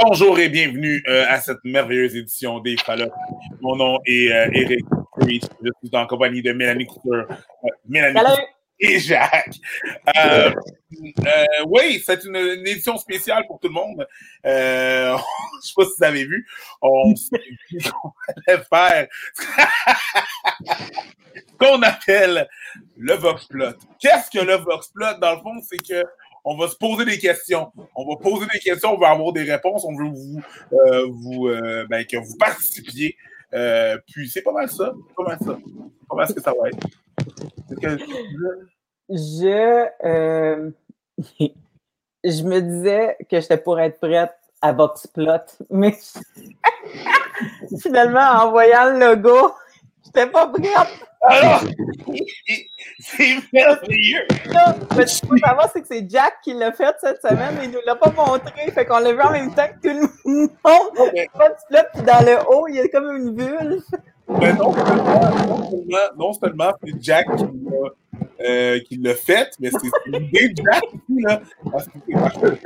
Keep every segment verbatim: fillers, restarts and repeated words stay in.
Bonjour et bienvenue euh, à cette merveilleuse édition des Fallops. Mon nom est euh, Eric Preach. Je suis en compagnie de Mélanie Couture, euh, Mélanie Salut. Couture et Jacques. Euh, euh, oui, c'est une, une édition spéciale pour tout le monde. Euh, je ne sais pas si vous avez vu, on s'est dit qu'on allait faire ce qu'on appelle le Vox Plot. Qu'est-ce que le Vox Plot? Dans le fond, c'est que on va se poser des questions. On va poser des questions, on va avoir des réponses. On veut vous, euh, vous euh, ben, que vous participiez. Euh, puis c'est pas mal ça. C'est pas mal ça. C'est pas mal ce que ça va être. Que... Je, euh, je me disais que j'étais pour être prête à Vox Plot, mais finalement, en voyant le logo, j'étais pas prête. Alors, c'est merveilleux! Non, mais ce qu'il faut savoir, c'est que c'est Jack qui l'a fait cette semaine et il nous l'a pas montré. Fait qu'on l'a vu en même temps que tout le monde. Okay. Puis dans le haut, il y a comme une bulle. Mais non seulement, non seulement, non seulement c'est Jack qui l'a, euh, qui l'a fait, mais c'est l'idée de Jack aussi, là. Parce que c'est parfait.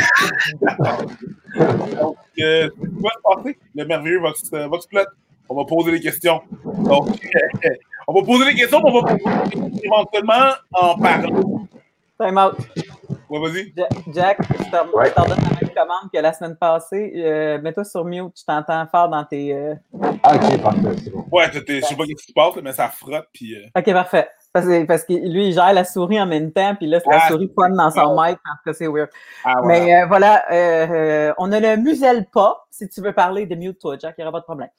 Donc, euh, c'est quoi se passer? Le merveilleux Vox, euh, Vox Plot. On va poser des questions. Donc, euh, on va poser des questions, mais on va poser éventuellement en parlant. Time out. Ouais, vas-y. Jack, je t'en ouais. donne la même commande que la semaine passée. Euh, mets-toi sur mute, je t'entends fort dans tes... Euh... Ah, ok, parfait, c'est bon. Ouais, je sais pas ce qui se passe, mais ça frotte, puis... Euh... Ok, parfait. Parce que, parce que lui, il gère la souris en même temps, puis là, la ah, souris pointe dans son mic, en tout cas, c'est weird. Ah, voilà. Mais euh, voilà, euh, euh, on ne le muselle pas. Si tu veux parler de mute, toi, Jack, il n'y aura pas de problème.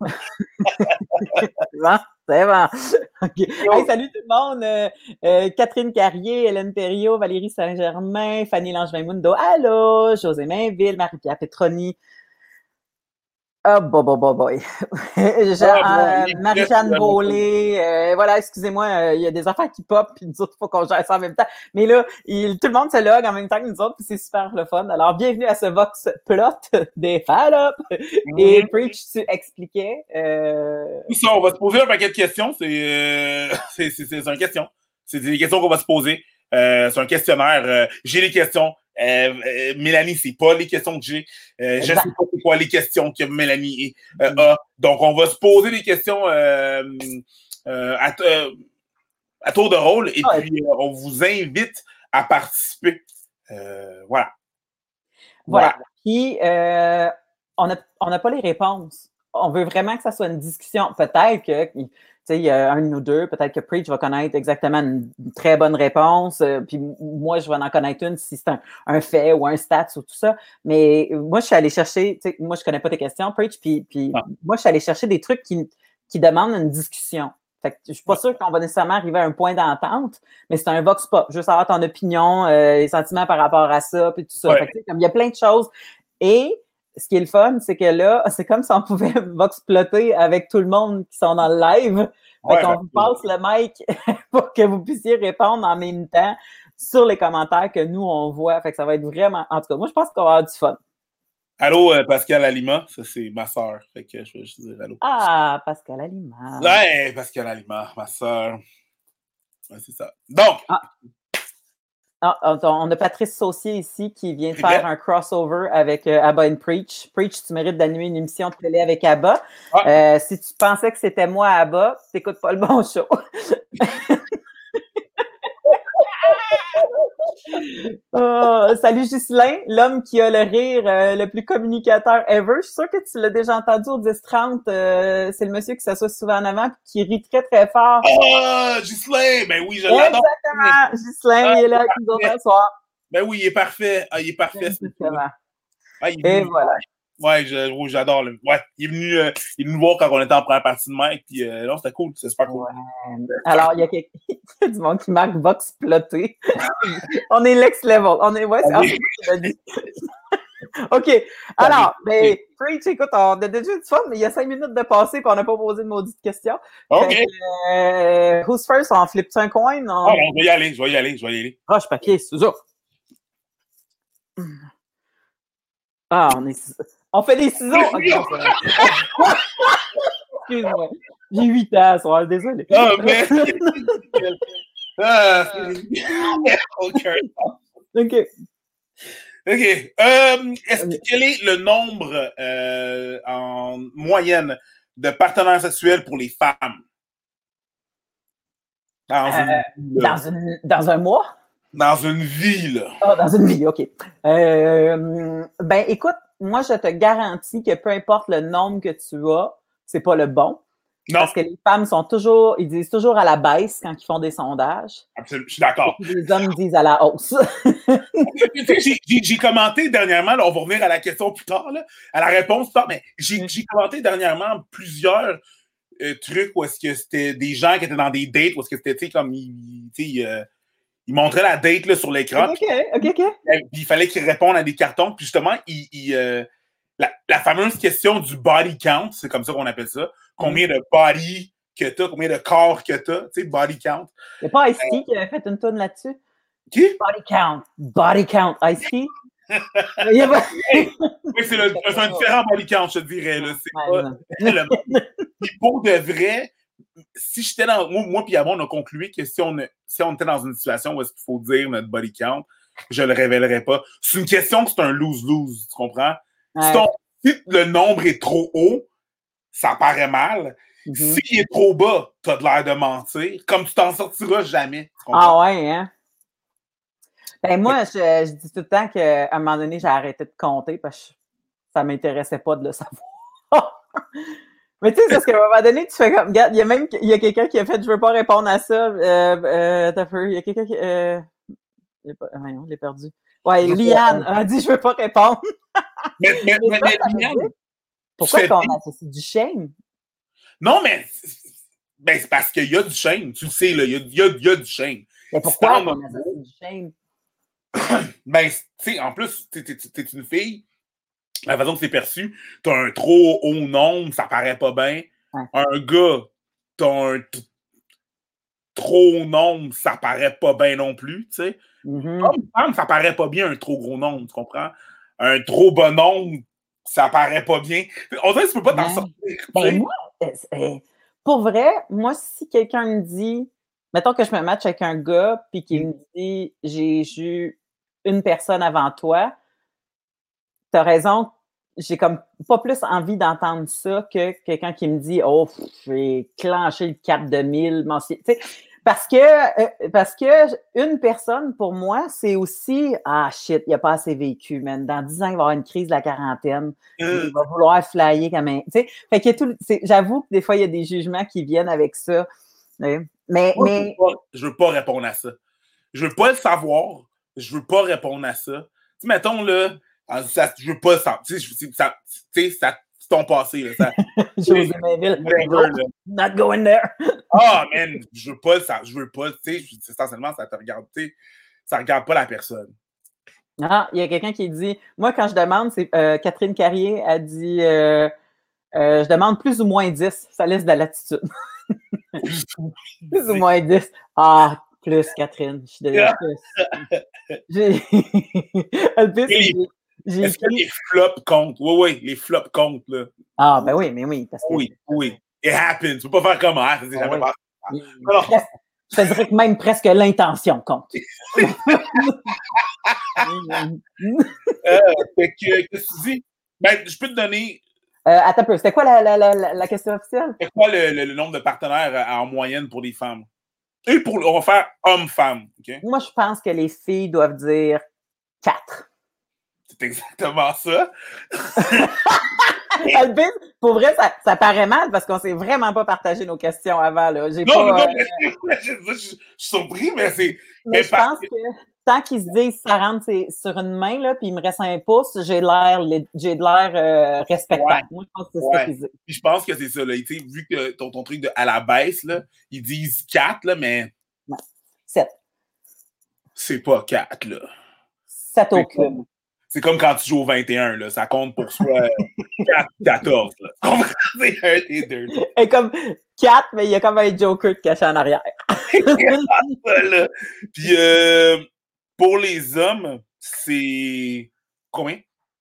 C'est bon? C'est bon. Okay. Hey, salut tout le monde. Euh, euh, Catherine Carrier, Hélène Thériault, Valérie Saint-Germain, Fanny Langevin-Mundo, allô, José Mainville, Marie-Pierre Petroni. Ah, oh, boy, boy, boy, boy. Jean, ah, bon, euh, Marie-Jeanne Beaulé, euh, voilà, excusez-moi, il euh, y a des affaires qui pop, puis nous autres, il faut qu'on gère ça en même temps. Mais là, il, tout le monde se log en même temps que nous autres, puis c'est super le fun. Alors, bienvenue à ce Vox Plot des Fallops. Mm-hmm. Et Preach, tu expliquais... Euh... Tout ça, on va se poser un paquet de questions. C'est, euh, c'est, c'est, c'est une question. C'est des questions qu'on va se poser. Euh, c'est un questionnaire. Euh, j'ai les questions. Euh, euh, Mélanie, c'est pas les questions que j'ai. Euh, je sais pas c'est quoi les questions que Mélanie euh, mm. a. Donc, on va se poser des questions euh, euh, à, euh, à tour de rôle et ouais. puis euh, on vous invite à participer. Euh, voilà. Voilà. voilà. Puis, euh, on n'a on a pas les réponses. On veut vraiment que ça soit une discussion. Peut-être que... Tu sais, il y a un ou deux, peut-être que Preach va connaître exactement une, une très bonne réponse, euh, puis moi, je vais en connaître une si c'est un, un fait ou un stats ou tout ça. Mais moi, je suis allée chercher, tu sais, moi, je connais pas tes questions, Preach, puis, puis ah. moi, je suis allée chercher des trucs qui, qui demandent une discussion. Fait que je suis pas ah. sûre qu'on va nécessairement arriver à un point d'entente, mais c'est un vox pop. Je veux savoir ton opinion, euh, les sentiments par rapport à ça, puis tout ça. Ouais. Fait que, comme il y a plein de choses. Et ce qui est le fun, c'est que là, c'est comme si on pouvait vox plotter avec tout le monde qui sont dans le live. Fait ouais, qu'on ben, vous passe le mic pour que vous puissiez répondre en même temps sur les commentaires que nous, on voit. Fait que ça va être vraiment... En tout cas, moi, je pense qu'on va avoir du fun. Allô, euh, Pascal Alima. Ça, c'est ma sœur. Fait que je vais juste dire allô. Ah, Pascal Alima. Ouais, Pascal Alima, ma sœur. Ouais, c'est ça. Donc... Ah. Ah, on a Patrice Saucier ici qui vient de faire un crossover avec euh, Abba and Preach. Preach, tu mérites d'animer une émission de télé avec Abba. Ah. Euh, si tu pensais que c'était moi, Abba, t'écoutes pas le bon show. Oh, salut Ghislain, l'homme qui a le rire euh, le plus communicateur ever. Je suis sûre que tu l'as déjà entendu au dix trente. Euh, c'est le monsieur qui s'assoit souvent en avant et qui rit très très fort. Oh, Ghislain! Ben oui, je l'adore. Exactement, Ghislain, ah, il est là avec nous autres ce soir. Ben oui, il est parfait. Ah, il est parfait. Exactement. Ah, il est et venu... voilà. Ouais, je, oui, j'adore. Le... Ouais, il est venu, euh, il est venu nous voir quand on était en première partie de Mike, puis euh, non, c'était cool, c'est super cool. Ouais. Alors, il y a quelqu'un... il y a du monde qui marque Vox ploté. On est next level. On est, ouais, c'est okay. En dit. OK. Alors, mais Preach, écoute, on a déjà du fun, mais il y a cinq minutes de passé, puis on n'a pas posé de maudite question. OK. Que, euh, who's first? On flippe-tu un coin? On... Ah, on va y aller, je vais y aller, je vais y aller. Roche, papier, ciseaux. Ah, on est... On fait des ciseaux! Okay, excuse-moi. J'ai huit ans, ça va, désolé. Ah, mais... ah, OK. OK. OK. Euh, est-ce que, quel est le nombre euh, en moyenne de partenaires sexuels pour les femmes? Dans, Euh, une, dans, une, dans un mois? Dans une vie, là. Ah, dans une vie, OK. Euh, ben, écoute, moi, je te garantis que peu importe le nombre que tu as, c'est pas le bon. Non. Parce que les femmes sont toujours, ils disent toujours à la baisse quand ils font des sondages. Absolument, je suis d'accord. Et puis les hommes disent à la hausse. j'ai, j'ai, j'ai commenté dernièrement, là, on va revenir à la question plus tard, là, à la réponse plus tard, mais j'ai, j'ai commenté dernièrement plusieurs euh, trucs où est-ce que c'était des gens qui étaient dans des dates, où est-ce que c'était, tu sais, comme, ils, ils, euh, ils montraient la date là, sur l'écran. OK, OK, OK. Puis, il fallait qu'ils répondent à des cartons, puis justement, ils, ils, euh, la, la fameuse question du body count, c'est comme ça qu'on appelle ça. Combien de body que t'as, combien de corps que t'as, tu sais, body count. Il n'y a pas Ice-T euh, qui avait fait une tourne là-dessus? Qui? Body count. Body count. Ice-T? Oui, c'est, le, c'est un différent body count, je te dirais. Là. C'est ouais, pas le, puis pour de vrai, si j'étais dans. Moi, moi puis Yamon, on a conclu que si on, si on était dans une situation où est-ce qu'il faut dire notre body count, je le révélerais pas. C'est une question que c'est un lose-lose, tu comprends? Ouais. Si, ton, si le nombre est trop haut, ça paraît mal. Mm-hmm. S'il est trop bas, t'as de l'air de mentir. Comme tu t'en sortiras jamais. Ah ouais, hein? Ben moi, je, je dis tout le temps qu'à un moment donné, j'ai arrêté de compter parce que ça ne m'intéressait pas de le savoir. Mais tu sais, parce qu'à un moment donné, tu fais comme... Regarde, il y a même il y a quelqu'un qui a fait « Je veux pas répondre à ça. Euh, » euh, T'as fait, il y a quelqu'un qui... Euh, je l'ai perdu. Ouais, Liane a dit « Je veux pas répondre. » Mais, mais, mais, mais, mais Liane... Pourquoi qu'on associe du shame? Non, mais... Ben, c'est parce qu'il y a du shame. Tu le sais, là. Il y a, il y a, il y a du shame. Mais pourquoi on associe du shame? Ben, tu sais, en plus, t'es, t'es, t'es une fille, la façon que c'est perçu, t'as un trop haut nombre, ça paraît pas bien. Ouais. Un gars, t'as un t- trop haut nombre, ça paraît pas bien non plus, tu sais. Mm-hmm. Comme femme, ça paraît pas bien un trop gros nombre, tu comprends? Un trop bon nombre, ça paraît pas bien. On dirait que tu peux pas t'en ouais. sortir. Ben moi, euh, pour vrai, moi, si quelqu'un me dit, mettons que je me matche avec un gars, puis qu'il mm. me dit, j'ai eu une personne avant toi, t'as raison, j'ai comme pas plus envie d'entendre ça que quelqu'un qui me dit « Oh, j'ai clenché le cap de mille. » Parce que, euh, parce que une personne, pour moi, c'est aussi « Ah, shit, il n'a pas assez vécu, man. Dans dix ans, il va avoir une crise de la quarantaine. Euh. Il va vouloir flyer quand même. » Tu sais, fait que tout, j'avoue que des fois, il y a des jugements qui viennent avec ça. Mais, mais, moi, mais... Je, veux pas, je veux pas répondre à ça. Je veux pas le savoir. Je veux pas répondre à ça. Tu sais, mettons, là, ça, je veux pas ça. Tu sais, ça, tu sais, ça c'est ton passé, là. Ça, José Mainville. Not going there. Ah, oh, man, je veux pas ça. Je veux pas, tu sais, essentiellement, ça te regarde, tu sais, ça regarde pas la personne. Ah, il y a quelqu'un qui dit, moi, quand je demande, c'est euh, Catherine Carrier a dit, euh, euh, je demande plus ou moins dix. Ça laisse de la latitude. Plus ou moins dix. Ah, plus, Catherine. Je suis désolée. J'ai... Le pire, les, j'ai est-ce écrit... que les flops comptent? Oui, oui, les flops comptent, là. Ah, ben oui, mais oui. Parce que... Oui, oui. It happens. Tu peux pas faire comment? Ça s'est jamais passé. Alors... Je te dirais que même presque l'intention compte. euh, fait que, qu'est-ce que tu dis? Ben, je peux te donner... Euh, attends un peu, c'était quoi la, la, la, la question officielle? C'est quoi le, le, le nombre de partenaires en moyenne pour les femmes? Et pour, on va faire homme-femme. Okay? Moi, je pense que les filles doivent dire quatre. C'est exactement ça. Albin, pour vrai, ça, ça paraît mal parce qu'on s'est vraiment pas partagé nos questions avant. Là. J'ai non, pas, non, euh... mais je, je, je, je suis surpris, mais c'est... Mais, mais je pense que tant qu'ils se disent ça rentre sur une main, là, puis il me reste un pouce, j'ai l'air j'ai de l'air euh, respectable. Ouais. Moi, je pense que c'est ouais. ça qu'ils disent. Puis je pense que c'est ça. Là. Vu que ton, ton truc de à la baisse, là, ils disent quatre, là, mais... Non, sept. C'est pas quatre, là. sept au cube. C'est comme quand tu joues au vingt et un, là. Ça compte pour soi quatre, quatorze, là. C'est un des deux. Et comme quatre, mais il y a comme un Joker caché en arrière. Puis euh, pour les hommes, c'est combien?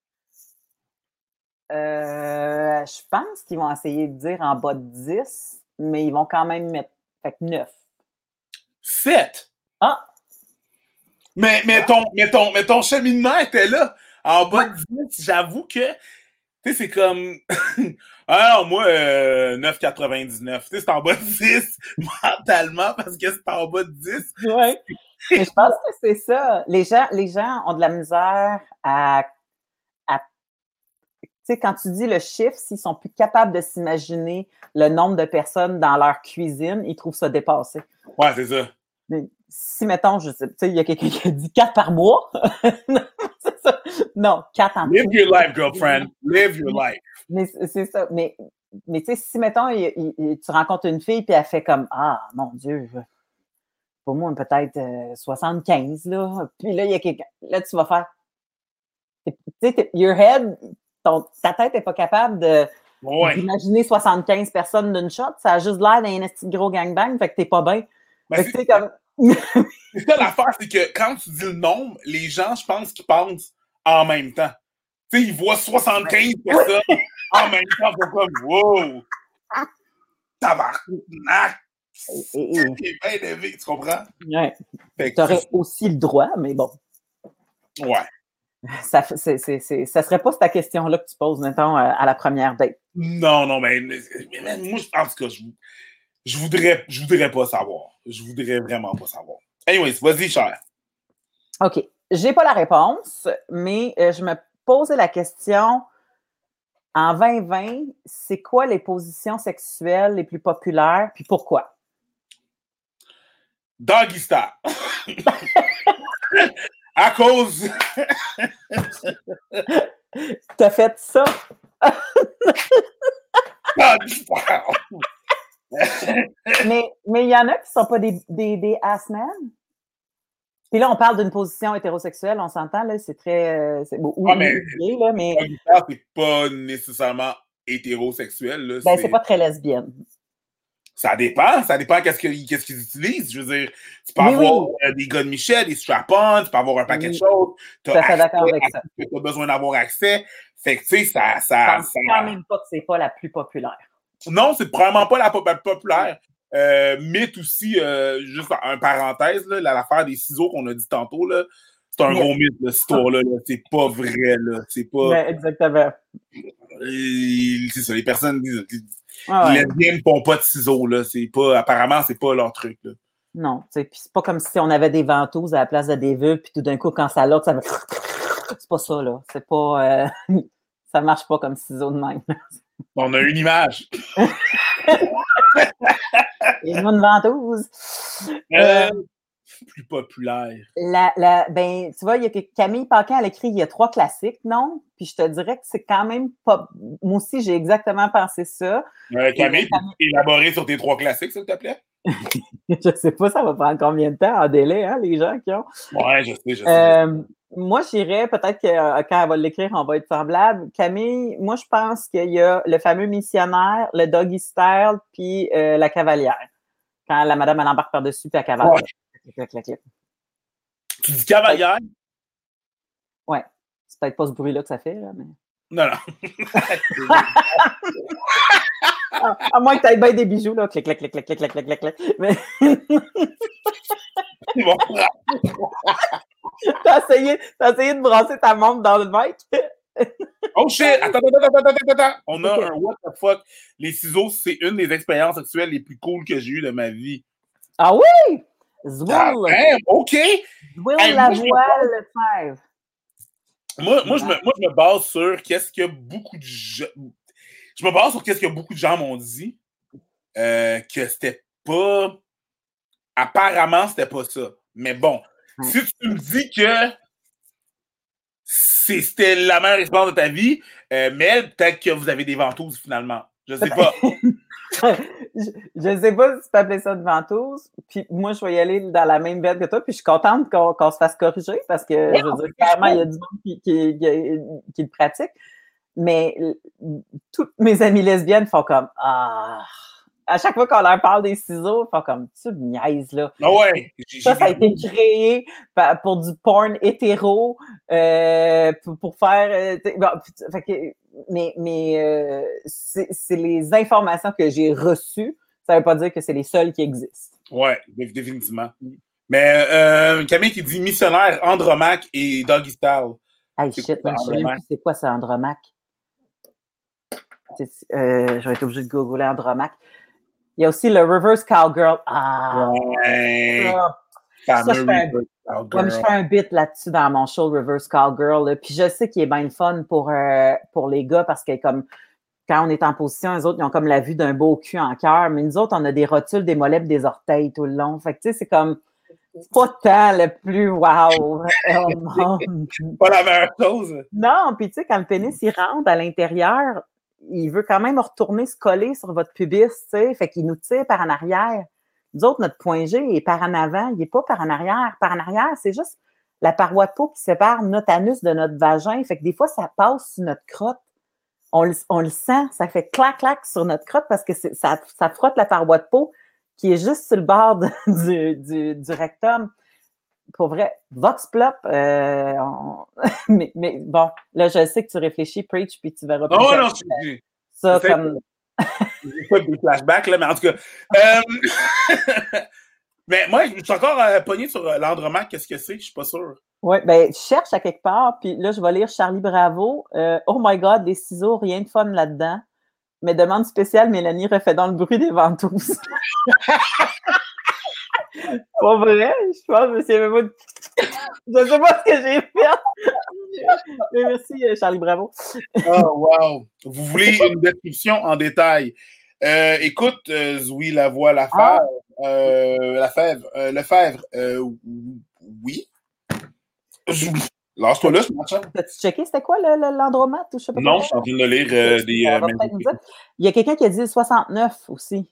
Euh, je pense qu'ils vont essayer de dire en bas de dix, mais ils vont quand même mettre fait que neuf. sept? Ah! Mais, mais, ton, mais, ton, mais ton cheminement était là. En bas de dix, j'avoue que, tu sais, c'est comme... ah non, moi, euh, neuf virgule quatre-vingt-dix-neuf. Tu sais, c'est en bas de dix mentalement parce que c'est en bas de dix. Ouais. Mais je pense que c'est ça. Les gens, les gens ont de la misère à... à tu sais, quand tu dis le chiffre, s'ils sont plus capables de s'imaginer le nombre de personnes dans leur cuisine, ils trouvent ça dépassé. Ouais, c'est ça. Mais si, mettons, je sais, tu sais, il y a quelqu'un qui a dit quatre par mois. Non, c'est ça. Non, quatre en Live tout. your life, girlfriend. Live your life. Mais c'est ça. Mais, mais tu sais, si, mettons, il, il, tu rencontres une fille puis elle fait comme, ah, mon Dieu, pour moi, peut-être euh, soixante-quinze, là. Puis là, il y a quelqu'un. Là, tu vas faire. Tu sais, your head, ton, ta tête n'est pas capable de, ouais. d'imaginer soixante-quinze personnes d'une shot. Ça a juste l'air d'un petit gros gangbang, fait que t'es pas bien. Ben, fait que c'est comme. C'est ça l'affaire, c'est que quand tu dis le nombre, les gens, je pense qu'ils pensent en même temps. Tu sais, ils voient soixante-quinze personnes en même temps, ils sont comme, wow! Tabarnak! C'est bien élevé, tu comprends? Ouais. Tu aurais aussi le droit, mais bon. Ouais. Ça, c'est, c'est, c'est, ça serait pas ta question-là que tu poses, mettons, à la première date. Non, non, mais, mais, mais moi, je pense que je, je voudrais, je voudrais pas savoir. Je voudrais vraiment pas savoir. Anyways, vas-y, cher. OK. J'ai pas la réponse, mais euh, je me posais la question, en vingt vingt, c'est quoi les positions sexuelles les plus populaires, puis pourquoi? Doggy style. À cause... T'as fait ça? Doggy style. mais mais il y en a qui sont pas des, des, des ass-men. Puis là, on parle d'une position hétérosexuelle, on s'entend, là, c'est très... C'est, bon, ah, mais, oublié, là, mais... Doggy style, c'est pas nécessairement hétérosexuel. Là, ben, c'est... c'est pas très lesbienne. Ça dépend, ça dépend qu'est-ce, que, qu'est-ce qu'ils utilisent. Je veux dire, tu peux oui, avoir oui. Euh, des gars de Michel, des strap-ons, tu peux avoir un paquet oui. de choses. Tu as d'accord avec ça. Tu as besoin d'avoir accès. Fait que, tu sais, ça... ça, Je pense ça... quand même pas que c'est pas la plus populaire. Non, c'est probablement pas la plus populaire. Euh, mythe aussi, euh, juste en parenthèse, là, l'affaire des ciseaux qu'on a dit tantôt, là, c'est un yes. gros mythe, là, cette histoire-là. Là. C'est pas vrai, là. C'est pas... Ben, exactement. Et, c'est ça, les personnes disent... Ah, les ouais. lesbiennes ne font pas de ciseaux, là. C'est pas... Apparemment, c'est pas leur truc, là. Non, c'est pas comme si on avait des ventouses à la place de des vulves, puis tout d'un coup, quand ça lotte, ça va... C'est pas ça, là. C'est pas... Euh... ça marche pas comme ciseaux de même. On a une image. Et une ventouse. Euh, euh, plus populaire. La, la, ben, tu vois, il y a que Camille Paquin, elle écrit, il y a trois classiques, non? Puis je te dirais que c'est quand même pas... Moi aussi, j'ai exactement pensé ça. Euh, Camille, Camille... élaborer sur tes trois classiques, s'il te plaît? Je sais pas, ça va prendre combien de temps en délai, hein, les gens qui ont. Ouais, je sais, je sais. Euh, moi, j'irais, peut-être que euh, quand elle va l'écrire, on va être semblable. Camille, moi, je pense qu'il y a le fameux missionnaire, le doggy style, puis euh, la cavalière. Quand la madame, elle embarque par-dessus, puis elle cavale. Ouais. Clic, clic, clic. Tu dis cavalière? Ouais. C'est peut-être pas ce bruit-là que ça fait, là, mais... Non, non. à, à moins que tu aies bien des bijoux, là. Clic, clic, clic, clic, clic, clic, clic, clic, clic. Mais... C'est bon. t'as, essayé, t'as essayé de brasser ta montre dans le mic? Oh shit! Attends, attends, attends, attends, attends. On a okay. un what the fuck. Les ciseaux, c'est une des expériences sexuelles les plus cool que j'ai eues de ma vie. Ah oui? Zwill! Ah, damn, OK! Zwill hey, la voile, le fèvre. Moi, moi, je me, moi, je me base sur qu'est-ce que beaucoup de gens... Je me base sur qu'est-ce que beaucoup de gens m'ont dit. Euh, que c'était pas... Apparemment, c'était pas ça. Mais bon, mm. si tu me dis que c'était la meilleure expérience de ta vie, euh, mais peut-être que vous avez des ventouses, finalement. Je sais pas. je, je sais pas si tu peux appeler ça de ventouse. Puis moi, je vais y aller dans la même veine que toi. Puis je suis contente qu'on, qu'on se fasse corriger parce que, ouais, je veux dire, clairement, il y a du monde qui, qui, qui, qui le pratique. Mais toutes mes amies lesbiennes font comme « Ah... » À chaque fois qu'on leur parle des ciseaux, ils font comme « Tu me niaises, là. » Ah ouais. Ça, ça a été créé pour du porn hétéro, euh, pour, pour faire... Euh, bon, fait que, mais mais euh, c'est, c'est les informations que j'ai reçues. Ça ne veut pas dire que c'est les seules qui existent. Ouais, définitivement. Mais euh, Camille qui dit missionnaire, Andromaque et Doggy Style. Hey, shit, man, je sais même plus c'est quoi ça, Andromaque. Euh, je vais être obligé de googler Andromaque. Il y a aussi le Reverse Cowgirl. Ah! Ouais. Ça, ça je, fais un, ouais, mais je fais un bit là-dessus dans mon show Reverse Cowgirl. Là. Puis je sais qu'il est bien le fun pour, euh, pour les gars parce que comme quand on est en position, les autres, ils ont comme la vue d'un beau cul en cœur. Mais nous autres, on a des rotules, des mollets, des orteils tout le long. Fait que tu sais, c'est comme c'est pas tant le plus wow au monde. Pas la meilleure chose. Non, puis tu sais, quand le pénis il rentre à l'intérieur, il veut quand même retourner se coller sur votre pubis, tu sais. Fait qu'il nous tire par en arrière. Nous autres, notre point G est par en avant, il n'est pas par en arrière. Par en arrière, c'est juste la paroi de peau qui sépare notre anus de notre vagin. Fait que des fois, ça passe sur notre crotte. On le, on le sent, ça fait clac-clac sur notre crotte parce que c'est, ça, ça frotte la paroi de peau qui est juste sur le bord de, du, du, du rectum. Pour vrai, Vox Plop, euh, on... mais, mais bon, là, je sais que tu réfléchis, Preach, puis tu verras plus. Oh non, je ça comme... J'ai pas des flashbacks, là, mais en tout cas... Euh... mais moi, je suis encore euh, pogné sur euh, l'Andromaque, qu'est-ce que c'est? Je suis pas sûr. Oui, bien, je cherche à quelque part, puis là, je vais lire Charlie Bravo. Euh, oh my God, des ciseaux, rien de fun là-dedans. Mais demande spéciale, Mélanie refait dans le bruit des ventouses. Pas vrai? Je pense que c'est même pas... Je ne sais pas ce que j'ai fait. Mais merci, Charlie Bravo. Oh, wow. Vous voulez une description en détail? Euh, écoute, euh, Zoui Lavoie Lafèvre, ah. euh, Lafèvre, euh, Lefèvre, euh, oui. Lâche-toi là, machin. T'as-tu checké c'était quoi le, le, l'andromate ou je sais pas? Non, je suis en train de lire euh, des. Euh, Il y a quelqu'un qui a dit soixante-neuf aussi.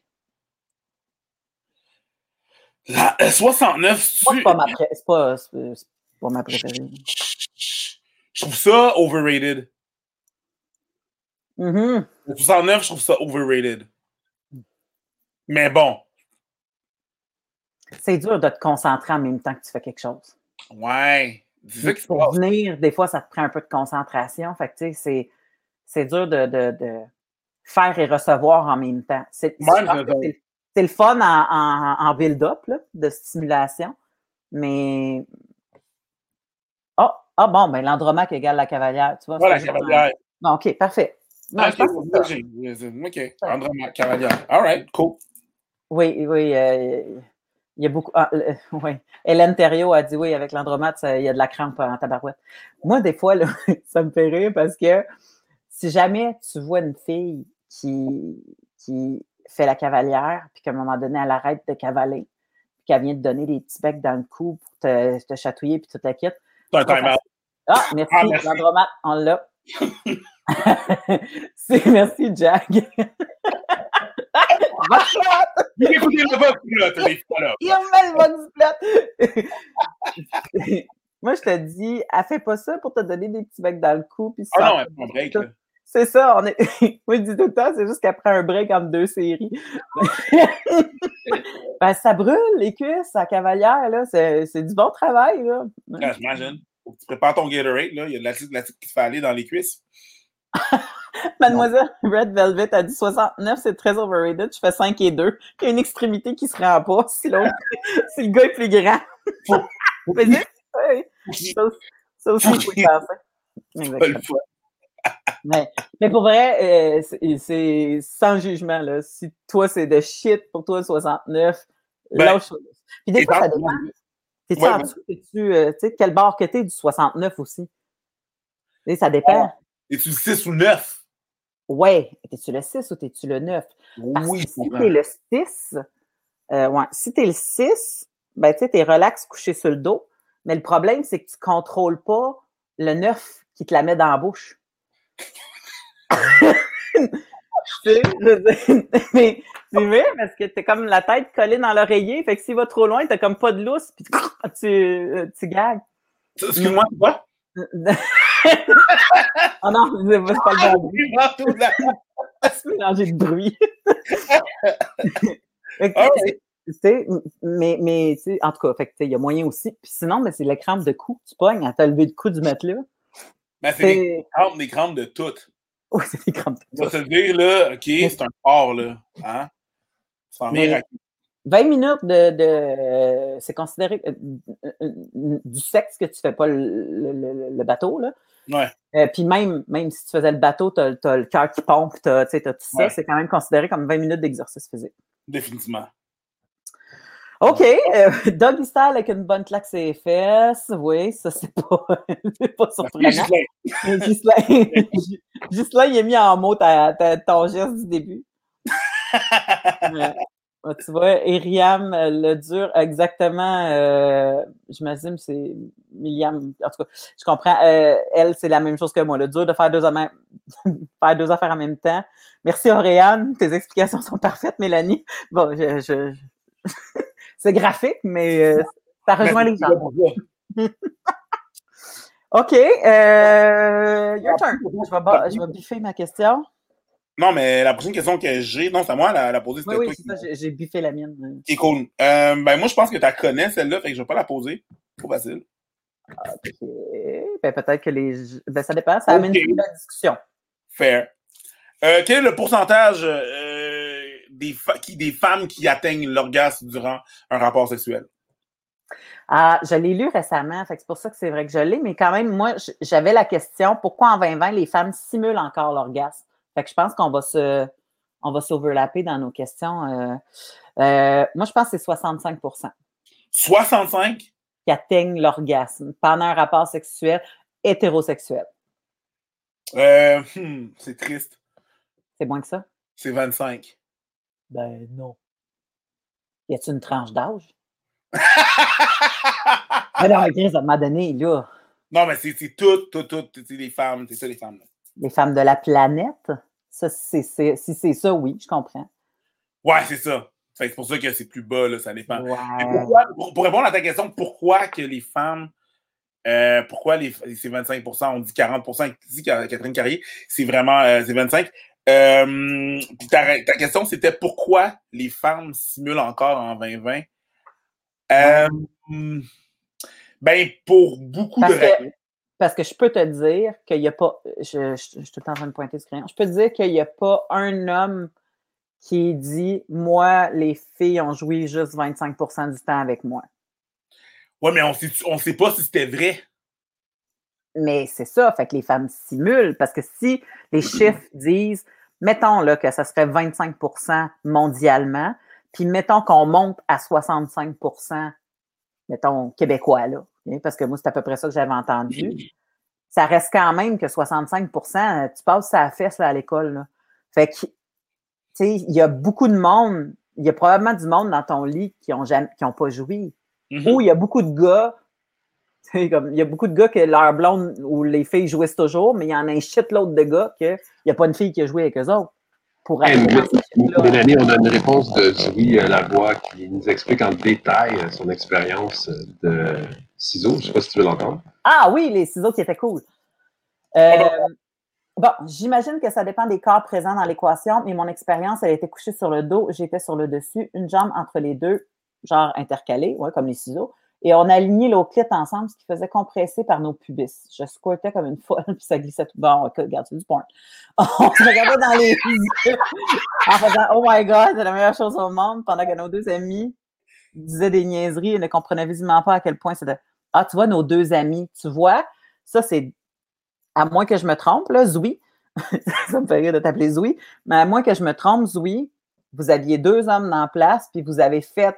La, euh, soixante-neuf, Moi, c'est pas ma, pré... c'est pas, c'est pas ma préférée. Je trouve ça overrated. Mm-hmm. soixante-neuf, je trouve ça overrated. Mais bon. C'est dur de te concentrer en même temps que tu fais quelque chose. Ouais. C'est pour venir, des fois, ça te prend un peu de concentration. Fait que, tu sais, c'est, c'est dur de, de, de faire et recevoir en même temps. C'est, Même c'est, c'est, c'est le fun en, en, en build-up, là, de stimulation. Mais... Oh, ah bon, ben l'Andromaque égale la cavalière, tu vois. Voilà, la cavalière. Un... Non, OK, parfait. Non, OK, OK, Andromaque, cavalière. All right, cool. Oui, oui, euh, il y a beaucoup... Ah, euh, oui. Hélène Thériault a dit oui, avec l'Andromaque, il y a de la crampe en tabarouette. Moi, des fois, là, ça me fait rire parce que si jamais tu vois une fille qui, qui fait la cavalière, puis qu'à un moment donné, elle arrête de cavaler, puis qu'elle vient te donner des petits becs dans le cou pour te, te chatouiller, puis tu te quittes. C'est un time-out. Ah, merci, ah, merci. L'Andromaque, on l'a. C'est, merci, Jack. Il écoutez le Vox Plot, les là. Il met le Vox Plot. Moi, je te dis, elle fait pas ça pour te donner des petits becs dans le cou. Puis ah non, elle prend un break. Là. C'est ça. On est... Moi, je dis tout le temps, c'est juste qu'elle prend un break entre deux séries. Ben, ça brûle, les cuisses, la cavalière, là. C'est, c'est du bon travail, là. Ah, j'imagine. Faut que tu prépares ton Gatorade, là. Il y a de l'acide, de l'acide qui se fait aller dans les cuisses. Mademoiselle Red Velvet a dit soixante-neuf, c'est très overrated. Je fais cinq et deux. Il y a une extrémité qui se rend pas si l'autre, si le gars est plus grand. Mais ça, ça aussi, il faut le penser. mais, mais pour vrai, euh, c'est, c'est sans jugement, là. Si toi, c'est de shit pour toi, soixante-neuf, ben, lâche ça. Puis des fois, ça dépend. T'es-tu ouais, en dessous? T'es-tu, euh, tu sais, quel bord que t'es du soixante-neuf aussi? Et ça dépend. Es-tu le six ou neuf? Ouais. T'es-tu le six ou t'es-tu le neuf? Parce oui, que si t'es le six, euh, ouais, si t'es le six, ben, tu sais, t'es relax couché sur le dos. Mais le problème, c'est que tu contrôles pas le neuf qui te la met dans la bouche. Tu sais, mais c'est vrai parce que t'es comme la tête collée dans l'oreiller, fait que s'il va trop loin, t'as comme pas de lousse, puis tu, tu gagues. Excuse-moi, c'est quoi? Oh non, c'est pas le bon bruit. C'est mélangé de bruit. Okay, tu sais, mais, mais tu sais, en tout cas, fait que il y a moyen aussi. Puis sinon, ben, c'est les crampes de cou. Tu pognes à te lever le cou du matelas. Ben, c'est, c'est... Des, crampes, des crampes de toutes. Oui, c'est des crampes de toutes. Ça veut dire, là, OK, c'est un sport, là. Hein? Sans mais, venir à... vingt minutes de, de euh, c'est considéré euh, euh, du sexe que tu fais pas le, le, le bateau, là. Ouais. Euh, puis même, même si tu faisais le bateau, tu as le cœur qui pompe, tu as tout ça, Ouais. c'est quand même considéré comme vingt minutes d'exercice physique. Définitivement. OK. Euh, doggy style avec une bonne claque sur les fesses. Oui, ça, c'est pas, c'est pas surprenant. Ghislain. Ghislain, il a mis en mots ta, ta, ton geste du début. Ouais. Tu vois, Iriam, le dur, exactement, euh, j'imagine c'est Myriam, en tout cas, je comprends, euh, elle, c'est la même chose que moi, le dur de faire deux, faire deux affaires en même temps. Merci Auréane, tes explications sont parfaites, Mélanie. Bon, je... je... c'est graphique, mais euh, ça rejoint les gens. OK, euh, your turn. Je vais, je vais biffer ma question. Non, mais la prochaine question que j'ai, non, c'est à moi la, la poser. Oui, oui, c'est ça, j'ai, j'ai biffé la mienne. Qui est cool. Euh, ben, moi, je pense que tu la connais, celle-là, fait que je vais pas la poser. Trop facile. OK. Ben, peut-être que les. Ben, ça dépend, ça amène okay. Une belle discussion. Fair. Euh, quel est le pourcentage euh, des, fa- qui, des femmes qui atteignent l'orgasme durant un rapport sexuel? Ah, je l'ai lu récemment, fait que c'est pour ça que c'est vrai que je l'ai, mais quand même, moi, j'avais la question pourquoi en vingt vingt, les femmes simulent encore l'orgasme? Fait que je pense qu'on va se. On va s'overlapper dans nos questions. Euh, euh, moi, je pense que c'est soixante-cinq pour cent. soixante-cinq? Qui atteignent l'orgasme pendant un rapport sexuel hétérosexuel. Euh, hmm, c'est triste. C'est moins que ça? C'est vingt-cinq. Ben non. Y a-t-il une tranche d'âge? Mais non, Chris, ça m'a donné, là. Non, mais c'est, c'est tout, tout, tout, c'est les femmes, c'est ça les femmes. Là. Les femmes de la planète? Ça, c'est, c'est, si c'est ça, oui, je comprends. Ouais, c'est ça. Fait que c'est pour ça que c'est plus bas, là, ça dépend. Ouais. Mais pourquoi, pour, pour répondre à ta question, pourquoi que les femmes, euh, pourquoi les, c'est vingt-cinq pour cent, on dit quarante pour cent ici, Catherine Carrier, c'est vraiment, euh, c'est vingt-cinq. Euh, puis ta, ta question, c'était pourquoi les femmes simulent encore en vingt vingt? Euh, ouais. Ben, pour beaucoup parce de que, raisons. Parce que je peux te dire qu'il n'y a pas, je, je, je suis tout le temps en train de pointer ce crayon, je peux te dire qu'il n'y a pas un homme qui dit « Moi, les filles ont joué juste vingt-cinq pour cent du temps avec moi. » Ouais, mais on sait, on sait pas si c'était vrai. Mais c'est ça, fait que les femmes simulent, parce que si les chiffres disent, mettons là, que ça serait vingt-cinq pour cent mondialement, puis mettons qu'on monte à soixante-cinq pour cent, mettons, québécois, là, okay? Parce que moi, c'est à peu près ça que j'avais entendu, ça reste quand même que soixante-cinq pour cent, tu passes ça à la fesse là, à l'école. Là. Fait que, tu sais, il y a beaucoup de monde, il y a probablement du monde dans ton lit qui n'ont jamais, qui ont pas joui. Mm-hmm. Ou il y a beaucoup de gars, comme, il y a beaucoup de gars que leur blonde ou les filles jouissent toujours, mais il y en a un shitload de gars qu'il n'y a pas une fille qui a joué avec eux autres. Pour hey, Mélanie, on a une réponse de Louis Lavoie qui nous explique en détail son expérience de ciseaux. Je ne sais pas si tu veux l'entendre. Ah oui, les ciseaux qui étaient cool. Euh, bon, j'imagine que ça dépend des corps présents dans l'équation, mais mon expérience, elle était couchée sur le dos, j'étais sur le dessus, une jambe entre les deux, genre intercalée, ouais, comme les ciseaux. Et on a aligné l'eau clit ensemble, ce qui faisait compresser par nos pubis. Je squirtais comme une folle, puis ça glissait tout. Bon, regarde, c'est du porn. On se regardait dans les yeux en faisant « Oh my God, c'est la meilleure chose au monde », pendant que nos deux amis disaient des niaiseries et ne comprenaient visiblement pas à quel point c'était « Ah, tu vois, nos deux amis, tu vois, ça c'est, à moins que je me trompe, là, Zoui, ça me fait rire de t'appeler Zoui, mais à moins que je me trompe, Zoui, vous aviez deux hommes dans la place, puis vous avez fait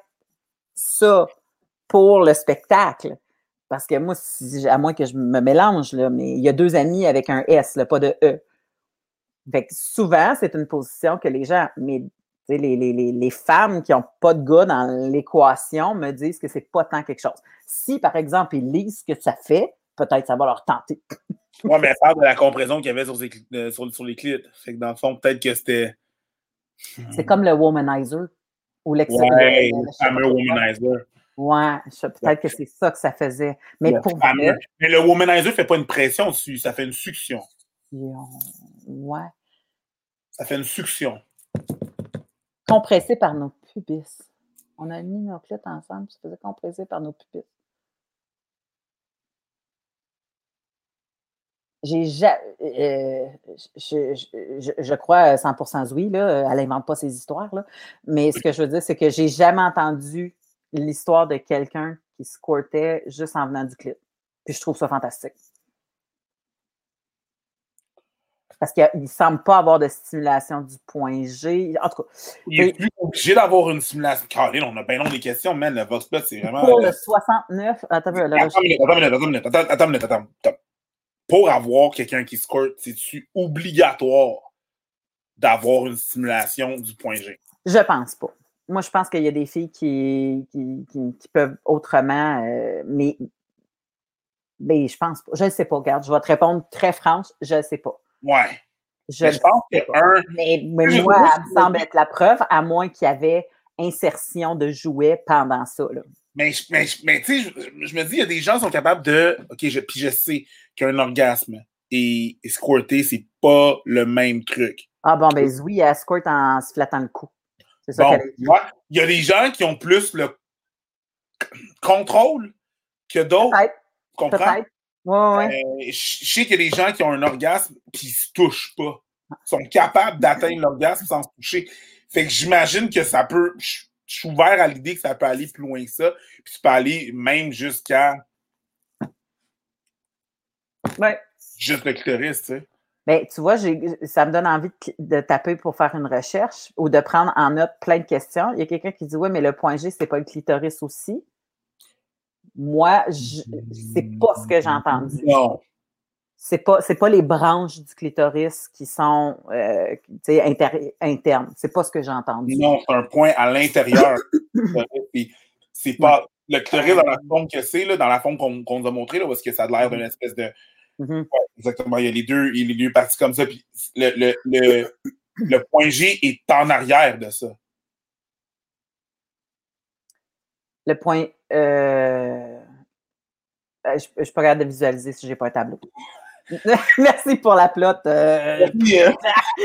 ça pour le spectacle. Parce que moi, si, à moins que je me mélange, là, mais il y a deux amis avec un S, là, pas de E. Fait que souvent, c'est une position que les gens, mais les, les, les, les femmes qui n'ont pas de gars dans l'équation me disent que c'est pas tant quelque chose. Si, par exemple, ils lisent ce que ça fait, peut-être ça va leur tenter. Ouais, mais elle parle de la compression qu'il y avait sur, ses, euh, sur, sur les clits. Fait que dans le fond, peut-être que c'était. C'est comme le womanizer. Ou ouais, le, le fameux womanizer. Ouais, peut-être ouais. que c'est ça que ça faisait. Mais le pour fameux. vrai, mais le womanizer ne fait pas une pression dessus, ça fait une succion. Ouais. Ça fait une succion. Compressé par nos pubis. On a mis nos clits ensemble, ça faisait compresser par nos pubis. j'ai ja- euh, je, je, je, je crois cent pour cent oui, là, elle n'invente pas ces histoires, là. Mais ce que je veux dire, c'est que j'ai jamais entendu l'histoire de quelqu'un qui squirtait juste en venant du clip. Puis je trouve ça fantastique. Parce qu'il ne semble pas avoir de stimulation du point G. En tout cas. Il est plus obligé d'avoir une stimulation. Caroline, on a bien long des questions, man. Le Voxplot, c'est vraiment. Pour euh... le soixante-neuf. Attends, attends, là, attends, minute, attends, minute, attends, minute, attends, attends, minute, attends, attends. Pour avoir quelqu'un qui squirt, c'est-tu obligatoire d'avoir une stimulation du point G? Je pense pas. Moi, je pense qu'il y a des filles qui, qui, qui, qui peuvent autrement, euh, mais, mais je pense pas. Je ne sais pas. Regarde, je vais te répondre très franche. Je ne sais pas. Ouais. Je, je pense que un... Mais, mais moi, elle me semble être la preuve, à moins qu'il y avait insertion de jouets pendant ça. Là. Mais, mais, mais tu sais, je, je me dis, il y a des gens qui sont capables de... OK, je, puis je sais qu'un orgasme et, et squirter, c'est pas le même truc. Ah bon, ben oui, elle squirt en se flattant le cou. C'est ça bon, qu'elle ouais, il y a des gens qui ont plus le contrôle que d'autres. Peut-être. Tu comprends? Peut-être. Ouais, ouais. Euh, je sais qu'il y a des gens qui ont un orgasme qui ne se touchent pas. Ils sont capables d'atteindre l'orgasme sans se toucher. Fait que j'imagine que ça peut... Je, je suis ouvert à l'idée que ça peut aller plus loin que ça. Puis tu peux aller même jusqu'à... Ouais. Juste le clitoris, tu sais. Bien, tu vois, j'ai, ça me donne envie de, de taper pour faire une recherche ou de prendre en note plein de questions. Il y a quelqu'un qui dit « Oui, mais le point G, c'est pas le clitoris aussi? » Moi, je, c'est pas ce que j'ai entendu. Non. C'est pas, c'est pas les branches du clitoris qui sont euh, inter- internes. C'est pas ce que j'ai entendu. Non, c'est un point à l'intérieur. C'est pas le clitoris dans la forme que c'est, là, dans la forme qu'on, qu'on nous a montré, là, parce que ça a l'air d'une espèce de... Mm-hmm. Ouais, exactement. Il y a les deux, il y a les deux parties comme ça. Puis le, le, le, le point G est en arrière de ça. Le point... Euh... Je ne suis pas capable de visualiser si je n'ai pas un tableau. Merci pour la plot. Euh... Merci. Euh...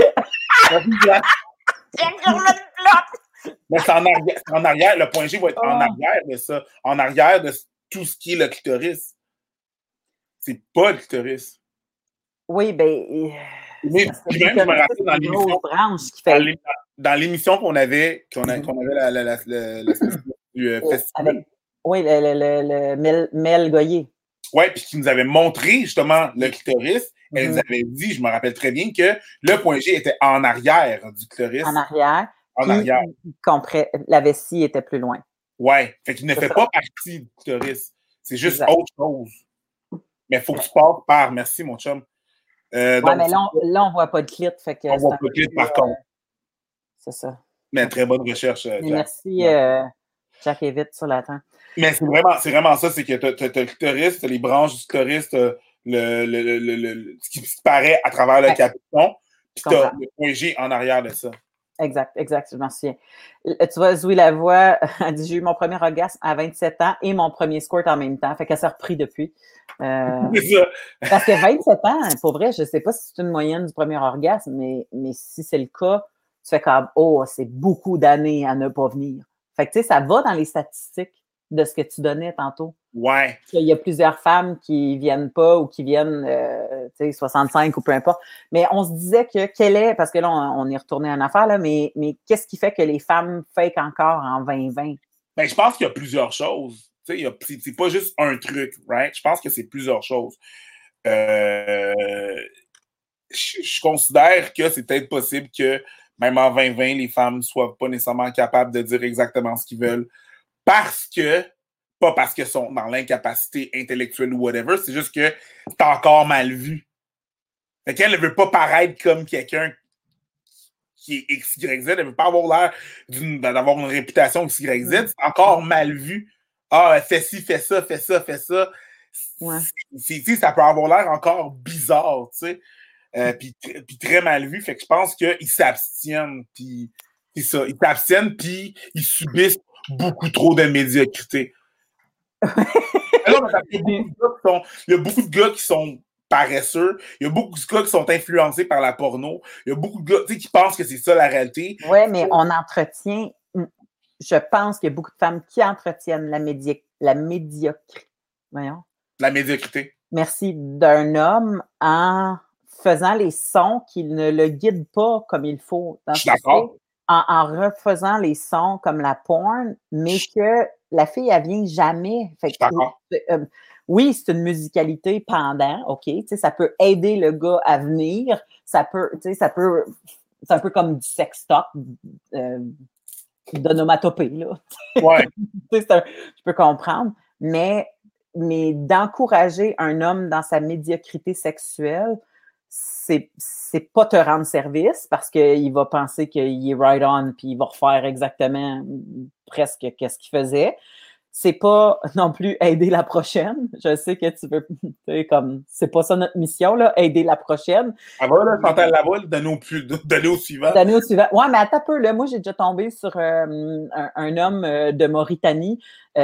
Mais c'est en, arrière, c'est en arrière. Le point G va être oh. en arrière de ça. En arrière de tout ce qui est le clitoris. C'est pas le clitoris. Oui, bien... Mais même, je me rappelle dans l'émission, fait... dans l'émission qu'on avait, qu'on, a, qu'on avait la, la, la, la, la du euh, festival. Avec, oui, le, le, le, le Mel, Mel Goyer. Oui, puis qui nous avait montré justement le clitoris. Mm-hmm. Elle nous avait dit, je me rappelle très bien, que le point G était en arrière du clitoris. En arrière. En puis, arrière. Compré... La vessie était plus loin. Oui, fait qu'il ne fait ça. Pas partie du clitoris. C'est juste exact. Autre chose. Mais il faut que tu passes par. Merci, mon chum. Euh, oui, mais là, on, là, on ne voit pas de clit. Fait que on ne voit pas de clit, par euh, contre. C'est ça. Mais très bonne recherche, Jack. Merci, euh, Jack Evite, sur la temps. Mais c'est vraiment, c'est vraiment ça, c'est que tu as le clitoris, tu as les branches du clitoris, tu as le, le, le, le, le, ce qui paraît à travers le ouais. capuchon, puis tu as le point G en arrière de ça. Exact, exact, je m'en souviens. Tu vois, Zoé Lavoie a dit « J'ai eu mon premier orgasme à vingt-sept ans et mon premier squirt en même temps. » Fait qu'elle s'est repris depuis. Euh, c'est ça. Parce que vingt-sept ans, pour vrai, je ne sais pas si c'est une moyenne du premier orgasme, mais, mais si c'est le cas, tu fais comme « Oh, c'est beaucoup d'années à ne pas venir. » Fait que tu sais, ça va dans les statistiques de ce que tu donnais tantôt. Ouais. Il y a plusieurs femmes qui viennent pas ou qui viennent, euh, tu sais, soixante-cinq ou peu importe. Mais on se disait que quelle est, parce que là, on, on est retourné en affaire, là, mais, mais qu'est-ce qui fait que les femmes fake encore en vingt vingt? Ben, je pense qu'il y a plusieurs choses. Tu sais, c'est, c'est pas juste un truc, right? Je pense que c'est plusieurs choses. Euh, je, je considère que c'est peut-être possible que même en vingt vingt, les femmes ne soient pas nécessairement capables de dire exactement ce qu'ils veulent parce que pas parce qu'elles sont dans l'incapacité intellectuelle ou whatever, c'est juste que c'est encore mal vu. Fait qu'elle ne veut pas paraître comme quelqu'un qui est X Y Z, elle ne veut pas avoir l'air d'une, d'avoir une réputation X Y Z, c'est encore mal vu. Ah, fais ci, fais ça, fais ça, fais ça. Ouais. C'est, c'est, ça peut avoir l'air encore bizarre, tu sais. Euh, puis, puis très mal vu. Fait que je pense qu'ils s'abstiennent, puis c'est ça. Ils s'abstiennent, puis ils subissent beaucoup trop de médiocrité. Alors, il, y a beaucoup de gars qui sont, il y a beaucoup de gars qui sont paresseux, il y a beaucoup de gars qui sont influencés par la porno, il y a beaucoup de gars qui pensent que c'est ça la réalité. Oui, mais on entretient, je pense qu'il y a beaucoup de femmes qui entretiennent la, médi- la médiocrité. Voyons. La médiocrité. Merci, d'un homme en faisant les sons qui ne le guident pas comme il faut. Je suis d'accord. En, en refaisant les sons comme la porn, mais que la fille, elle vient jamais. Fait Je suis d'accord. que, euh, oui, c'est une musicalité pendant, OK, tu sais, ça peut aider le gars à venir, ça peut, tu sais, ça peut, c'est un peu comme du sex talk, euh, d'onomatopée, là. Ouais. un, je peux comprendre, mais, mais d'encourager un homme dans sa médiocrité sexuelle, c'est, c'est pas te rendre service parce qu'il va penser qu'il est right on puis il va refaire exactement presque qu'est-ce qu'il faisait. C'est pas non plus aider la prochaine. Je sais que tu veux, tu sais, comme, c'est pas ça notre mission, là, aider la prochaine. Ah va, là, Chantal Lavoie, donner au, plus, donner au suivant. Donner au suivant. Ouais, mais attends un peu, là. Moi, j'ai déjà tombé sur euh, un, un homme euh, de Mauritanie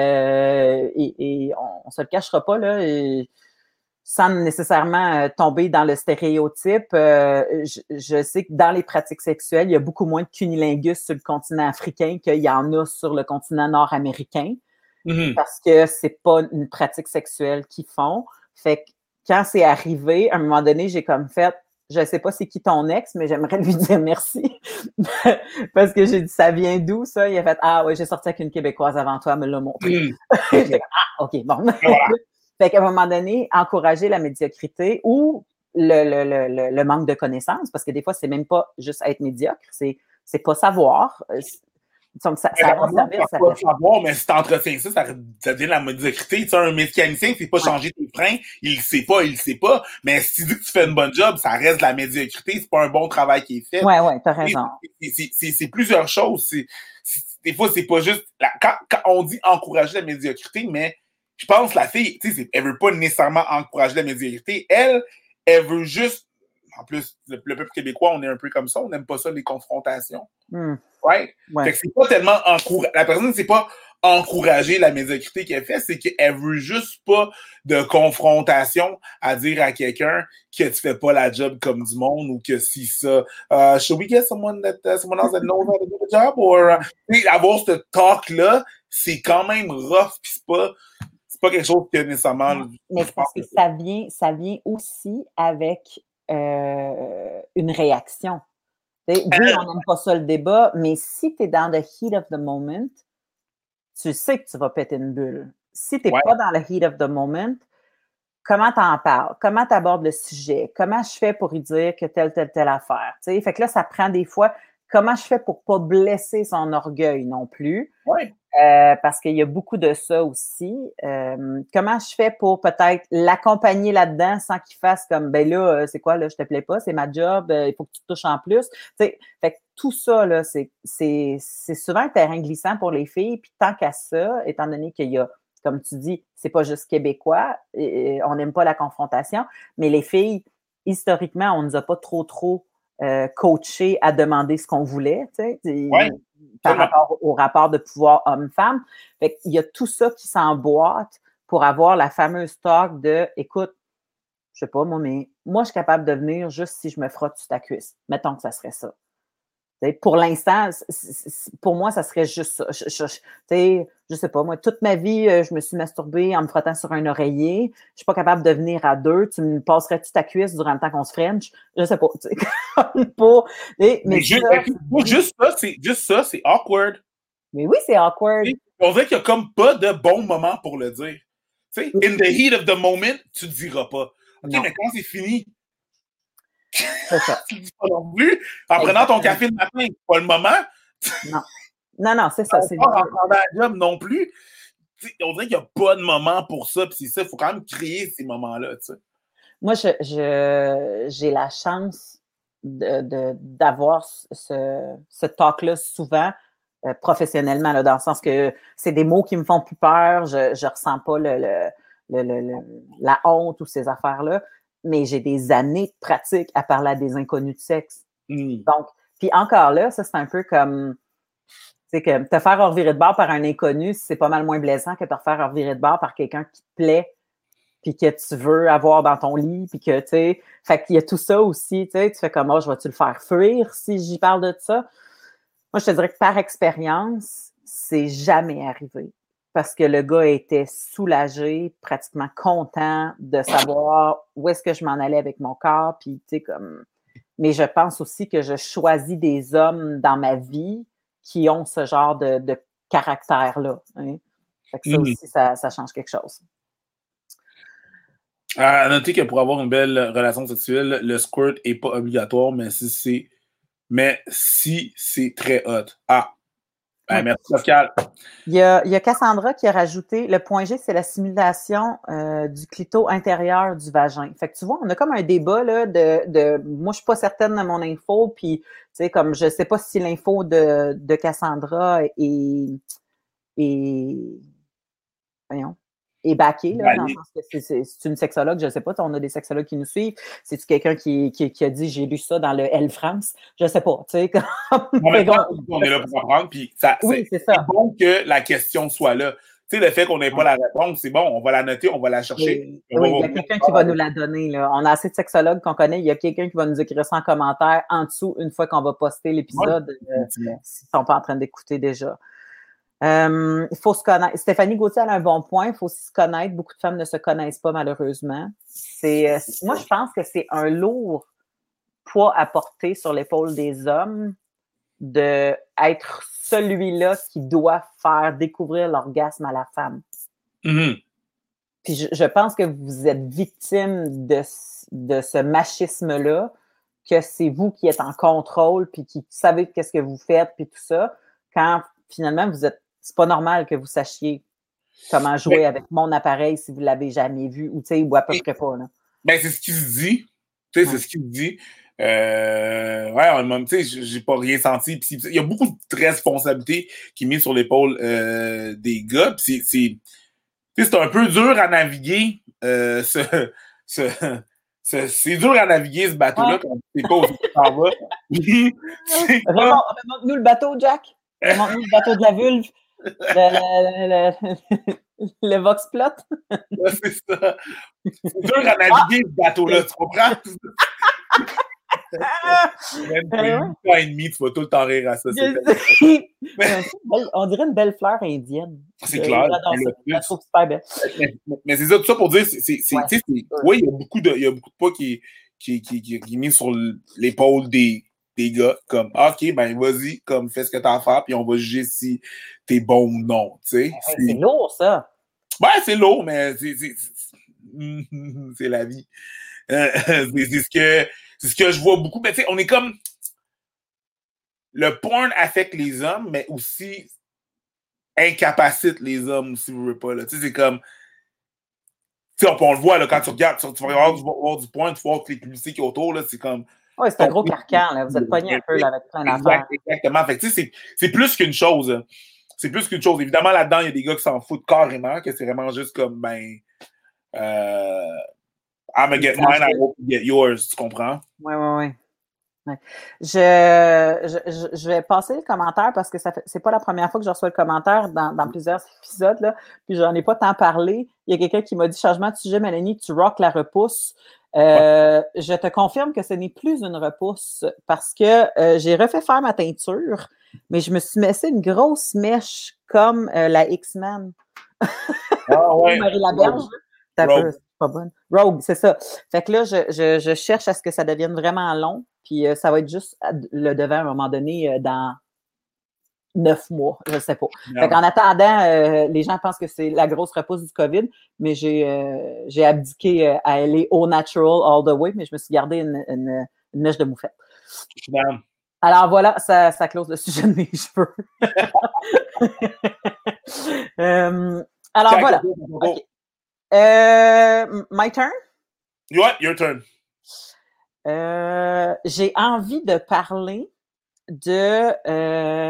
euh, et, et on, on se le cachera pas, là. Et, sans nécessairement tomber dans le stéréotype, euh, je, je sais que dans les pratiques sexuelles, il y a beaucoup moins de cunilingus sur le continent africain qu'il y en a sur le continent nord-américain. Mm-hmm. Parce que c'est pas une pratique sexuelle qu'ils font. Fait que quand c'est arrivé, à un moment donné, j'ai comme fait, je sais pas c'est qui ton ex, mais j'aimerais lui dire merci. Parce que j'ai dit, ça vient d'où, ça? Il a fait, ah ouais, j'ai sorti avec une Québécoise avant toi, elle me l'a montré. Mm. J'étais comme, ah, OK, bon. Voilà. Fait qu'à un moment donné, encourager la médiocrité ou le, le, le, le manque de connaissances, parce que des fois, c'est même pas juste être médiocre, c'est, c'est pas savoir. Donc, ça, ça rend service. Ça pas savoir, mais si t'entretiens ça, ça, ça devient la médiocrité. Tu sais, un mécanicien, c'est pas ouais. changer tes freins, il le sait pas, il le sait pas, mais si tu dis que tu fais une bonne job, ça reste de la médiocrité, c'est pas un bon travail qui est fait. Ouais, ouais, t'as raison. C'est, c'est, c'est, c'est plusieurs choses. C'est, c'est, des fois, c'est pas juste, la, quand, quand on dit encourager la médiocrité, mais je pense que la fille, tu sais, elle veut pas nécessairement encourager la médiocrité. Elle, elle veut juste, en plus, le, le peuple québécois, on est un peu comme ça, on n'aime pas ça, les confrontations. Mm. Ouais. ouais. Fait que c'est pas tellement encourager. La personne, c'est pas encourager la médiocrité qu'elle fait, c'est qu'elle veut juste pas de confrontation à dire à quelqu'un que tu fais pas la job comme du monde ou que si ça, uh, should we get someone that, uh, someone else that knows how to do the job? Or, uh, avoir ce talk-là, c'est quand même rough pis c'est pas, c'est pas quelque chose que nécessairement. Non, mais parce que ça vient, ça vient aussi avec euh, une réaction. Oui, on n'aime pas ça le débat, mais si tu es dans the heat of the moment, tu sais que tu vas péter une bulle. Si tu n'es ouais. pas dans le heat of the moment, comment tu en parles? Comment tu abordes le sujet? Comment je fais pour lui dire que telle, telle, telle affaire? T'sais? Fait que là, ça prend des fois, comment je fais pour pas blesser son orgueil non plus? Oui. Euh, parce qu'il y a beaucoup de ça aussi. Euh, comment je fais pour peut-être l'accompagner là-dedans sans qu'il fasse comme, ben là, c'est quoi, là, je te plais pas, c'est ma job, euh, il faut que tu te touches en plus. T'sais, fait que tout ça, là, c'est, c'est, c'est souvent un terrain glissant pour les filles. Puis tant qu'à ça, étant donné qu'il y a, comme tu dis, c'est pas juste québécois, et, et on n'aime pas la confrontation, mais les filles, historiquement, on nous a pas trop, trop euh, coachées à demander ce qu'on voulait, tu sais. Ouais. Par rapport au rapport de pouvoir homme-femme. Fait qu'il y a tout ça qui s'emboîte pour avoir la fameuse talk de, écoute, je sais pas, moi, mais moi, je suis capable de venir juste si je me frotte sur ta cuisse. Mettons que ça serait ça. T'sais, pour l'instant, c'est, c'est, pour moi, ça serait juste ça. Je, je, je, je sais pas, moi, toute ma vie, je me suis masturbée en me frottant sur un oreiller. Je suis pas capable de venir à deux. Tu me passerais-tu ta cuisse durant le temps qu'on se french? Je sais pas. Pour, mais, mais juste ça, c'est, juste ça, c'est juste ça, c'est awkward. Mais oui, c'est awkward. On dirait qu'il y a comme pas de bon moment pour le dire. Tu sais, in the heat of the moment, tu ne diras pas. OK, non. Mais quand c'est fini, c'est ça. Tu dis pas non plus. En prenant ton café le matin, c'est pas le moment. Non. Non, non, c'est ça. C'est pas en prenant la job non plus. T'sais, on dirait qu'il n'y a pas de moment pour ça. Puis c'est ça, il faut quand même créer ces moments-là. T'sais. Moi, je, je, j'ai la chance de, de, d'avoir ce, ce talk-là souvent euh, professionnellement, là, dans le sens que c'est des mots qui me font plus peur. Je ne ressens pas le, le, le, le, le, la honte ou ces affaires-là. Mais j'ai des années de pratique à parler à des inconnus de sexe. Mm. Donc, puis encore là, ça, c'est un peu comme, tu sais, que te faire revirer de bord par un inconnu, c'est pas mal moins blessant que te faire revirer de bord par quelqu'un qui te plaît, puis que tu veux avoir dans ton lit, puis que, tu sais, fait qu'il y a tout ça aussi, tu sais, tu fais comme, oh, je vais-tu le faire fuir si j'y parle de ça? Moi, je te dirais que par expérience, c'est jamais arrivé. parce que le gars était soulagé, pratiquement content de savoir où est-ce que je m'en allais avec mon corps. Puis, tu sais, comme... Mais je pense aussi que je choisis des hommes dans ma vie qui ont ce genre de, de caractère-là. Hein? Fait que ça Mhm. aussi, ça, ça change quelque chose. À noter que pour avoir une belle relation sexuelle, le squirt n'est pas obligatoire, mais si c'est mais si c'est très hot. Ah! Ben, Oui. merci, Pascal. Il y, a, il y a Cassandra qui a rajouté, le point G, c'est la simulation euh, du clito intérieur du vagin. Fait que tu vois, on a comme un débat là, de, de moi, je suis pas certaine de mon info, puis tu sais, comme je sais pas si l'info de, de Cassandra est, est voyons, est backée, là, dans le sens que c'est, c'est, c'est une sexologue, je ne sais pas, on a des sexologues qui nous suivent. C'est-tu quelqu'un qui, qui, qui a dit j'ai lu ça dans le Elle France? Je ne sais pas, tu sais. En même temps, on est là pour apprendre, puis ça, oui, c'est, c'est ça. c'est bon que la question soit là. Tu sais, le fait qu'on n'ait pas la réponse, c'est bon, on va la noter, on va la chercher. Oui, on oui va il y a quelqu'un qui va nous la donner. Là. On a assez de sexologues qu'on connaît. Il y a quelqu'un qui va nous écrire ça en commentaire en dessous une fois qu'on va poster l'épisode. Ouais, euh, s'ils ne sont pas en train d'écouter déjà. Euh, il faut se connaître. Stéphanie Gauthier a un bon point. Il faut aussi se connaître. Beaucoup de femmes ne se connaissent pas, malheureusement. C'est, euh, moi, je pense que c'est un lourd poids à porter sur l'épaule des hommes d'être celui-là qui doit faire découvrir l'orgasme à la femme. Mm-hmm. Puis je, je pense que vous êtes victime de, de ce machisme-là, que c'est vous qui êtes en contrôle, puis qui savez qu'est-ce que vous faites, puis tout ça, quand finalement, vous êtes, c'est pas normal que vous sachiez comment jouer ben, avec mon appareil si vous l'avez jamais vu, ou tu sais, ou à peu et, près pas, là. Ben, c'est ce qu'il se dit. Tu sais, ouais. C'est ce qu'il dit. Euh, ouais, tu sais, j'ai pas rien senti. Pis il y a beaucoup de responsabilités qui est mise sur l'épaule euh, des gars. Pis c'est, c'est, c'est un peu dur à naviguer. Euh, ce, ce, ce, c'est dur à naviguer, ce bateau-là, ouais. Quand tu sais pas où tu t'en vas. Remonte, remonte-nous le bateau, Jack. Remonte-nous le bateau de la vulve. Le, le, le, le Vox Plot. Ouais, c'est ça. C'est dur à naviguer, ah! Ce bateau-là, tu comprends? Même pour huit ans et demi, tu vas tout le temps rire à ça. C'est on dirait une belle fleur indienne. C'est clair. Je la trouve super belle. Mais, mais, mais c'est ça, tout ça pour dire, c'est, c'est, c'est, ouais. c'est, oui, il y a beaucoup de, il y a beaucoup de poids qui, qui, qui, qui, qui est mis sur l'épaule des, des gars, comme, OK, ben vas-y, comme, fais ce que t'as à faire, puis on va juger si t'es bon ou non, tu sais. Ouais, c'est... c'est lourd, ça. Ouais, c'est lourd, mais c'est, c'est, c'est, c'est la vie. Euh, c'est, c'est ce que... C'est ce que je vois beaucoup. Mais tu sais, on est comme... Le porn affecte les hommes, mais aussi incapacite les hommes, si vous voulez pas. Tu sais, c'est comme... Tu sais, on, on le voit, là, quand tu regardes, tu, tu vas voir du, voir du porn, tu vois que les publicités qui sont autour, là, c'est comme... Oui, c'est un gros carcan, là. Vous êtes pogné un peu là, avec plein d'affaires. Exactement. Fait que tu sais, c'est, c'est plus qu'une chose. C'est plus qu'une chose. Évidemment, là-dedans, il y a des gars qui s'en foutent carrément, que c'est vraiment juste comme, ben... Euh... I'm gonna get mine, I hope you get yours, tu comprends? Oui, oui, oui. Ouais. Je, je, je vais passer le commentaire parce que ça fait, c'est pas la première fois que je reçois le commentaire dans, dans plusieurs épisodes, là, puis j'en ai pas tant parlé. Il y a quelqu'un qui m'a dit, changement de sujet, Mélanie, tu rock la repousse. Euh, ouais. Je te confirme que ce n'est plus une repousse parce que euh, j'ai refait faire ma teinture, mais je me suis laissé une grosse mèche comme euh, la X-Men. Ah ouais. Marie Laberge. T'as peu, c'est pas bonne. Rogue, c'est ça. Fait que là, je, je, je cherche à ce que ça devienne vraiment long, puis euh, ça va être juste le devant à un moment donné euh, dans neuf mois, je sais pas. Non. Fait qu'en attendant, euh, les gens pensent que c'est la grosse repousse du COVID, mais j'ai, euh, j'ai abdiqué euh, à aller au natural all the way, mais je me suis gardé une, une, une mèche de moufette. Non. Alors voilà, ça, ça close le sujet de mes cheveux. euh, alors Check voilà. Okay. Euh, my turn? Yeah, your turn. Euh, j'ai envie de parler de euh,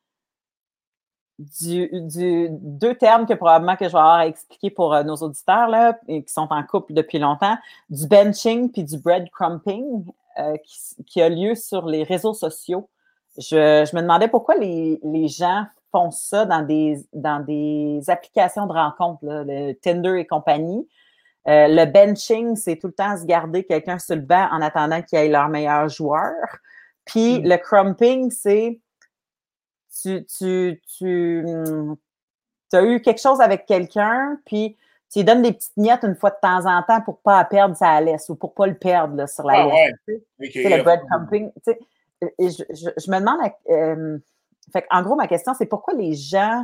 du, du deux termes que probablement que je vais avoir à expliquer pour euh, nos auditeurs là, et qui sont en couple depuis longtemps, du benching puis du breadcrumbing euh, qui, qui a lieu sur les réseaux sociaux. Je, je me demandais pourquoi les, les gens font ça dans des, dans des applications de rencontres, là, le Tinder et compagnie. Euh, le benching, c'est tout le temps se garder quelqu'un sur le banc en attendant qu'il y ait leur meilleur joueur. Puis mm. le crumping, c'est tu, tu, tu, tu as eu quelque chose avec quelqu'un, puis tu lui donnes des petites miettes une fois de temps en temps pour pas perdre sa laisse ou pour pas le perdre là, sur la Ah, laisse. ouais. Tu sais, Okay, tu sais, le breadcrumbing. Tu sais, et je, je, je me demande, euh, fait, en gros, ma question, c'est pourquoi les gens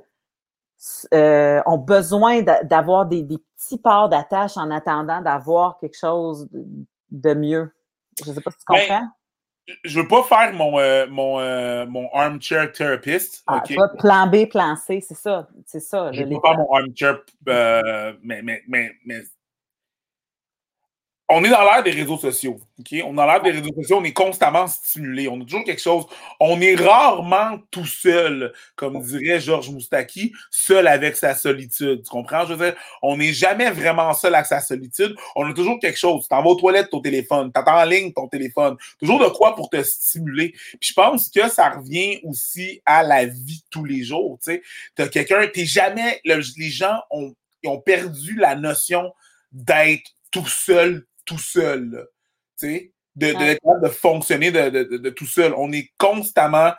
euh, ont besoin d'avoir des, des petits parts d'attache en attendant d'avoir quelque chose de, de mieux. Je ne sais pas si tu comprends. Ben, je veux pas faire mon, euh, mon, euh, mon armchair therapist. Ah, Okay? toi, plan B, plan C, c'est ça. C'est ça. Je Là, veux pas faire mon armchair, euh, mais, mais, mais, mais on est dans l'ère des réseaux sociaux. Okay? On est dans l'ère des réseaux sociaux, on est constamment stimulé. On a toujours quelque chose. On est rarement tout seul, comme dirait Georges Moustaki, seul avec sa solitude. Tu comprends? Je veux dire, on n'est jamais vraiment seul avec sa solitude. On a toujours quelque chose. Tu t'en vas aux toilettes, ton téléphone. Tu attends en ligne, ton téléphone. Toujours de quoi pour te stimuler. Puis je pense que ça revient aussi à la vie de tous les jours. Tu as quelqu'un, t'es jamais. Le, les gens ont, ont perdu la notion d'être tout seul tout seul, tu sais, de, de, de, de fonctionner de, de, de, de tout seul. On est constamment,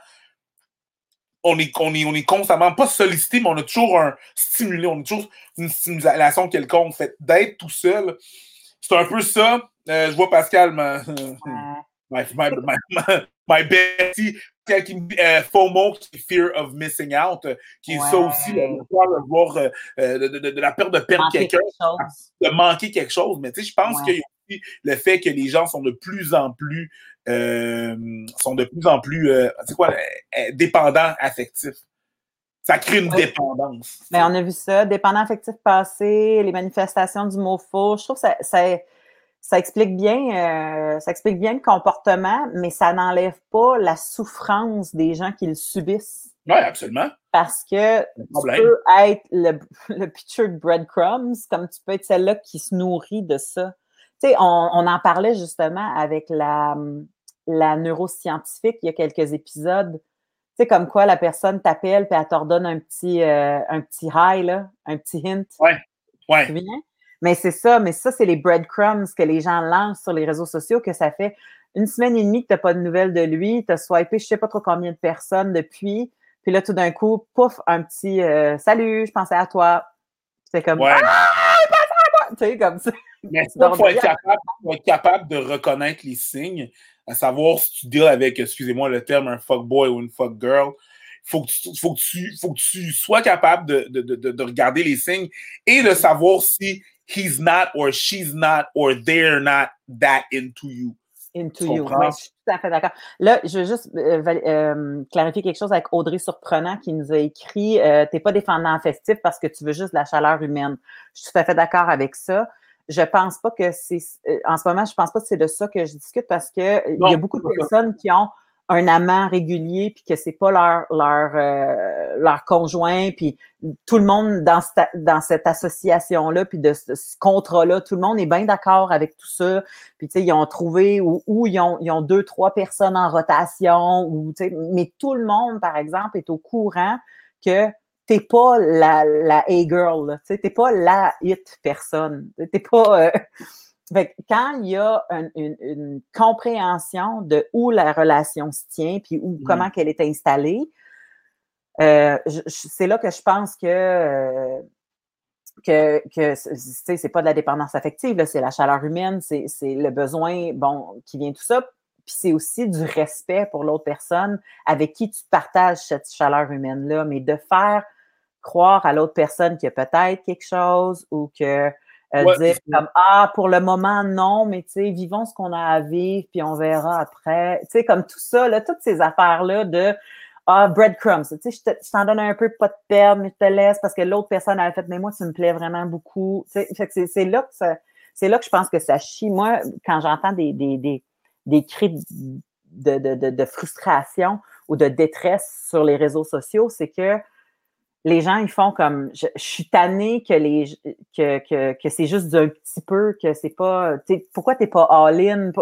on est, on est, on est constamment, pas sollicité, mais on a toujours un stimulé, on a toujours une stimulation quelconque. Fait d'être tout seul, c'est un peu ça. Euh, je vois Pascal, ma, my, my, my, my, my Betty, qui me dit euh, FOMO, qui est Fear of Missing Out, qui est ouais. ça aussi, le, le peur de voir euh, de, de, de la peur de perdre quelqu'un, de manquer quelque chose. Mais tu sais, je pense ouais. qu'il y a aussi le fait que les gens sont de plus en plus euh, sont de plus en plus euh, c'est quoi, euh, dépendants affectifs. Ça crée une oui. dépendance. Mais on a vu ça, dépendant affectif passé, les manifestations du mot faux. Je trouve que ça, ça, ça explique bien, euh, ça explique bien le comportement, mais ça n'enlève pas la souffrance des gens qui le subissent. Oui, absolument. Parce que tu peux être le, le pitcher de breadcrumbs, comme tu peux être celle-là qui se nourrit de ça. Tu sais, on, on en parlait justement avec la, la neuroscientifique il y a quelques épisodes. Tu sais, comme quoi la personne t'appelle puis elle t'ordonne un petit, euh, un petit high, là, un petit hint. Ouais, ouais. Tu viens? Mais c'est ça, mais ça, c'est les breadcrumbs que les gens lancent sur les réseaux sociaux, que ça fait une semaine et demie que tu n'as pas de nouvelles de lui, tu as swipé je ne sais pas trop combien de personnes depuis, puis là, tout d'un coup, pouf, un petit euh, « Salut, je pensais à toi ». C'est comme ouais. « Ah, je pensais à toi ». Tu sais, comme ça. Mais il faut, faut être capable de reconnaître les signes, à savoir si tu deals avec, excusez-moi le terme, un fuckboy ou une fuckgirl. Il faut que tu, faut que tu, faut que tu sois capable de, de, de, de regarder les signes et de savoir si he's not or she's not or they're not that into you. Into you. Oui, je suis tout à fait d'accord. Là, je veux juste euh, euh, clarifier quelque chose avec Audrey Surprenant qui nous a écrit euh, « T'es pas défendant affectif parce que tu veux juste de la chaleur humaine ». Je suis tout à fait d'accord avec ça. Je pense pas que c'est... Euh, en ce moment, je pense pas que c'est de ça que je discute parce que il y a beaucoup de personnes qui ont un amant régulier puis que c'est pas leur leur euh, leur conjoint puis tout le monde dans cette dans cette association là puis de ce, ce contrat là tout le monde est bien d'accord avec tout ça puis tu sais ils ont trouvé ou, ou ils ont ils ont deux trois personnes en rotation ou tu sais mais tout le monde par exemple est au courant que t'es pas la la A-girl, tu sais t'es pas la hit personne, t'es pas euh, fait que quand il y a un, une, une compréhension de où la relation se tient puis où, mmh. comment qu'elle est installée, euh, je, je, c'est là que je pense que euh, que, que c'est, c'est pas de la dépendance affective, là, c'est la chaleur humaine, c'est, c'est le besoin bon qui vient tout ça, puis c'est aussi du respect pour l'autre personne avec qui tu partages cette chaleur humaine-là, mais de faire croire à l'autre personne qu'il y a peut-être quelque chose ou que Euh, ouais, dire comme ah pour le moment non mais tu sais vivons ce qu'on a à vivre puis on verra après tu sais comme tout ça là toutes ces affaires là de ah breadcrumbs tu sais je, je t'en donne un peu pas de perdre mais je te laisse parce que l'autre personne a fait mais moi tu me plais vraiment beaucoup tu sais fait que c'est, c'est là que ça, c'est là que je pense que ça chie moi quand j'entends des des des des cris de de de, de frustration ou de détresse sur les réseaux sociaux c'est que les gens, ils font comme, je, je suis tannée que les, que, que, que c'est juste d'un petit peu, que c'est pas, tu sais, pourquoi t'es pas all-in?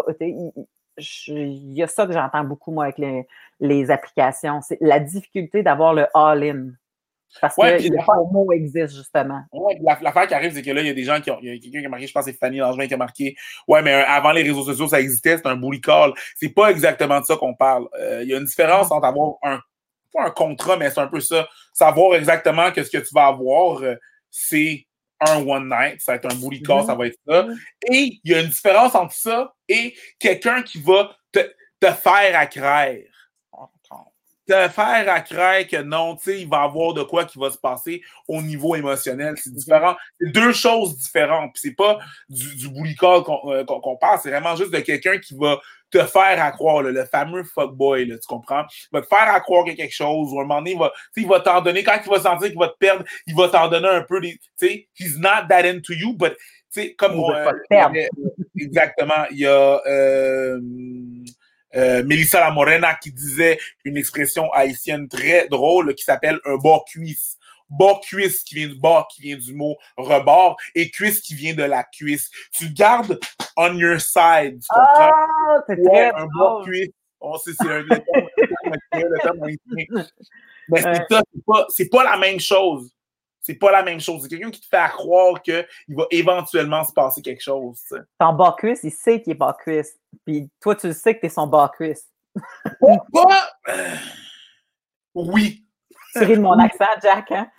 Il y a ça que j'entends beaucoup, moi, avec les, les applications. C'est la difficulté d'avoir le all-in. Parce ouais, que le mot existe, justement. Ouais, l'affaire qui arrive, c'est que là, il y a des gens qui ont, il y a quelqu'un qui a marqué, je pense que c'est Fanny Langevin qui a marqué, ouais, mais avant les réseaux sociaux, ça existait, c'est un bully call. C'est pas exactement de ça qu'on parle. Euh, il y a une différence entre avoir un pas un contrat, mais c'est un peu ça. Savoir exactement que ce que tu vas avoir, euh, c'est un one night, ça va être un booty call, mm-hmm. ça va être ça. Et il y a une différence entre ça et quelqu'un qui va te, te faire accraire. Te faire accraire que non, tu sais, il va y avoir de quoi qui va se passer au niveau émotionnel. C'est différent. C'est deux choses différentes. Puis c'est pas du, du bully call qu'on, euh, qu'on, qu'on parle, c'est vraiment juste de quelqu'un qui va te faire accroire, là, le fameux fuckboy, là, tu comprends? Il va te faire accroire qu'il y a quelque chose, ou à un moment donné, il va, il va t'en donner, quand il va sentir qu'il va te perdre, il va t'en donner un peu, tu sais, he's not that into you, but, tu sais, comme... Il on, va pas euh, te perdre. Exactement. Il y a... Euh, Euh, Melissa La Morena qui disait une expression haïtienne très drôle qui s'appelle un bas cuisse. Bas cuisse qui vient du bas, qui vient du mot rebord, et cuisse qui vient de la cuisse. Tu le gardes on your side, tu comprends? Ah, c'est ouais, très un bas cuisse. On sait, c'est un le terme, le terme haïtien. Mais c'est ça, c'est pas, c'est pas la même chose. C'est pas la même chose. C'est quelqu'un qui te fait croire qu'il va éventuellement se passer quelque chose. T'sais. Ton bas cuisse, il sait qu'il est bas cuisse. Puis toi, tu le sais que t'es son bas cuisse. Pas... Euh... Oui. Tu ris de mon accent, Jack, hein?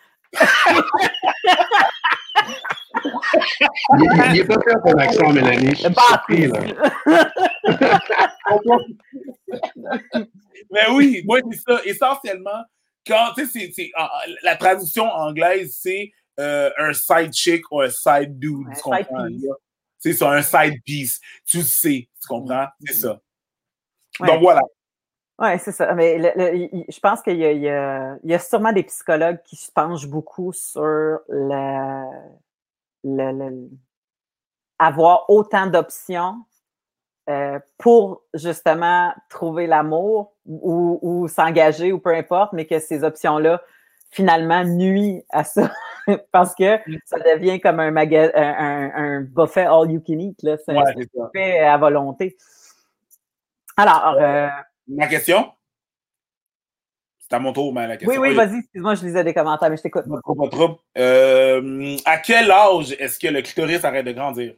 Il n'est pas fait ton accent, Mélanie. Je bas cuisse. Mais oui, moi, c'est ça. Essentiellement, quand, tu sais, c'est, c'est, la traduction anglaise, c'est euh, un side chick ou un side dude. Un tu side comprends? piece. C'est ça, un side piece. Tu le sais, tu comprends? C'est ça. Ouais. Donc voilà. Oui, c'est ça. Mais le, le, il, je pense qu'il y a, il y, a, il y a sûrement des psychologues qui se penchent beaucoup sur le, le, le avoir autant d'options euh, pour justement trouver l'amour ou, ou s'engager ou peu importe, mais que ces options-là finalement nuisent à ça parce que ça devient comme un, maga- un, un buffet all you can eat. Là. C'est, ouais, c'est un buffet à volonté. Alors, euh, ma question? C'est à mon tour, mais la question. Oui, oui, vas-y, excuse-moi, je lisais des commentaires, mais je t'écoute. Pas trop, pas trop. Euh, à quel âge est-ce que le clitoris arrête de grandir?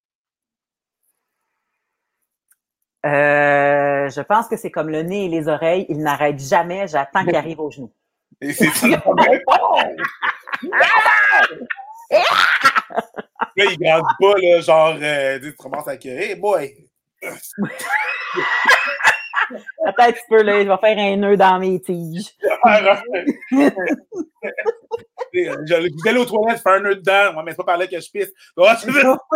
Euh, je pense que c'est comme le nez et les oreilles, ils n'arrêtent jamais, j'attends qu'ils arrivent aux genoux. Et c'est ça la première Là, il grandit pas, là, genre, euh, tu commences à dire, hey boy! Attends un petit peu, là, je vais faire un nœud dans mes tiges. Je vous allez aux toilettes faire un nœud dedans. Moi, mais c'est pas par là que je pisse. Oh, je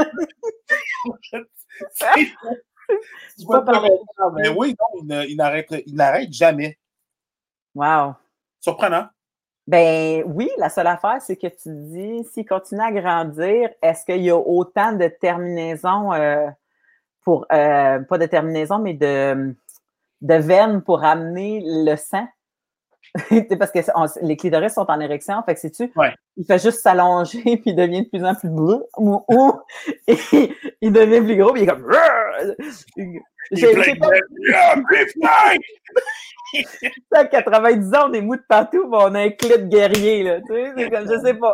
c'est pas par là. Mais oui, non, il n'arrête, il n'arrête jamais. Wow. Surprenant. Ben oui, la seule affaire, c'est que tu dis, s'il continue à grandir, est-ce qu'il y a autant de terminaisons euh, pour, euh, pas de terminaisons, mais de, de veines pour amener le sang? Parce que on, les clitoris sont en érection, fait que sais-tu, ouais. il fait juste s'allonger puis il devient de plus en plus bleu ou, ou et il devient plus gros puis il est comme j'ai, j'ai pas... à quatre-vingt-dix ans, on est mou de partout, mais on a un clit de guerrier, là, tu sais, c'est comme, je sais pas.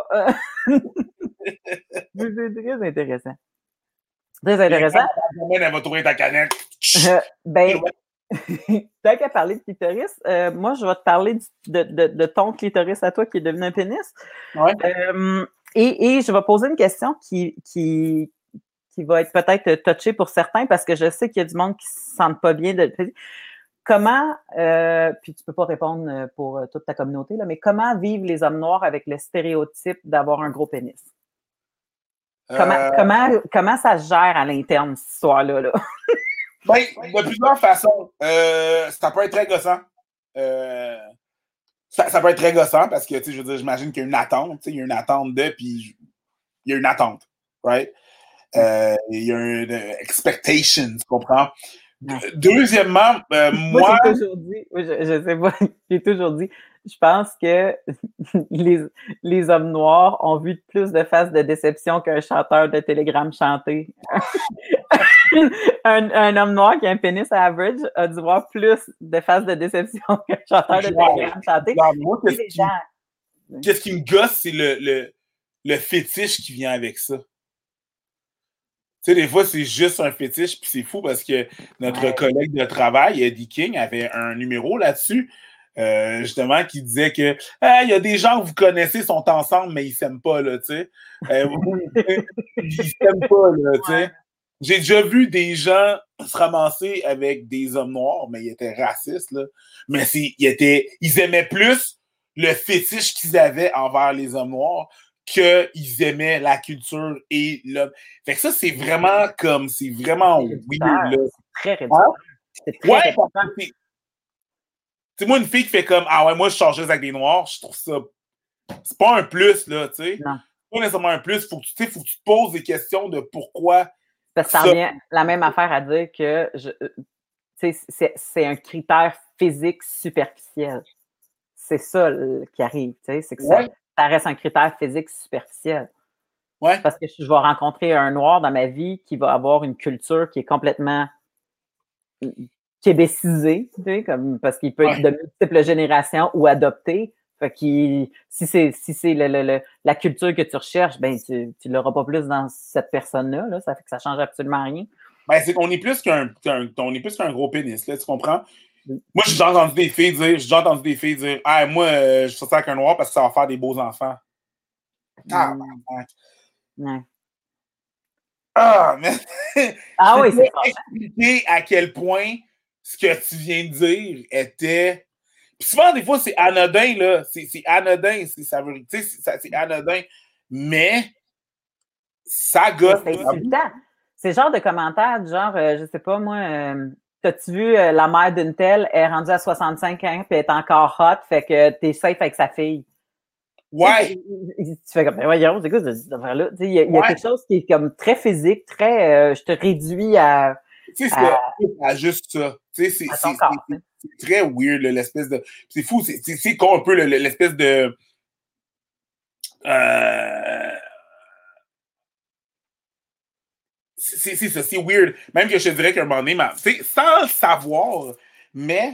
C'est très intéressant. Très intéressant. Elle va trouver ta canette. Euh, ben, tant qu'à parler de clitoris, euh, moi, je vais te parler du, de, de, de ton clitoris à toi qui est devenu un pénis. Ouais. Euh, et, et je vais poser une question qui, qui, qui va être peut-être touchée pour certains parce que je sais qu'il y a du monde qui ne se sentent pas bien de. Comment, euh, puis tu peux pas répondre pour toute ta communauté, là, mais comment vivent les hommes noirs avec le stéréotype d'avoir un gros pénis? Comment, euh... comment, comment ça se gère à l'interne, cette histoire-là? Là? Ben, de plusieurs façons. Euh, ça peut être très gossant. Euh, ça, ça peut être très gossant parce que, tu sais, je veux dire, j'imagine qu'il y a une attente, tu sais, il y a une attente de, puis il y a une attente, right? Euh, il y a une expectation, tu comprends? Deuxièmement, euh, moi... moi j'ai toujours dit, je, je sais pas, j'ai toujours dit, je pense que les, les hommes noirs ont vu plus de faces de déception qu'un chanteur de télégramme chanté. un, un homme noir qui a un pénis average a dû voir plus de faces de déception qu'un chanteur de télégramme chanté. Genre, moi, qu'est-ce qui, gens... qu'est-ce qui me gosse, c'est le, le, le fétiche qui vient avec ça. Tu sais, des fois, c'est juste un fétiche, puis c'est fou parce que notre ouais. collègue de travail, Eddie King, avait un numéro là-dessus. Euh, justement, qui disait que ah, il y a des gens que vous connaissez, sont ensemble, mais ils s'aiment pas, là, tu sais. Euh, ils s'aiment pas, là, tu sais. Ouais. J'ai déjà vu des gens se ramasser avec des hommes noirs, mais ils étaient racistes, là. Mais c'est, ils, étaient, ils aimaient plus le fétiche qu'ils avaient envers les hommes noirs qu'ils aimaient la culture et l'homme. Fait que ça, c'est vraiment comme, c'est vraiment c'est weird, là. C'est très réducteur. C'est très ouais, réducteur. c'est, c'est moi, une fille qui fait comme, ah ouais, moi, je change juste avec des noirs, je trouve ça, c'est pas un plus, là, tu sais. Non. C'est pas nécessairement un plus, faut que, tu sais, faut que tu te poses des questions de pourquoi. Parce que ça revient la même affaire à dire que je, c'est, c'est un critère physique superficiel. C'est ça là, qui arrive, tu sais, c'est que ouais. ça, ça reste un critère physique superficiel. Ouais. Parce que je vais rencontrer un noir dans ma vie qui va avoir une culture qui est complètement québécisée, tu sais, comme, parce qu'il peut être ouais. de multiples générations ou adopté. Fait que si c'est si c'est le, le, le, la culture que tu recherches, ben tu ne l'auras pas plus dans cette personne-là. Là. Ça fait que ça ne change absolument rien. Ben, c'est qu'on est plus qu'un, qu'un on est plus qu'un gros pénis, là, tu comprends? Moi, j'ai déjà entendu des filles dire, j'ai déjà entendu des filles dire ah, moi, euh, je fais ça avec un noir parce que ça va faire des beaux enfants. Ah, mm. ouais. ah mais ah oui, c'est expliquer à quel point ce que tu viens de dire était. Puis souvent, des fois, c'est anodin, là. C'est, c'est anodin, c'est, ça veut, tu sais, c'est, c'est anodin. Mais ça gosse. C'est insultant. C'est le genre de commentaire, genre, euh, je sais pas, moi, euh, t'as-tu vu euh, la mère d'une telle est rendue à soixante-cinq ans puis elle est encore hot, fait que t'es safe avec sa fille. Ouais. Tu, tu fais comme, voyons, c'est quoi cette affaire-là? Il y a, ouais. y a quelque chose qui est comme très physique, très, euh, je te réduis à. Tu sais, c'est à juste ça. Tu sais, c'est, c'est, c'est, c'est très weird, là, l'espèce de. C'est fou, c'est, c'est, c'est con un peu, l'espèce de. Euh. C'est, c'est ça, c'est weird. Même que je te dirais qu'à un moment donné, c'est sans le savoir, mais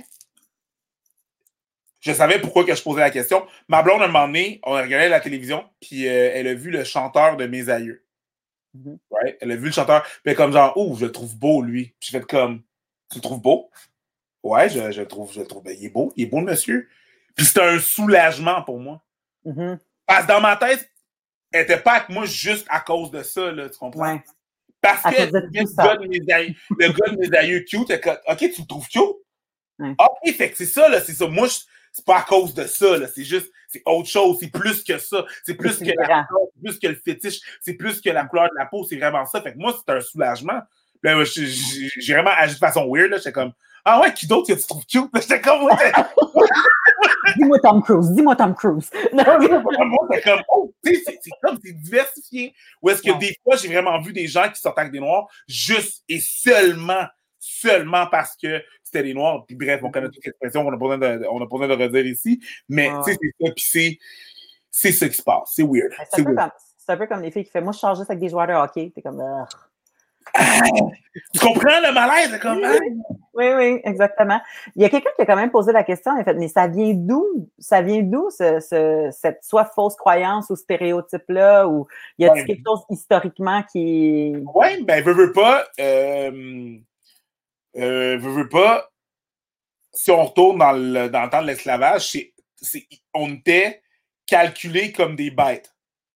je savais pourquoi que je posais la question. Ma blonde, à un moment donné, on a regardé la télévision, puis euh, elle a vu le chanteur de Mes Aïeux. Mm-hmm. Right? Elle a vu le chanteur, puis elle est comme genre, oh, je le trouve beau, lui. Puis je fais comme, tu le trouves beau? Ouais, je, je le trouve, je le trouve, ben, il est beau, il est beau, le monsieur. Puis c'était un soulagement pour moi. Mm-hmm. Parce que dans ma tête, elle n'était pas avec moi juste à cause de ça, là, tu comprends? Ouais. Parce que le gars, de mes aïeux, le gars de mes aïeux cute, ok, tu le trouves cute? Ouais. Ok, fait que c'est ça, là, c'est ça. Moi, je, c'est pas à cause de ça, là. C'est juste, c'est autre chose. C'est plus que ça. C'est plus c'est que la couleur, c'est plus que le fétiche. C'est plus que la couleur de la peau. C'est vraiment ça. Fait que moi, c'est un soulagement. Là, j'ai, j'ai vraiment agi de façon weird, là. J'étais comme, ah ouais, qui d'autre que tu trouves cute? J'étais comme, ouais. Dis-moi Tom Cruise, dis-moi Tom Cruise. Non, moi, c'est comme, oh, tu sais, c'est, c'est comme, c'est diversifié. Ou est-ce que ouais. des fois, j'ai vraiment vu des gens qui sortent avec des noirs juste et seulement, seulement parce que c'était des noirs. Puis bref, on connaît toute l'expression, on n'a pas besoin de, on a pas besoin de redire ici. Mais, ouais. tu sais, c'est ça, puis c'est, c'est ça qui se passe. C'est weird. C'est, c'est, un, weird. Peu comme, c'est un peu comme les filles qui font, moi, je charge juste avec des joueurs de hockey. T'es comme, euh... ah, tu comprends le malaise? Comme, oui, oui, oui, oui, exactement. Il y a quelqu'un qui a quand même posé la question, en fait, mais ça vient d'où? Ça vient d'où, ce, ce, cette soit fausse croyance ou stéréotype-là? Ou y a-t-il ouais. quelque chose historiquement qui. Oui, ben, veux, veux pas, euh, euh, veux, veux pas, si on retourne dans le, dans le temps de l'esclavage, c'est, c'est, on était calculés comme des bêtes.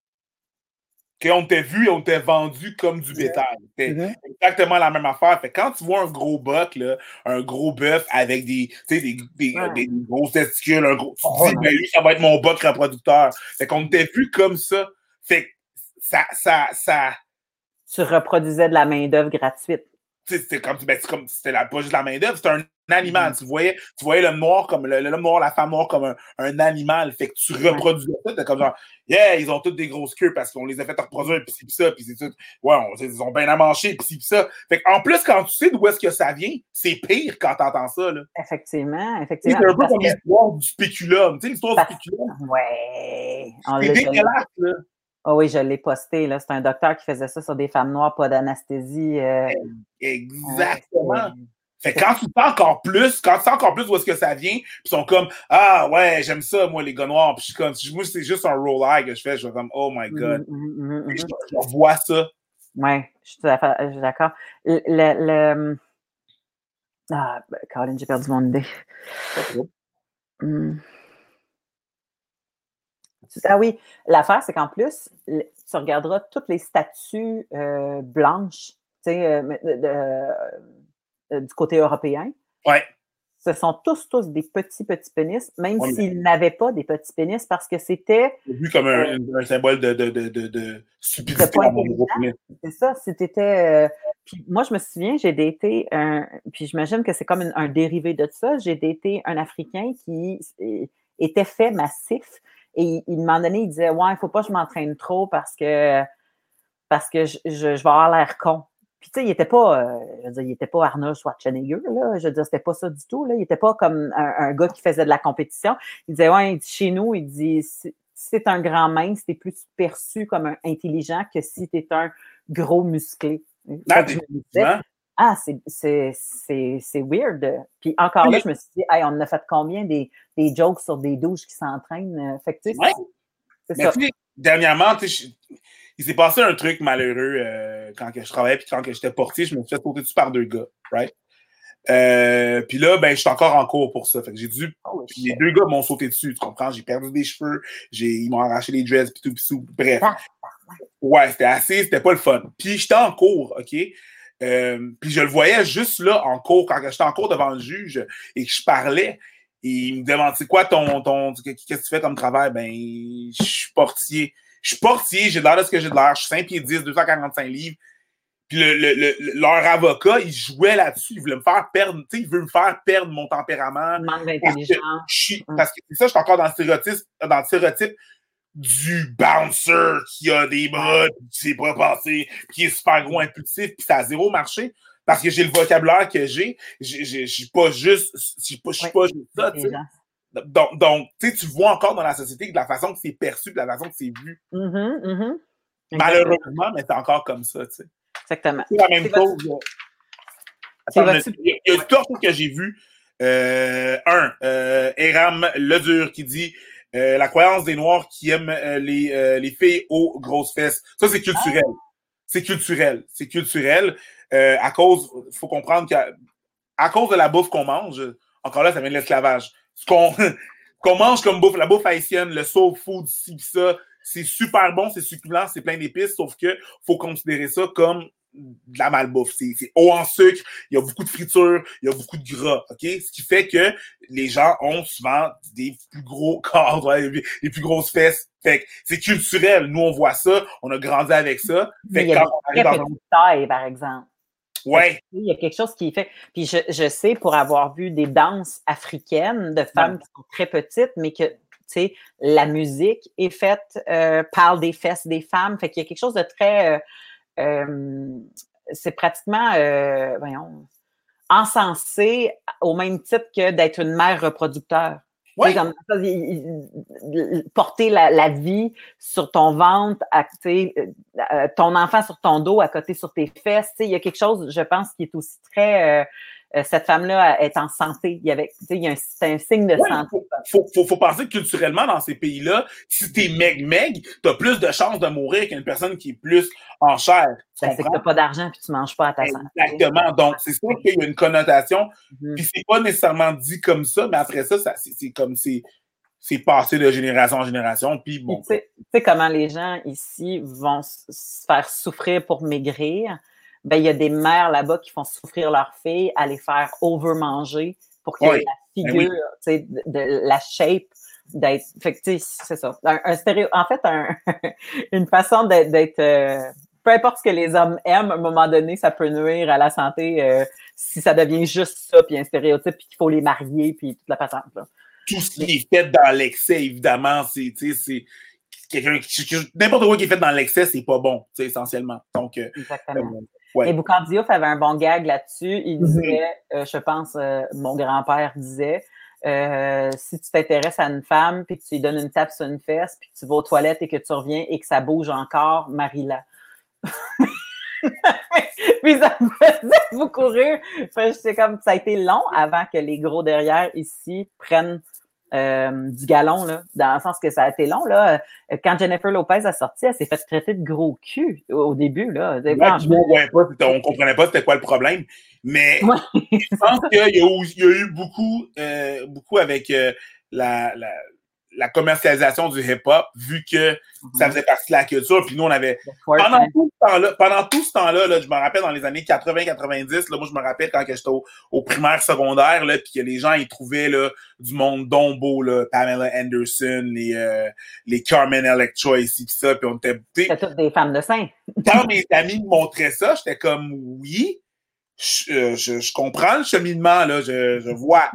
Qu'on t'ait vu et on t'ait vendu comme du bétail. C'était mm-hmm. exactement la même affaire. Fait que quand tu vois un gros buck, là, un gros bœuf avec des, des, des, ouais. des grosses testicules, un gros, tu te oh, dis, ben lui, ça va être mon buck reproducteur. Fait qu'on t'ait vu comme ça. Fait que ça, ça, ça. Tu reproduisais de la main-d'œuvre gratuite. C'était comme, ben, c'est comme, c'était la, pas juste la main-d'œuvre, c'était un animal. Mm-hmm. Tu voyais, tu voyais l'homme noir comme, le, l'homme noir, la femme noire comme un, un animal. Fait que tu reproduisais ouais. ça. T'es comme genre, yeah, ils ont toutes des grosses queues parce qu'on les a fait reproduire, pis ci, pis ça, pis c'est tout. Ouais, on, ils ont bien à manger, pis ci, pis ça. Fait qu'en plus, quand tu sais d'où est-ce que ça vient, c'est pire quand t'entends ça, là. Effectivement, effectivement. C'est un peu comme que... l'histoire du spéculum. Tu sais, l'histoire parce... du spéculum? Ouais. On c'est dégueulasse, là. Ah oh oui, je l'ai posté, là. C'est un docteur qui faisait ça sur des femmes noires, pas d'anesthésie. Euh... Exactement. Euh, fait que quand tu sens encore plus, quand tu sens encore plus d'où est-ce que ça vient, puis ils sont comme, ah ouais, j'aime ça, moi, les gars noirs. Puis je suis comme, moi, c'est juste un roll eye que je fais. Je suis comme, oh my God. Mm-hmm, mm-hmm. Je, je vois ça. Ouais, je suis, je suis d'accord. Le, le... Ah, Colin, j'ai perdu mon idée. Hum. Ah oui, l'affaire, c'est qu'en plus, tu regarderas toutes les statues euh, blanches, tu sais, euh, de, de, de, du côté européen. Ouais. Ce sont tous, tous des petits, petits pénis, même ouais, s'ils mais... n'avaient pas des petits pénis, parce que c'était... vu comme un, euh, un symbole de, de, de, de, de stupidité. C'est ça, c'était... Euh, puis moi, je me souviens, j'ai daté un... Puis j'imagine que c'est comme une, un dérivé de ça. J'ai daté un Africain qui était fait massif. Et il m'en donné, il disait « Ouais, il ne faut pas que je m'entraîne trop parce que, parce que je, je, je vais avoir l'air con. » Puis, tu sais, il n'était pas, euh, je veux dire, il était pas Arnold Schwarzenegger, là. Je veux dire, c'était pas ça du tout, là. Il n'était pas comme un, un gars qui faisait de la compétition. Il disait, ouais, il dit, chez nous, il dit, si, si t'es un grand mince, t'es plus perçu comme un intelligent que si t'es un gros musclé. Ah, je me disais, ah, c'est, c'est, c'est, c'est weird. Puis encore oui. là, je me suis dit, hey, on a fait combien des, des jokes sur des douches qui s'entraînent? Fait que, tu sais, ouais. c'est, c'est Mais ça. Dernièrement, tu sais, il s'est passé un truc malheureux euh, quand que je travaillais, puis quand que j'étais portier, je me suis fait sauter dessus par deux gars, right? Euh, puis là, ben, je suis encore en cours pour ça. Fait que j'ai dû. Oh, puis les deux gars m'ont sauté dessus, tu comprends? J'ai perdu des cheveux, j'ai, ils m'ont arraché les dreads, puis tout, puis tout. Bref. Ah. Ouais, c'était assez, c'était pas le fun. Puis j'étais en cours, OK? Euh, puis je le voyais juste là en cours, quand j'étais en cours devant le juge et que je parlais. Et il me demande, c'est quoi ton, ton, qu'est-ce que tu fais comme travail? Ben, je suis portier. Je suis portier, j'ai de l'air de ce que j'ai de l'air. Je suis cinq pieds dix, deux cent quarante-cinq livres. Puis le, le, le, leur avocat, il jouait là-dessus. Il voulait me faire perdre, tu sais, il veut me faire perdre mon tempérament. Manque d'intelligence. Parce que c'est ça, je suis encore dans le stéréotype, dans le stéréotype du bouncer qui a des bras, qui s'est pas passé, qui est super gros impulsif, puis ça a zéro marché. Parce que j'ai le vocabulaire que j'ai, je suis pas juste, je suis pas, ouais, pas juste ça, tu sais. Donc, donc tu sais, tu vois encore dans la société de la façon que c'est perçu, de la façon que c'est vu. Mm-hmm, mm-hmm. Malheureusement, mais c'est encore comme ça, tu sais. Exactement. C'est la même c'est chose. Votre... Attends, votre... Il y a, il y a ouais. Tout que j'ai vu. Euh, un, euh, Eram Ledur qui dit euh, la croyance des Noirs qui aiment euh, les, euh, les filles aux grosses fesses. Ça, c'est culturel. Ah. C'est culturel. C'est culturel. Euh, à cause, il faut comprendre qu'à à cause de la bouffe qu'on mange, encore là, ça vient de l'esclavage. Ce qu'on, qu'on mange comme bouffe, la bouffe haïtienne, le soul food, ci, ça, c'est super bon, c'est succulent, c'est plein d'épices, sauf que faut considérer ça comme de la malbouffe. C'est, c'est haut en sucre, il y a beaucoup de friture, il y a beaucoup de gras, OK? Ce qui fait que les gens ont souvent des plus gros corps, ouais, les plus grosses fesses. Fait que c'est culturel. Nous, on voit ça, on a grandi avec ça. Fait que quand on arrive dans une taille, par exemple. Ouais. Il y a quelque chose qui est fait. Puis je, je sais, pour avoir vu des danses africaines de femmes ouais. qui sont très petites, mais que, tu sais, la musique est faite, euh, parle des fesses des femmes. Fait qu'il y a quelque chose de très... Euh, euh, c'est pratiquement, euh, voyons, encensé au même titre que d'être une mère reproducteur. Ouais. Comme ça, il, il, porter la, la vie sur ton ventre, à, euh, ton enfant sur ton dos, à côté sur tes fesses. Il y a quelque chose, je pense, qui est aussi très... Euh, euh, cette femme-là est en santé. Il y avait, il y a un, c'est un signe de ouais, santé. Faut, faut, faut, faut penser que culturellement, dans ces pays-là, si t'es meg-meg, t'as plus de chances de mourir qu'une personne qui est plus en chair. Ben, c'est que t'as pas d'argent puis tu manges pas à ta santé. Exactement. Donc, c'est sûr qu'il y a une connotation. Mm-hmm. Puis c'est pas nécessairement dit comme ça, mais après ça, ça c'est, c'est comme c'est, c'est passé de génération en génération. Puis bon. Tu sais comment les gens ici vont se faire souffrir pour maigrir. Ben, il y a des mères là-bas qui font souffrir leurs filles à les faire overmanger pour que oui. la figure, ben oui. de, de la shape d'être. Fait que, tu sais, c'est ça. Un, un stéréo. En fait, un, une façon d'être. d'être euh, peu importe ce que les hommes aiment, à un moment donné, ça peut nuire à la santé euh, si ça devient juste ça, puis un stéréotype, puis qu'il faut les marier, puis toute la patente, là. Tout ce qui Mais... est fait dans l'excès, évidemment, c'est. c'est... Quelqu'un qui, n'importe quoi qui est fait dans l'excès, c'est pas bon, tu sais, essentiellement. Donc, euh, exactement. Euh, ouais. Et Boukhar Diouf avait un bon gag là-dessus. Il disait, mm-hmm. euh, je pense, euh, mon grand-père disait, euh, si tu t'intéresses à une femme, puis que tu lui donnes une tape sur une fesse, puis que tu vas aux toilettes et que tu reviens et que ça bouge encore, marie-la. Puis ça me faisait beaucoup rire. C'est comme, ça a été long avant que les gros derrière ici prennent Euh, du galon, là, dans le sens que ça a été long, là. Quand Jennifer Lopez a sorti, elle s'est fait traiter de gros cul au début, là. Ouais, franchement, ouais, pas, on comprenait pas c'était quoi le problème, mais ouais. Je pense qu'il y a, il y a eu beaucoup, euh, beaucoup avec, euh, la, la, la commercialisation du hip-hop, vu que mm-hmm. ça faisait partie de la culture. Puis nous, on avait... Pendant tout, ce temps-là, pendant tout ce temps-là, là, je me rappelle dans les années quatre-vingts quatre-vingt-dix, là, moi, je me rappelle quand j'étais au, au primaire secondaire, là, puis que les gens, ils trouvaient là, du monde dombo, là, Pamela Anderson, les, euh, les Carmen Electra ici, puis ça, puis on était... C'était toutes des femmes de sein. Quand mes amis me montraient ça, j'étais comme, oui, je, je, je comprends le cheminement, là, je, je vois...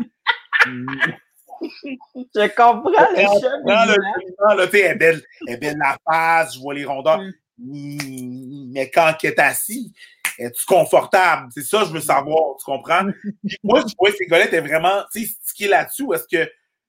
Je comprends le cheminement. Le cheminement là, elle, est belle, elle est belle la face, je vois les rondeurs. Mm. Mais quand elle est assise, es-tu confortable? C'est ça, je veux savoir, tu comprends? Puis moi, je trouvais que ces gars-là étaient vraiment stickés là-dessus parce que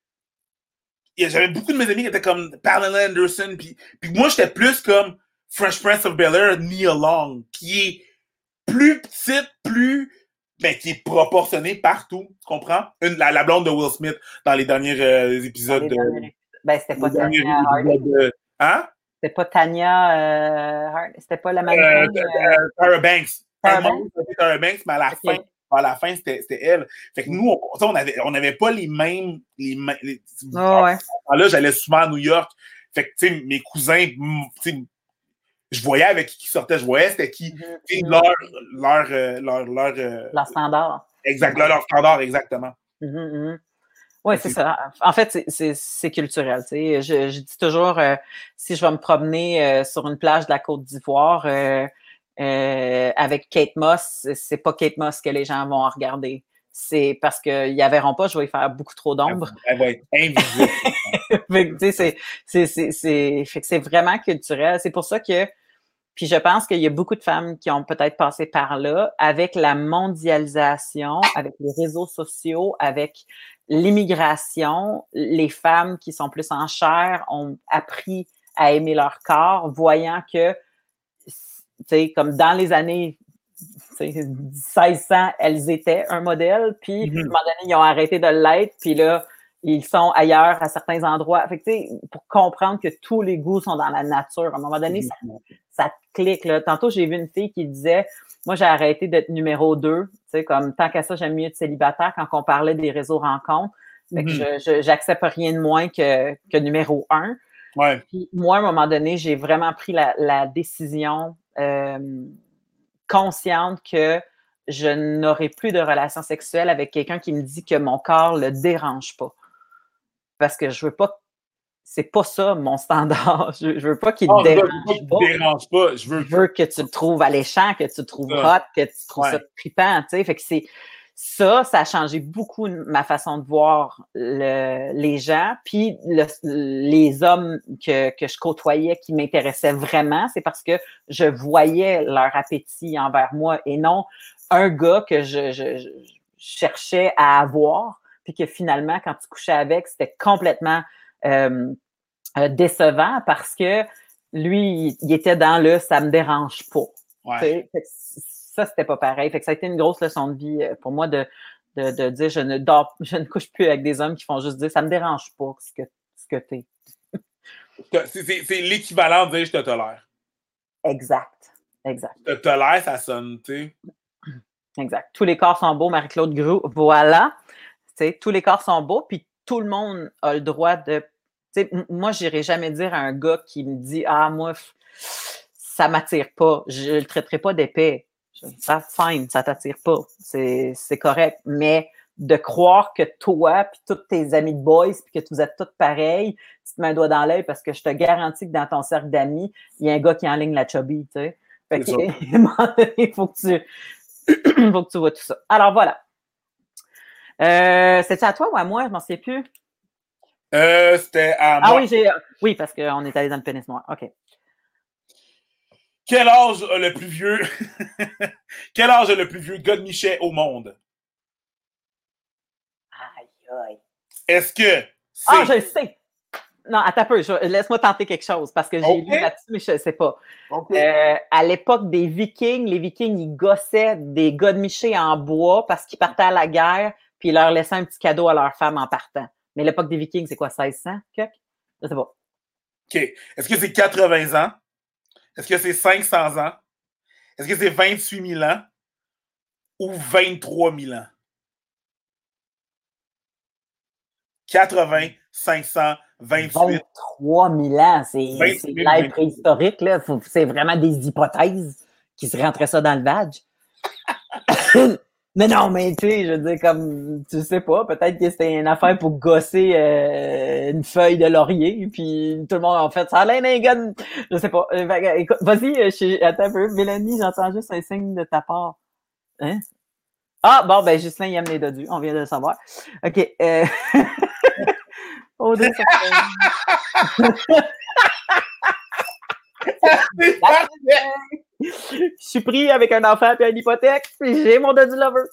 j'avais beaucoup de mes amis qui étaient comme Pamela Anderson, puis, puis moi, j'étais plus comme Fresh Prince of Bel-Air, Nia Long, qui est plus petite, plus... Ben, qui est proportionnée partout, tu comprends? Une, la, la blonde de Will Smith dans les derniers euh, épisodes les de... Derniers... Ben, c'était pas Tanya Harding. De... Hein? C'était pas Tanya euh, Harding. C'était pas la mannequin... Euh, euh, Tyra Banks. Tyra Banks. Tyra Banks, mais à la okay. fin, à la fin, c'était, c'était elle. Fait que nous, on, on avait, on avait pas les mêmes... Les, les, oh, ouais. Là, j'allais souvent à New York. Fait que, tu sais, mes cousins, tu sais, je voyais avec qui sortait, je voyais c'était qui, mm-hmm. leur, leur, euh, leur, leur, euh, leur standard. Exact, leur, leur standard, exactement. Mm-hmm, mm-hmm. Oui, c'est, c'est ça. En fait, c'est, c'est, c'est culturel. Tu sais. je, je dis toujours, euh, si je vais me promener euh, sur une plage de la Côte d'Ivoire euh, euh, avec Kate Moss, c'est pas Kate Moss que les gens vont regarder. C'est parce qu'ils ne verront pas, je vais y faire beaucoup trop d'ombre. Elle va être invisible. fait que, c'est, c'est, c'est, c'est, fait que c'est vraiment culturel. C'est pour ça que, puis je pense qu'il y a beaucoup de femmes qui ont peut-être passé par là, avec la mondialisation, avec les réseaux sociaux, avec l'immigration, les femmes qui sont plus en chair ont appris à aimer leur corps, voyant que, tu sais, comme dans les années seize cents, elles étaient un modèle, puis mm-hmm. à un moment donné, ils ont arrêté de l'être, puis là, ils sont ailleurs à certains endroits. Fait que, tu sais, pour comprendre que tous les goûts sont dans la nature, à un moment donné, ça, ça clique, là. Tantôt, j'ai vu une fille qui disait, moi, j'ai arrêté d'être numéro deux, tu sais, comme, tant qu'à ça, j'aime mieux être célibataire quand on parlait des réseaux rencontres. Fait mm-hmm. que je, je, j'accepte rien de moins que, que numéro un. Ouais. Puis moi, à un moment donné, j'ai vraiment pris la, la décision euh, consciente que je n'aurai plus de relations sexuelles avec quelqu'un qui me dit que mon corps le dérange pas. Parce que je veux pas, c'est pas ça mon standard. Je, je veux pas qu'il oh, te dérange je veux pas. Te dérange pas. Je veux... je veux que tu le trouves alléchant, que tu le trouves hot, que tu trouves ouais. ça trippant, tu sais. Fait que c'est ça, ça a changé beaucoup ma façon de voir le, les gens. Puis le, les hommes que, que je côtoyais qui m'intéressaient vraiment, c'est parce que je voyais leur appétit envers moi et non un gars que je, je, je cherchais à avoir. Puis que finalement, quand tu couchais avec, c'était complètement euh, euh, décevant parce que lui, il était dans le « ça me dérange pas ouais. ». Ça, c'était pas pareil. Fait que ça a été une grosse leçon de vie pour moi de, de, de dire je ne dors, je ne couche plus avec des hommes qui font juste dire « ça me dérange pas ce que, ce que t'es ». C'est, c'est, c'est l'équivalent de dire « je te tolère ». Exact. Exact. Je te tolère, ça sonne, tu sais. Exact. Tous les corps sont beaux, Marie-Claude Groux. Voilà. Tu sais, tous les corps sont beaux, puis tout le monde a le droit de... Tu sais, m- moi, j'irai jamais dire à un gars qui me dit « Ah, moi, f- ça m'attire pas. Je le traiterai pas d'épais. » Ça, fine, ça t'attire pas. C'est, c'est correct. Mais de croire que toi, puis tous tes amis de boys, puis que vous êtes tous pareils, tu te mets un doigt dans l'œil parce que je te garantis que dans ton cercle d'amis, il y a un gars qui enligne la chubby, tu sais. Fait que, il faut que tu... faut que tu vois tout ça. Alors, voilà. Euh, c'était à toi ou à moi? Je m'en sais plus. Euh, c'était à ah moi. oui, j'ai... oui, parce qu'on est allé dans le pénis noir. OK. Quel âge a le plus vieux... Quel âge a le plus vieux gars de Michet au monde? Aïe, aïe. Est-ce que c'est... Ah, je le sais! Non, attends un peu. Je... Laisse-moi tenter quelque chose parce que j'ai okay. lu là-dessus, mais je ne sais pas. Okay. Euh, à l'époque des Vikings, les Vikings, ils gossaient des gars de Michet en bois parce qu'ils partaient à la guerre puis ils leur laissaient un petit cadeau à leur femme en partant. Mais l'époque des Vikings, c'est quoi, seize cents? Je ne sais pas. OK. Est-ce que c'est quatre-vingts ans? Est-ce que c'est cinq cents ans? Est-ce que c'est vingt-huit mille ans? Ou vingt-trois mille ans? quatre-vingts, cinq cents, vingt-huit. vingt-trois mille ans, c'est, c'est l'ère préhistorique, là. Faut, c'est vraiment des hypothèses qui se rentraient ça dans le vag. Mais non, mais tu sais, je veux dire, comme, tu sais pas, peut-être que c'était une affaire pour gosser euh, une feuille de laurier, puis tout le monde en fait, ça a l'air d'un gars, de... je sais pas. Écoute, vas-y, je... attends un peu. Mélanie, j'entends juste un signe de ta part. Hein? Ah, bon, ben, Justin, il aime les dodus, on vient de le savoir. OK. Euh... Audrey, ça Je suis pris avec un enfant et une hypothèque, puis j'ai mon dodu lover.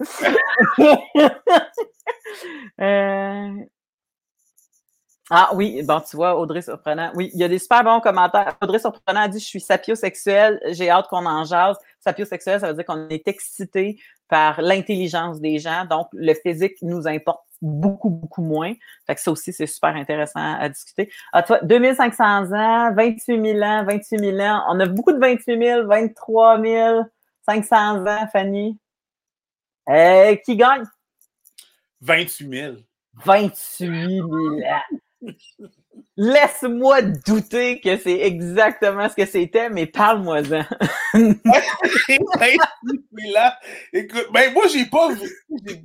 euh... Ah oui, bon, tu vois, Audrey Surprenant. Oui, il y a des super bons commentaires. Audrey Surprenant a dit « Je suis sapiosexuelle, j'ai hâte qu'on en jase. » Sapiosexuel, ça veut dire qu'on est excité par l'intelligence des gens. Donc, le physique nous importe beaucoup, beaucoup moins. Fait que ça aussi, c'est super intéressant à discuter. Ah, tu vois, deux mille cinq cents ans, vingt-huit mille ans, vingt-huit mille ans. On a beaucoup de vingt-huit mille, vingt-trois mille cinq cents ans, Fanny. Euh, qui gagne? vingt-huit mille. vingt-huit mille ans. Laisse-moi douter que c'est exactement ce que c'était, mais parle-moi-en. vingt-huit mille ans. Écoute, ben moi, j'ai pas vu. J'ai...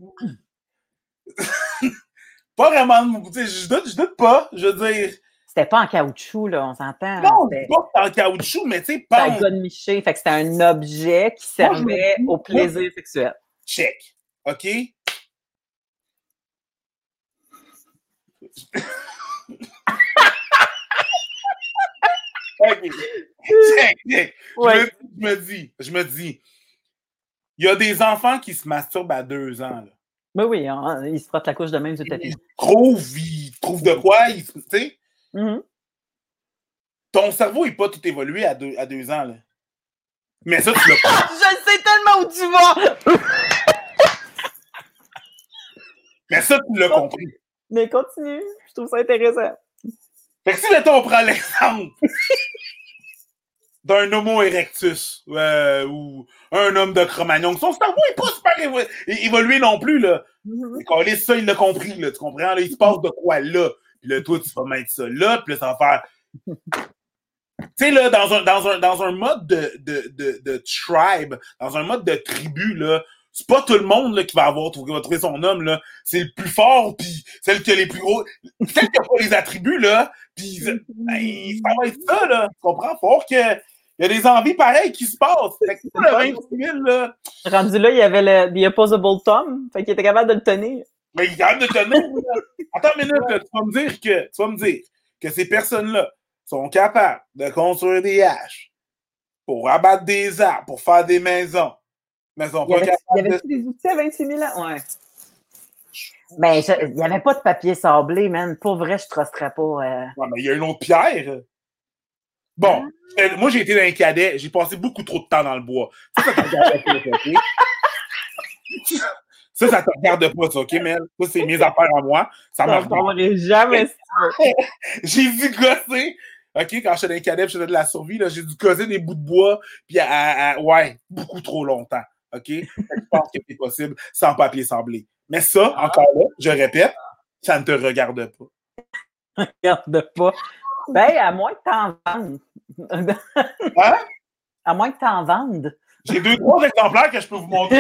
pas vraiment. Tu sais, je doute, je doute pas. Je veux dire. C'était pas en caoutchouc, là, on s'entend. Non, c'était pas en caoutchouc, mais tu sais, pas. pas. C'était un godemiché, fait que c'était un objet qui servait moi, au plaisir moi, sexuel. Check. OK? OK. Check, check. Ouais. Je, me, je me dis, je me dis, il y a des enfants qui se masturbent à deux ans, là. Mais oui, hein, ils se frottent la couche de même du tapis. Ils trouvent, ils trouvent de quoi, tu sais. Mm-hmm. Ton cerveau n'est pas tout évolué à deux, à deux ans, là. Mais ça, tu l'as pas. Je sais tellement où tu vas! Mais ça, tu l'as compris. Mais continue, je trouve ça intéressant. Fait que si, mettons, on prend l'exemple d'un Homo erectus euh, ou un homme de Cro-Magnon, son cerveau n'est pas super évo- évolué non plus, là. Mm-hmm. Ça, il l'a compris, là, tu comprends? Là, il se passe de quoi là? Puis là, toi, tu vas mettre ça là, puis là, ça va faire... Tu sais, là, dans un, dans un, dans un mode de, de, de, de tribe, dans un mode de tribu, là, c'est pas tout le monde là, qui va avoir qui va trouver son homme, là. C'est le plus fort, puis celle qui a les plus gros... Celle qui a pas les attributs, là, puis ben, ça va être ça, là. Tu comprends? Faut voir que... Il y a des envies pareilles qui se passent. Fait que le vingt-six mille, là. Rendu là, il y avait le The Opposable Thumb. Fait qu'il était capable de le tenir. Mais il est capable de le tenir, là. Attends une minute, là, tu vas me dire que, tu vas me dire que ces personnes-là sont capables de construire des haches pour abattre des arbres, pour faire des maisons. Mais ils sont il pas avait, capables il y avait de... des outils à vingt-six mille ans? Ouais. Ben, je, il n'y avait pas de papier sablé, man. Pour vrai, je ne trusterais pas. Euh... Ouais, mais il y a une autre pierre. Bon, ah. Moi, j'ai été dans un cadet. J'ai passé beaucoup trop de temps dans le bois. Ça, ça te regarde pas, OK? Ça, ça te regarde pas, ça, OK, Mel? Ça, c'est mes affaires à moi. Ça ne me jamais J'ai dû gosser. OK, quand j'étais dans un cadet, je faisais de la survie, là, j'ai dû causer des bouts de bois, puis à, à, à, ouais, beaucoup trop longtemps. OK? Je pense que c'est possible sans papier sablé. Mais ça, ah. encore là, je répète, ça ne te regarde pas. Regarde pas. Ben, à moins que t'en vendes. Hein? À moins que t'en vendes. J'ai deux, trois exemplaires que je peux vous montrer.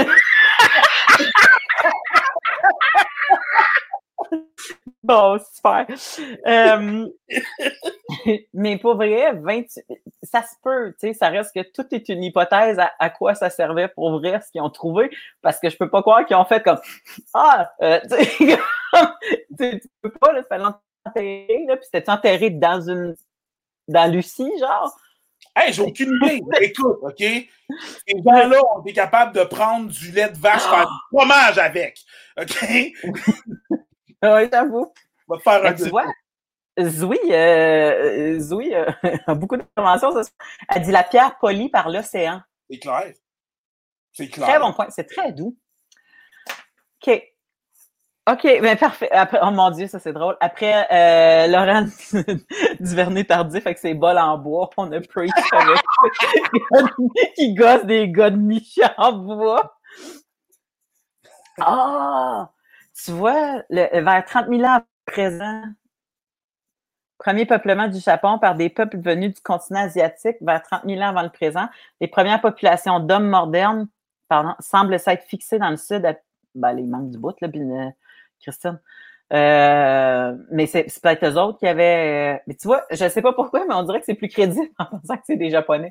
Bon, super. Euh, mais pour vrai, vingt, ça se peut, tu sais, ça reste que tout est une hypothèse à, à quoi ça servait pour vrai, ce qu'ils ont trouvé, parce que je peux pas croire qu'ils ont fait comme ah, euh, tu sais, tu peux pas, là, ça fait l'enterrer, là, puis c'était enterré dans une, dans Lucie, genre. Hey, j'ai aucune idée. Écoute, OK? Ces gens-là ont été capables de prendre du lait de vache, faire du fromage avec. OK? Oui, j'avoue. On va faire un tu vois, Zoui, euh, Zoui euh, a beaucoup d'informations. Elle dit la pierre polie par l'océan. C'est clair. C'est clair. Très bon point. C'est très doux. OK. OK, bien parfait. Après, oh mon Dieu, ça c'est drôle. Après, euh, Laurent Duvernay-Tardif avec ses bols en bois, on a Preach avec qui gosse des gars de Michel en bois. Ah! Tu vois, le, vers trente mille ans présent. Premier peuplement du Japon par des peuples venus du continent asiatique vers trente mille ans avant le présent. Les premières populations d'hommes modernes pardon, semblent s'être fixées dans le sud. À, ben, les manques du bout, là, puis, euh, Christine. Euh, mais c'est, c'est peut-être eux autres qui avaient... Euh, mais tu vois, je ne sais pas pourquoi, mais on dirait que c'est plus crédible en pensant que c'est des Japonais.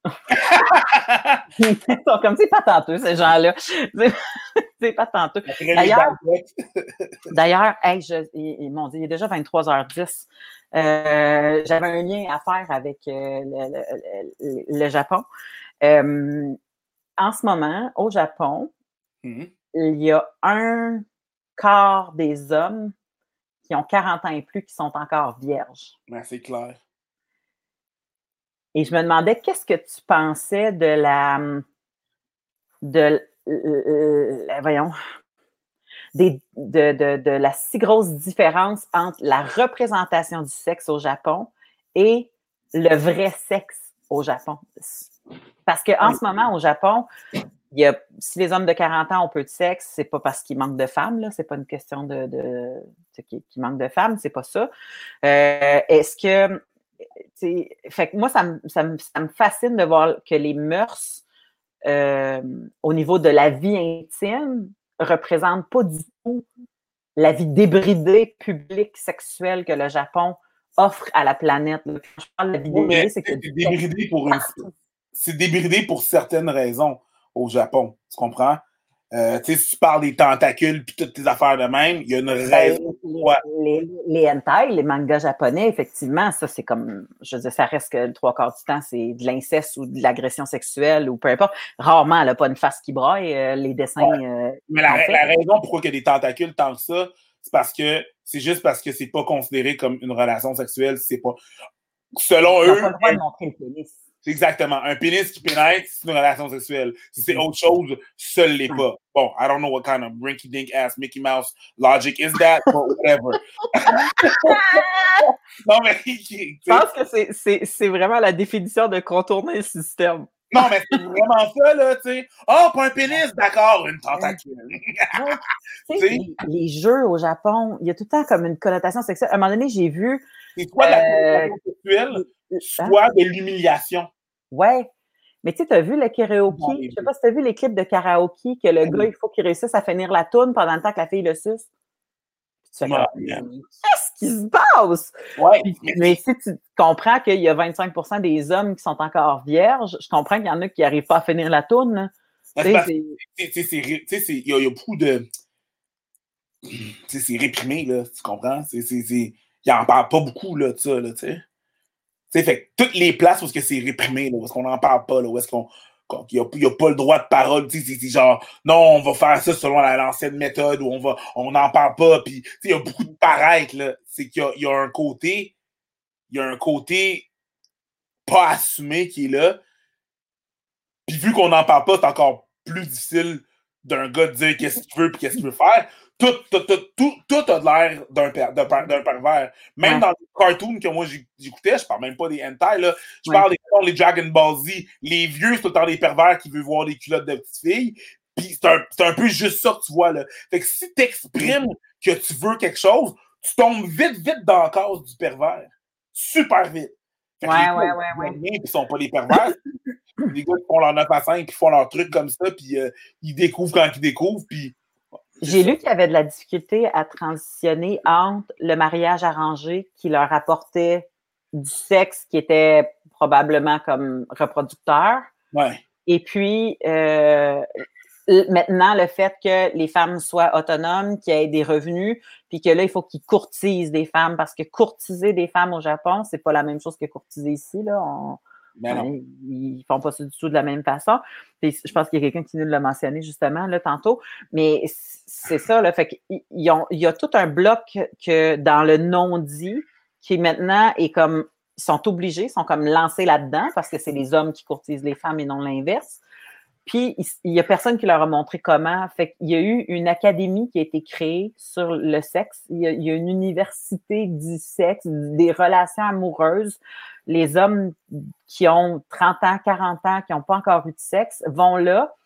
Ils sont comme, c'est patenteux, ces gens-là. C'est, c'est patenteux. D'ailleurs, d'ailleurs hey, je, ils, ils m'ont dit, il est déjà vingt-trois heures dix. Euh, j'avais un lien à faire avec euh, le, le, le, le Japon. Euh, en ce moment, au Japon, mm-hmm. il y a un quart des hommes qui ont quarante ans et plus qui sont encore vierges. Ben, c'est clair. Et je me demandais, qu'est-ce que tu pensais de la... de euh, la, voyons... Des, de, de, de la si grosse différence entre la représentation du sexe au Japon et le vrai sexe au Japon. Parce qu'en ce moment, au Japon, il y a, si les hommes de quarante ans ont peu de sexe, c'est pas parce qu'ils manquent de femmes, là, c'est pas une question de, de, de qu'ils qui manquent de femmes, c'est pas ça. Euh, est-ce que, fait que moi, ça me, ça, me, ça me fascine de voir que les mœurs, euh, au niveau de la vie intime, représentent pas du tout la vie débridée, publique, sexuelle que le Japon offre à la planète. Quand je parle de la vie oui, débridée, c'est que... C'est débridé pour, une... c'est débridé pour certaines raisons au Japon, tu comprends? Euh, tu sais, si tu parles des tentacules puis toutes tes affaires de même, il y a une raison. Ben, les, les, les hentai, les mangas japonais, effectivement, ça, c'est comme, je veux dire, ça reste que le trois quarts du temps, c'est de l'inceste ou de l'agression sexuelle ou peu importe. Rarement, là, pas une face qui braille, euh, les dessins. Ouais. Euh, Mais la, la raison pourquoi il y a des tentacules tant que ça, c'est parce que c'est juste parce que c'est pas considéré comme une relation sexuelle, c'est pas. Selon ils eux. Ils n'ont pas le droit de montrer le pénis. C'est exactement. Un pénis qui pénètre, c'est une relation sexuelle. Si c'est autre chose, ça ne l'est pas. Bon, I don't know what kind of rinky-dink ass Mickey Mouse logic is that, but whatever. Non, mais. Je pense que c'est, c'est, c'est vraiment la définition de contourner le système. Non, mais c'est vraiment ça, là, tu sais. Ah, oh, pas un pénis, d'accord, une tentacule. les, les jeux au Japon, il y a tout le temps comme une connotation sexuelle. À un moment donné, j'ai vu. C'est soit de la connotation euh, sexuelle, soit de l'humiliation. Ouais. Mais tu sais, tu as vu le karaoké. Non, je sais pas si tu as vu les clips de karaoké que le oui. gars, il faut qu'il réussisse à finir la toune pendant le temps que la fille le suce. Tu fais, ouais, qu'est-ce qui se passe? Ouais, Puis, mais... mais si tu comprends qu'il y a vingt-cinq pour cent des hommes qui sont encore vierges, je comprends qu'il y en a qui n'arrivent pas à finir la toune. Il y, y a beaucoup de... c'est réprimé, là, tu comprends? C'est... c'est, c'est... Il n'en parle pas beaucoup, là, de ça, là, tu sais. Tu sais, fait toutes les places où c'est réprimé, là, où est-ce qu'on n'en parle pas, là, où est-ce qu'on... Il n'y a, a pas le droit de parole, tu sais, c'est genre, non, on va faire ça selon la, l'ancienne méthode, ou on va, on n'en parle pas, puis, tu sais, il y a beaucoup de paraître, là. C'est qu'il y a, il y a un côté, il y a un côté pas assumé qui est là. Puis vu qu'on n'en parle pas, c'est encore plus difficile d'un gars de dire qu'est-ce qu'il veut puis qu'est-ce qu'il veut faire. Tout, tout, tout, tout, tout a l'air d'un, per, d'un, per, d'un pervers. Même ouais. dans les cartoons que moi j'écoutais, je parle même pas des hentai, là. Je ouais. parle des les Dragon Ball Z. Les vieux, c'est tout le temps des pervers qui veulent voir les culottes de petites filles. Puis c'est un, c'est un peu juste ça que tu vois, là. Fait que si t'exprimes que tu veux quelque chose, tu tombes vite, vite dans la case du pervers. Super vite. Fait ouais, ouais, ouais, ouais, ouais. Ils sont pas des pervers. Les gars qui font leur neuf à cinq puis font leur truc comme ça, puis euh, ils découvrent quand ils découvrent, puis... J'ai lu qu'il y avait de la difficulté à transitionner entre le mariage arrangé qui leur apportait du sexe qui était probablement comme reproducteur, ouais. et puis euh, maintenant le fait que les femmes soient autonomes, qu'il y ait des revenus, puis que là, il faut qu'ils courtisent des femmes, parce que courtiser des femmes au Japon, c'est pas la même chose que courtiser ici, là. On... Ben non. Ils font pas ça du tout de la même façon. Puis je pense qu'il y a quelqu'un qui nous l'a mentionné justement là tantôt. Mais c'est ça, là. Fait qu'il y a tout un bloc que dans le non-dit qui maintenant est comme ils sont obligés, sont comme lancés là-dedans parce que c'est les hommes qui courtisent les femmes et non l'inverse. Puis, il y a personne qui leur a montré comment. Fait qu'il y a eu une académie qui a été créée sur le sexe. Il y a, il y a une université du sexe, des relations amoureuses. Les hommes qui ont trente ans, quarante ans, qui n'ont pas encore eu de sexe, vont là.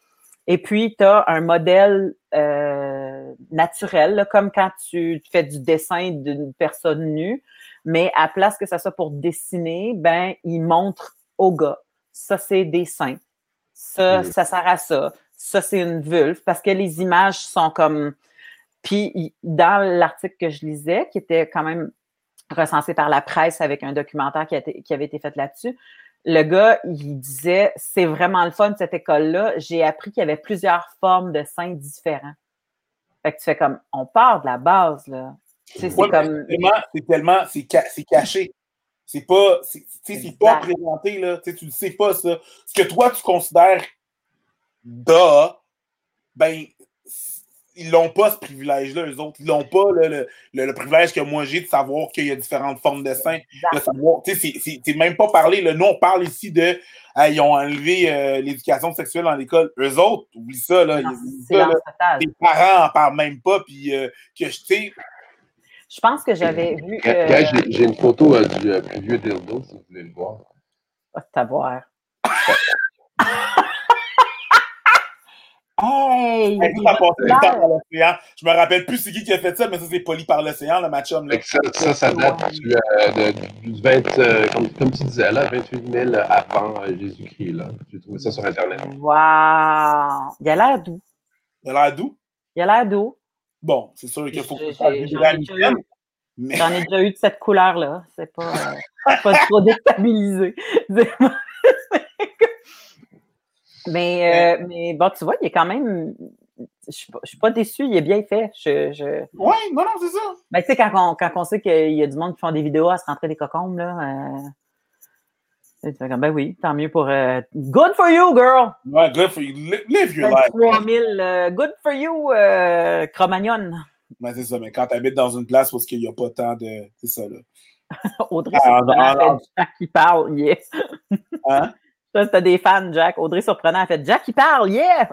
Et puis, tu as un modèle euh, naturel, là, comme quand tu fais du dessin d'une personne nue, mais à place que ça soit pour dessiner, ben, il montre au gars. Ça, c'est des seins. Ça, ça sert à ça. Ça, c'est une vulve. Parce que les images sont comme... Puis, dans l'article que je lisais, qui était quand même recensé par la presse avec un documentaire qui, a été, qui avait été fait là-dessus, le gars, il disait, c'est vraiment le fun de cette école-là. J'ai appris qu'il y avait plusieurs formes de seins différents. Fait que tu fais comme, on part de la base, là. C'est, ouais, c'est comme... C'est tellement, c'est, ca- c'est caché. C'est pas, c'est, c'est pas présenté, là. Tu ne sais pas ça. Ce que toi, tu considères de, ben, ils n'ont pas ce privilège-là, eux autres. Ils n'ont pas le, le, le, le privilège que moi j'ai de savoir qu'il y a différentes formes de seins. De savoir, tu sais, c'est, c'est même pas parlé. Là. Nous, on parle ici de euh, ils ont enlevé euh, l'éducation sexuelle dans l'école. Eux autres, oublie ça, là. Non, ils, c'est ça, là. Les parents n'en parlent même pas. Puis euh, que je sais. Je pense que j'avais vu. Euh... Euh, j'ai, j'ai une photo euh, du euh, plus vieux dildo, si vous voulez le voir. Oh, t'avoir. Hey! Hey, ça ça par l'océan. Je me rappelle plus c'est qui qui a fait ça, mais ça, c'est poli par l'océan, le match-homme. Ça, ça, ça date du, euh, de, du vingt, euh, comme, comme tu disais, là, vingt-huit mille avant euh, Jésus-Christ. Là. J'ai trouvé ça sur Internet. Wow! Il a l'air doux. Il a l'air doux? Il a l'air doux. Bon, c'est sûr qu'il faut que j'en, ai déjà eu, mais... j'en ai déjà eu de cette couleur-là. C'est pas, euh, pas trop déstabilisé. Mais, euh, mais bon, tu vois, il est quand même. Je suis pas, je suis pas déçue, il est bien fait. Je, je... Oui, non, non, c'est ça. Ben, tu sais, quand on, quand on sait qu'il y a du monde qui font des vidéos à se rentrer des cocombes, là. Euh... Tu fais comme, ben oui, tant mieux pour. Euh... Good for you, girl! Ouais, good for you. Live your life. trois mille, uh, good for you, euh, Cro-Magnon. Ben, c'est ça, mais quand tu habites dans une place où il n'y a pas tant de. C'est ça, là. Audrey ah, Surprenant a fait Jack qui parle, yeah! Hein? Ça, t'as des fans, Jack. Audrey Surprenant a fait Jack qui parle, yeah!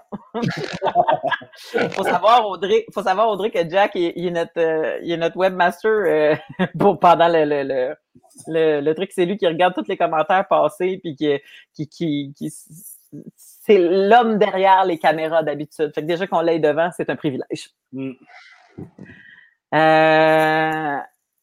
faut savoir, Audrey, faut savoir, Audrey, que Jack, il, il est notre, euh, il est notre webmaster euh, pour, pendant le, le, le, le, le truc. C'est lui qui regarde tous les commentaires passer, puis qui, qui, qui, qui c'est l'homme derrière les caméras d'habitude. Fait que déjà qu'on l'ait devant, c'est un privilège. Mm. Euh...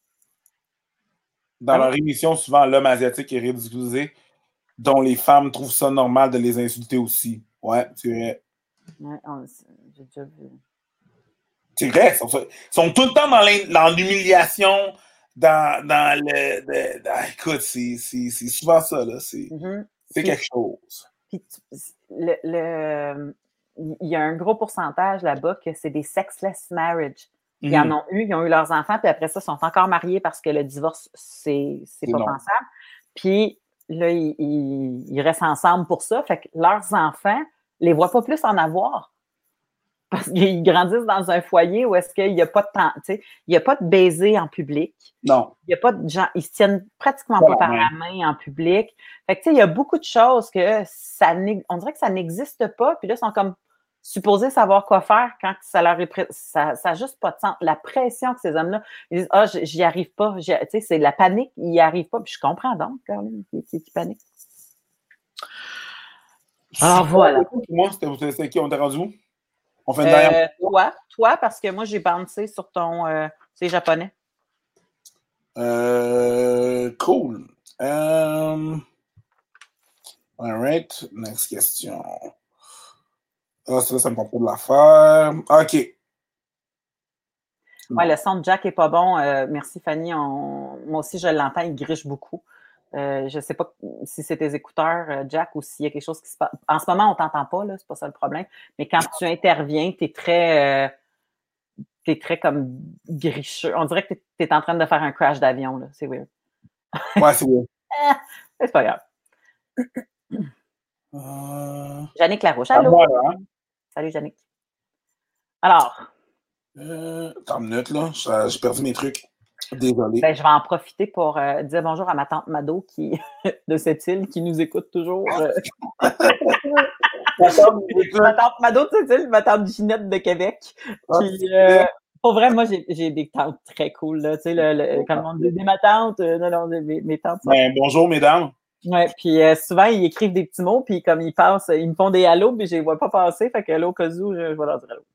Dans leur émission, souvent, l'homme asiatique est ridiculisé, dont les femmes trouvent ça normal de les insulter aussi. Ouais, c'est vrai. Ouais, on, j'ai déjà vu. C'est vrai, ils sont, ils sont tout le temps dans, dans l'humiliation, dans, dans le... De, dans, écoute, c'est, c'est, c'est souvent ça, là. C'est, mm-hmm. c'est quelque chose. Puis, le, le, il y a un gros pourcentage là-bas que c'est des sexless marriages. Ils mm-hmm. en ont eu, ils ont eu leurs enfants, puis après ça, ils sont encore mariés parce que le divorce, c'est, c'est, c'est pas non. pensable. Puis là, ils, ils, ils restent ensemble pour ça. Fait que leurs enfants les voient pas plus en avoir. Parce qu'ils grandissent dans un foyer où est-ce qu'il n'y a pas de temps, tu sais, il n'y a pas de baiser en public. Non. Il n'y a pas de gens, ils se tiennent pratiquement pas par la main en public. Fait que, tu sais, il y a beaucoup de choses que ça, on dirait que ça n'existe pas. Puis là, ils sont comme supposés savoir quoi faire quand ça leur est prêt. Ça n'a juste pas de sens. La pression que ces hommes-là, ils disent, ah, oh, j'y arrive pas. Tu sais, c'est la panique, ils n'y arrivent pas. Puis je comprends donc, Caroline, qui, qui, qui panique. Alors voilà. Moi, c'était, c'était qui? On t'a rendu où? On fait une dernière. Euh, toi, toi, parce que moi, j'ai bouncé sur ton. Euh, c'est japonais. Euh, cool. Um, all right. Next question. Ah, ça, ça me prend pas de l'affaire. OK. Ouais, le son de Jack est pas bon. Euh, merci, Fanny. On... Moi aussi, je l'entends. Il griche beaucoup. Euh, je ne sais pas si c'est tes écouteurs, Jack, ou s'il y a quelque chose qui se passe. En ce moment, on ne t'entend pas, là, c'est pas ça le problème. Mais quand tu interviens, tu es très, euh, t'es très comme gricheux. On dirait que tu es en train de faire un crash d'avion, là. C'est weird. Ouais, c'est weird. C'est pas grave. Euh... Jannick Larouche, allô? Voilà, hein? Salut, Jannick. Alors. Euh, attends une minute, là. J'ai perdu mes trucs. Désolé. Ben, je vais en profiter pour euh, dire bonjour à ma tante Mado qui, de cette île qui nous écoute toujours. Euh... ma, tante, ma tante Mado de cette île, ma tante Ginette de Québec. Ah, qui, euh, pour vrai, moi, j'ai, j'ai des tantes très cool. Là, tu sais, le, le, quand on dit des ma tante, euh, non, non, mes, mes tantes. Ben, bonjour, mesdames. Oui, puis euh, souvent, ils écrivent des petits mots, puis comme ils passent, ils me font des hallos, puis je les vois pas passer, fait que là, au cas où, je, je vais leur dire allô.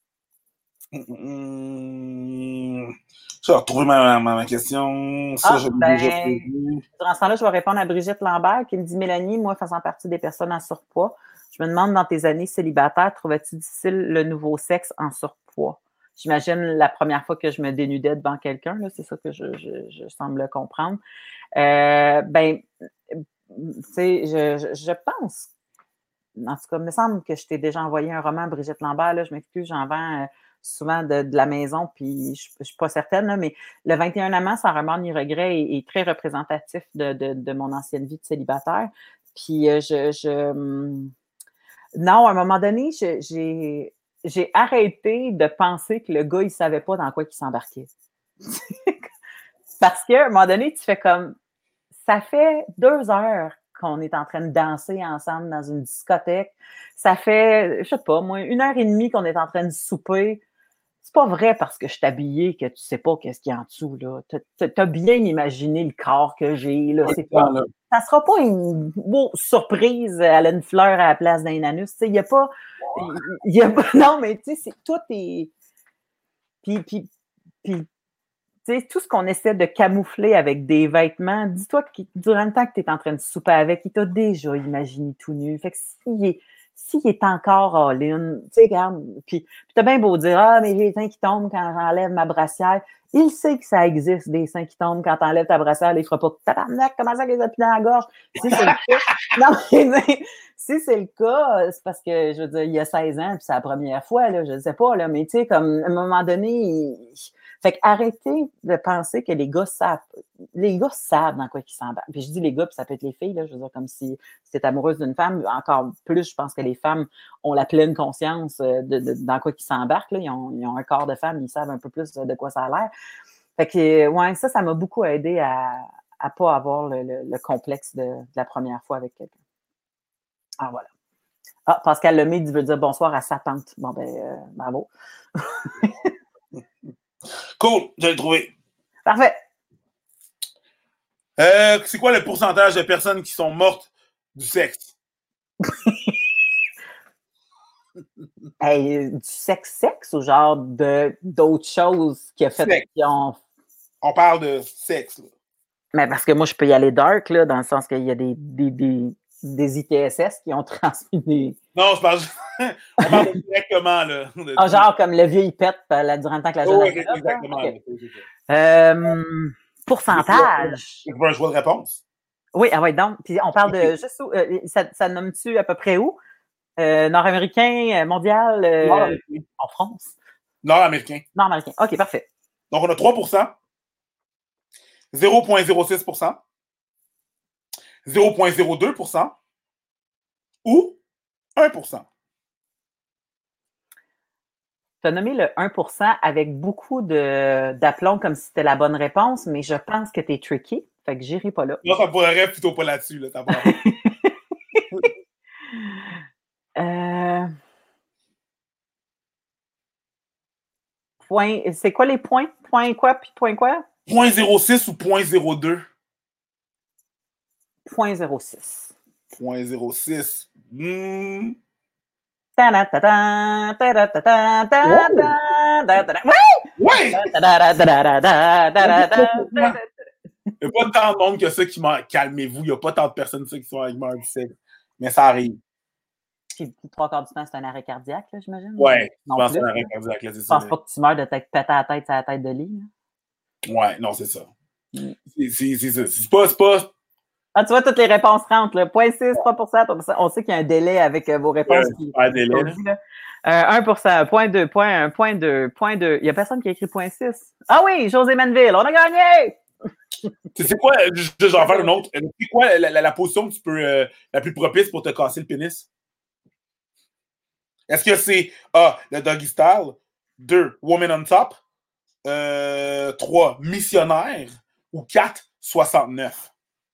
Mmh, je vais retrouver ma, ma, ma question. Ça, ah, je l'ai ben, déjà prévu. Dans ce temps-là, je vais répondre à Brigitte Lambert qui me dit « Mélanie, moi, faisant partie des personnes en surpoids, je me demande, dans tes années célibataires, trouvais-tu difficile le nouveau sexe en surpoids? » J'imagine la première fois que je me dénudais devant quelqu'un, là, c'est ça que je, je, je semble comprendre. Euh, ben, tu sais, je, je, je pense, en tout cas, il me semble que je t'ai déjà envoyé un roman, Brigitte Lambert, là, je m'excuse, j'en vends euh, souvent de, de la maison, puis je ne suis pas certaine, là, mais le vingt et un amants sans remords ni regret est, est très représentatif de, de, de mon ancienne vie de célibataire. Puis euh, je, je... Non, à un moment donné, je, j'ai, j'ai arrêté de penser que le gars, il ne savait pas dans quoi il s'embarquait. Parce qu'à un moment donné, tu fais comme... Ça fait deux heures qu'on est en train de danser ensemble dans une discothèque. Ça fait, je sais pas, moi, une heure et demie qu'on est en train de souper. C'est pas vrai parce que je suis habillée que tu sais pas qu'est-ce qu'il y a en dessous, là. T'as, t'as bien imaginé le corps que j'ai, là. C'est pas, ça sera pas une beau surprise, elle a une fleur à la place d'un anus. Tu sais, il y a pas, il y a pas, non, mais tu sais, c'est, tout est, puis, puis, puis, tu sais, tout ce qu'on essaie de camoufler avec des vêtements, dis-toi que durant le temps que tu es en train de souper avec, il t'a déjà imaginé tout nu. Fait que s'il est, s'il est encore all-in, tu sais, regarde, puis, puis t'as bien beau dire « Ah, mais j'ai les seins qui tombent quand j'enlève ma brassière. » Il sait que ça existe, des seins qui tombent quand t'enlèves ta brassière. Il fera pas « Tabarnak, comment ça qu'ils ont dans la gorge? » Si c'est le cas, non, mais si c'est le cas, c'est parce que, je veux dire, il y a seize ans, puis c'est la première fois, là, je sais pas, là, mais tu sais, comme, à un moment donné, il... Fait qu'arrêtez de penser que les gars savent. Les gars savent dans quoi ils s'embarquent. Puis je dis les gars, puis ça peut être les filles, là, je veux dire, comme si tu es amoureuse d'une femme, encore plus, je pense que les femmes ont la pleine conscience de, de dans quoi ils s'embarquent. Là. Ils, ont, ils ont un corps de femme, ils savent un peu plus de quoi ça a l'air. Fait que, ouais, ça, ça m'a beaucoup aidé à ne pas avoir le, le, le complexe de, de la première fois avec quelqu'un. Ah, voilà. Ah, Pascal Lemay veut dire bonsoir à sa tante. Bon, ben, euh, bravo. Cool, je l'ai trouvé. Parfait. Euh, c'est quoi le pourcentage de personnes qui sont mortes du sexe? Hey, du sexe-sexe ou genre de, d'autres choses qui a fait qui ont... On parle de sexe. Là. Mais parce que moi, je peux y aller dark, là, dans le sens qu'il y a des, des, des, des I T S S qui ont transmis des... Non, je parle, on parle directement, là. De... Ah, genre comme le vieux, il pète durant le temps que la jeune... Oh, oui, exactement. Okay. Euh, pourcentage. Je veux un choix de réponse. Oui, ah ouais, donc, puis on parle de juste où, euh, ça, ça nomme-tu à peu près où? Euh, nord-américain, mondial, euh, Nord-américain. En France? Nord-américain. Nord-américain, OK, parfait. Donc, on a trois pour cent, zéro virgule zéro six pour cent, zéro virgule zéro deux pour cent ou un pour cent. Tu as nommé le un pour cent avec beaucoup de, d'aplomb comme si c'était la bonne réponse, mais je pense que tu es tricky, fait que j'irai pas là. Non, ça pourrait plutôt pas là-dessus. Là, euh... Point... C'est quoi les points? Point quoi, puis point quoi? zéro virgule zéro six ou zéro virgule zéro deux? zéro virgule zéro six. zéro virgule zéro six. Mmh. Oui! Oui! Il n'y a pas tant de monde que ça qui m'a... Calmez-vous, il n'y a pas tant de personnes ça, qui sont avec moi du sexe. Mais ça arrive. Puis trois quarts du temps, c'est un arrêt cardiaque, là, j'imagine? Oui, je pense que c'est un arrêt cardiaque. Là, c'est je ça, pense pas que tu meurs de t'être pété à la tête sur la tête de lit. Oui, non, c'est ça. Mm. C'est, c'est, c'est ça. C'est pas... C'est pas... Ah, tu vois, toutes les réponses rentrent. zéro virgule six, trois pour cent, trois pour cent. On sait qu'il y a un délai avec euh, vos réponses. Ouais, qui, un délai. dit, là. Euh, un pour cent, zéro virgule deux, point un, zéro virgule deux, zéro virgule deux. Il n'y a personne qui a écrit zéro virgule six. Ah oui, José Manville, on a gagné! C'est quoi, je, je vais en faire une autre. C'est quoi la, la, la position que tu peux, euh, la plus propice pour te casser le pénis? Est-ce que c'est A, le doggy style, deux, woman on top, euh, trois, missionnaire, ou quatre, soixante-neuf?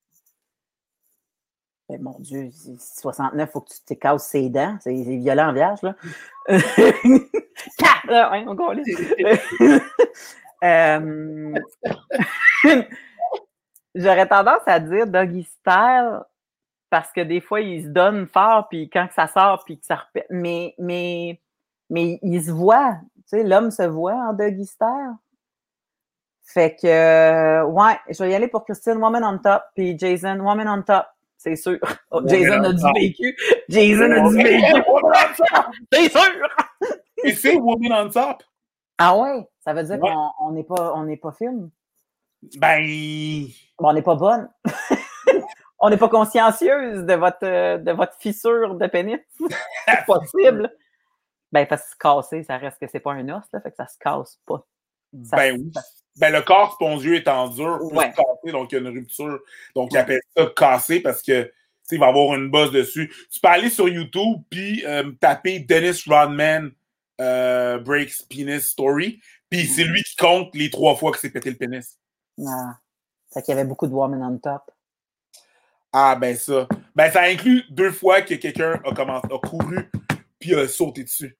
Ben, mon Dieu, soixante-neuf, il faut que tu te casses ses dents. C'est, c'est violent en vierge, là. quatre! Là, ouais, on euh, J'aurais tendance à dire Doggy Style parce que des fois, il se donne fort, puis quand que ça sort, puis que ça répète. Mais, mais, mais il se voit. Tu sais, l'homme se voit en Doggy Style. Fait que, euh, ouais, je vais y aller pour Christine, Woman on Top, puis Jason, Woman on Top. C'est sûr. Oh, Jason a du vécu. Jason a du vécu. C'est sûr! Et c'est Woman on Top. Ah ouais? Ça veut dire ouais. qu'on n'est pas, on n'est pas film? Ben... Bon, on n'est pas bonne. On n'est pas consciencieuse de votre, de votre fissure de pénis. C'est possible. Ben, parce que se casser, ça reste que c'est pas un os, là, fait que ça se casse pas. Ça ben oui. Ben, le corps spongieux étant dur, peut ouais. se casser, donc il y a une rupture. Donc, ouais. il appelle ça casser parce que il va y avoir une bosse dessus. Tu peux aller sur YouTube puis euh, taper Dennis Rodman euh, Breaks Penis Story. Puis mm-hmm. c'est lui qui compte les trois fois que s'est pété le pénis. Ah. Fait qu'il y avait beaucoup de women on top. Ah, ben ça. Ben, ça inclut deux fois que quelqu'un a, commencé, a couru puis a sauté dessus.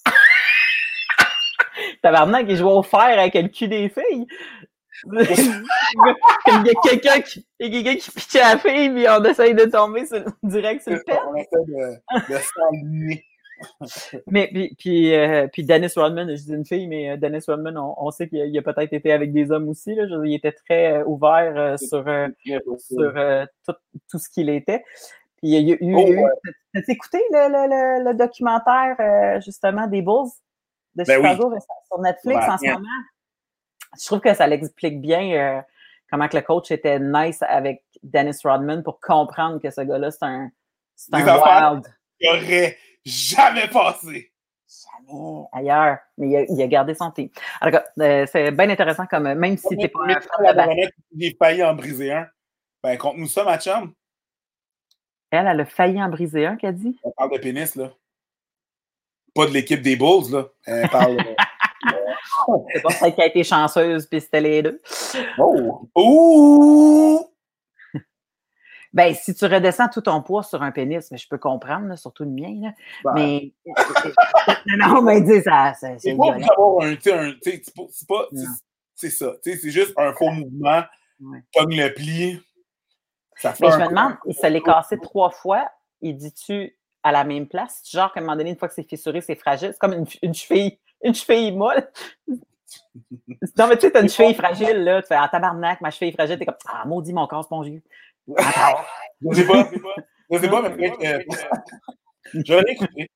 Tabarnak, il jouait au fer avec le cul des filles. Il y a quelqu'un qui, quelqu'un qui pitchait la fille, puis on essaye de tomber sur, direct sur le pet. On essaie de, de s'enligner. Mais puis, puis, euh, puis Dennis Rodman, je dis une fille, mais euh, Dennis Rodman, on, on sait qu'il a, il a peut-être été avec des hommes aussi. Là. Je veux dire, il était très euh, ouvert euh, sur, euh, sur euh, tout, tout ce qu'il était. Puis il y a eu. Oh, ouais. T'as écouté le, le, le, le documentaire euh, justement des Bulls de ben Chicago oui. sur Netflix ben, en ce yeah. moment? Je trouve que ça l'explique bien euh, comment que le coach était nice avec Dennis Rodman pour comprendre que ce gars-là, c'est un, c'est un wild. Il aurait jamais passé. Jamais ailleurs. Mais il a, il a gardé son team. Alors, euh, c'est bien intéressant comme même si t'es pas un fan de basket. Il a failli en briser un. Ben, conte-nous ça, ma chum. Elle, elle a failli en briser un, qu'elle dit? On parle de pénis, là. Pas de l'équipe des Bulls, là. Elle parle... C'est pas celle qui a été chanceuse, puis c'était les deux. Oh! Ouh! Ben, si tu redescends tout ton poids sur un pénis, mais je peux comprendre, là, surtout le mien, là. Ben. Mais. non, mais dis ça. C'est, c'est pas pour avoir un. un c'est pas. C'est, pas c'est, c'est ça. C'est juste un faux mouvement. Ouais. Comme le pli. Ça fait mais je me demande, il se l'est cassé trois fois. Il dit-tu à la même place? Genre, qu'à un moment donné, une fois que c'est fissuré, c'est fragile. C'est comme une, une cheville. Une cheville molle. Non, mais tu sais, t'as une cheville fragile, là. Tu fais, ah, tabarnak, ma cheville fragile. T'es comme, ah, maudit mon corps spongieux. Attends. Je sais pas, je sais pas. Je sais pas, mais euh, je vais l'écouter.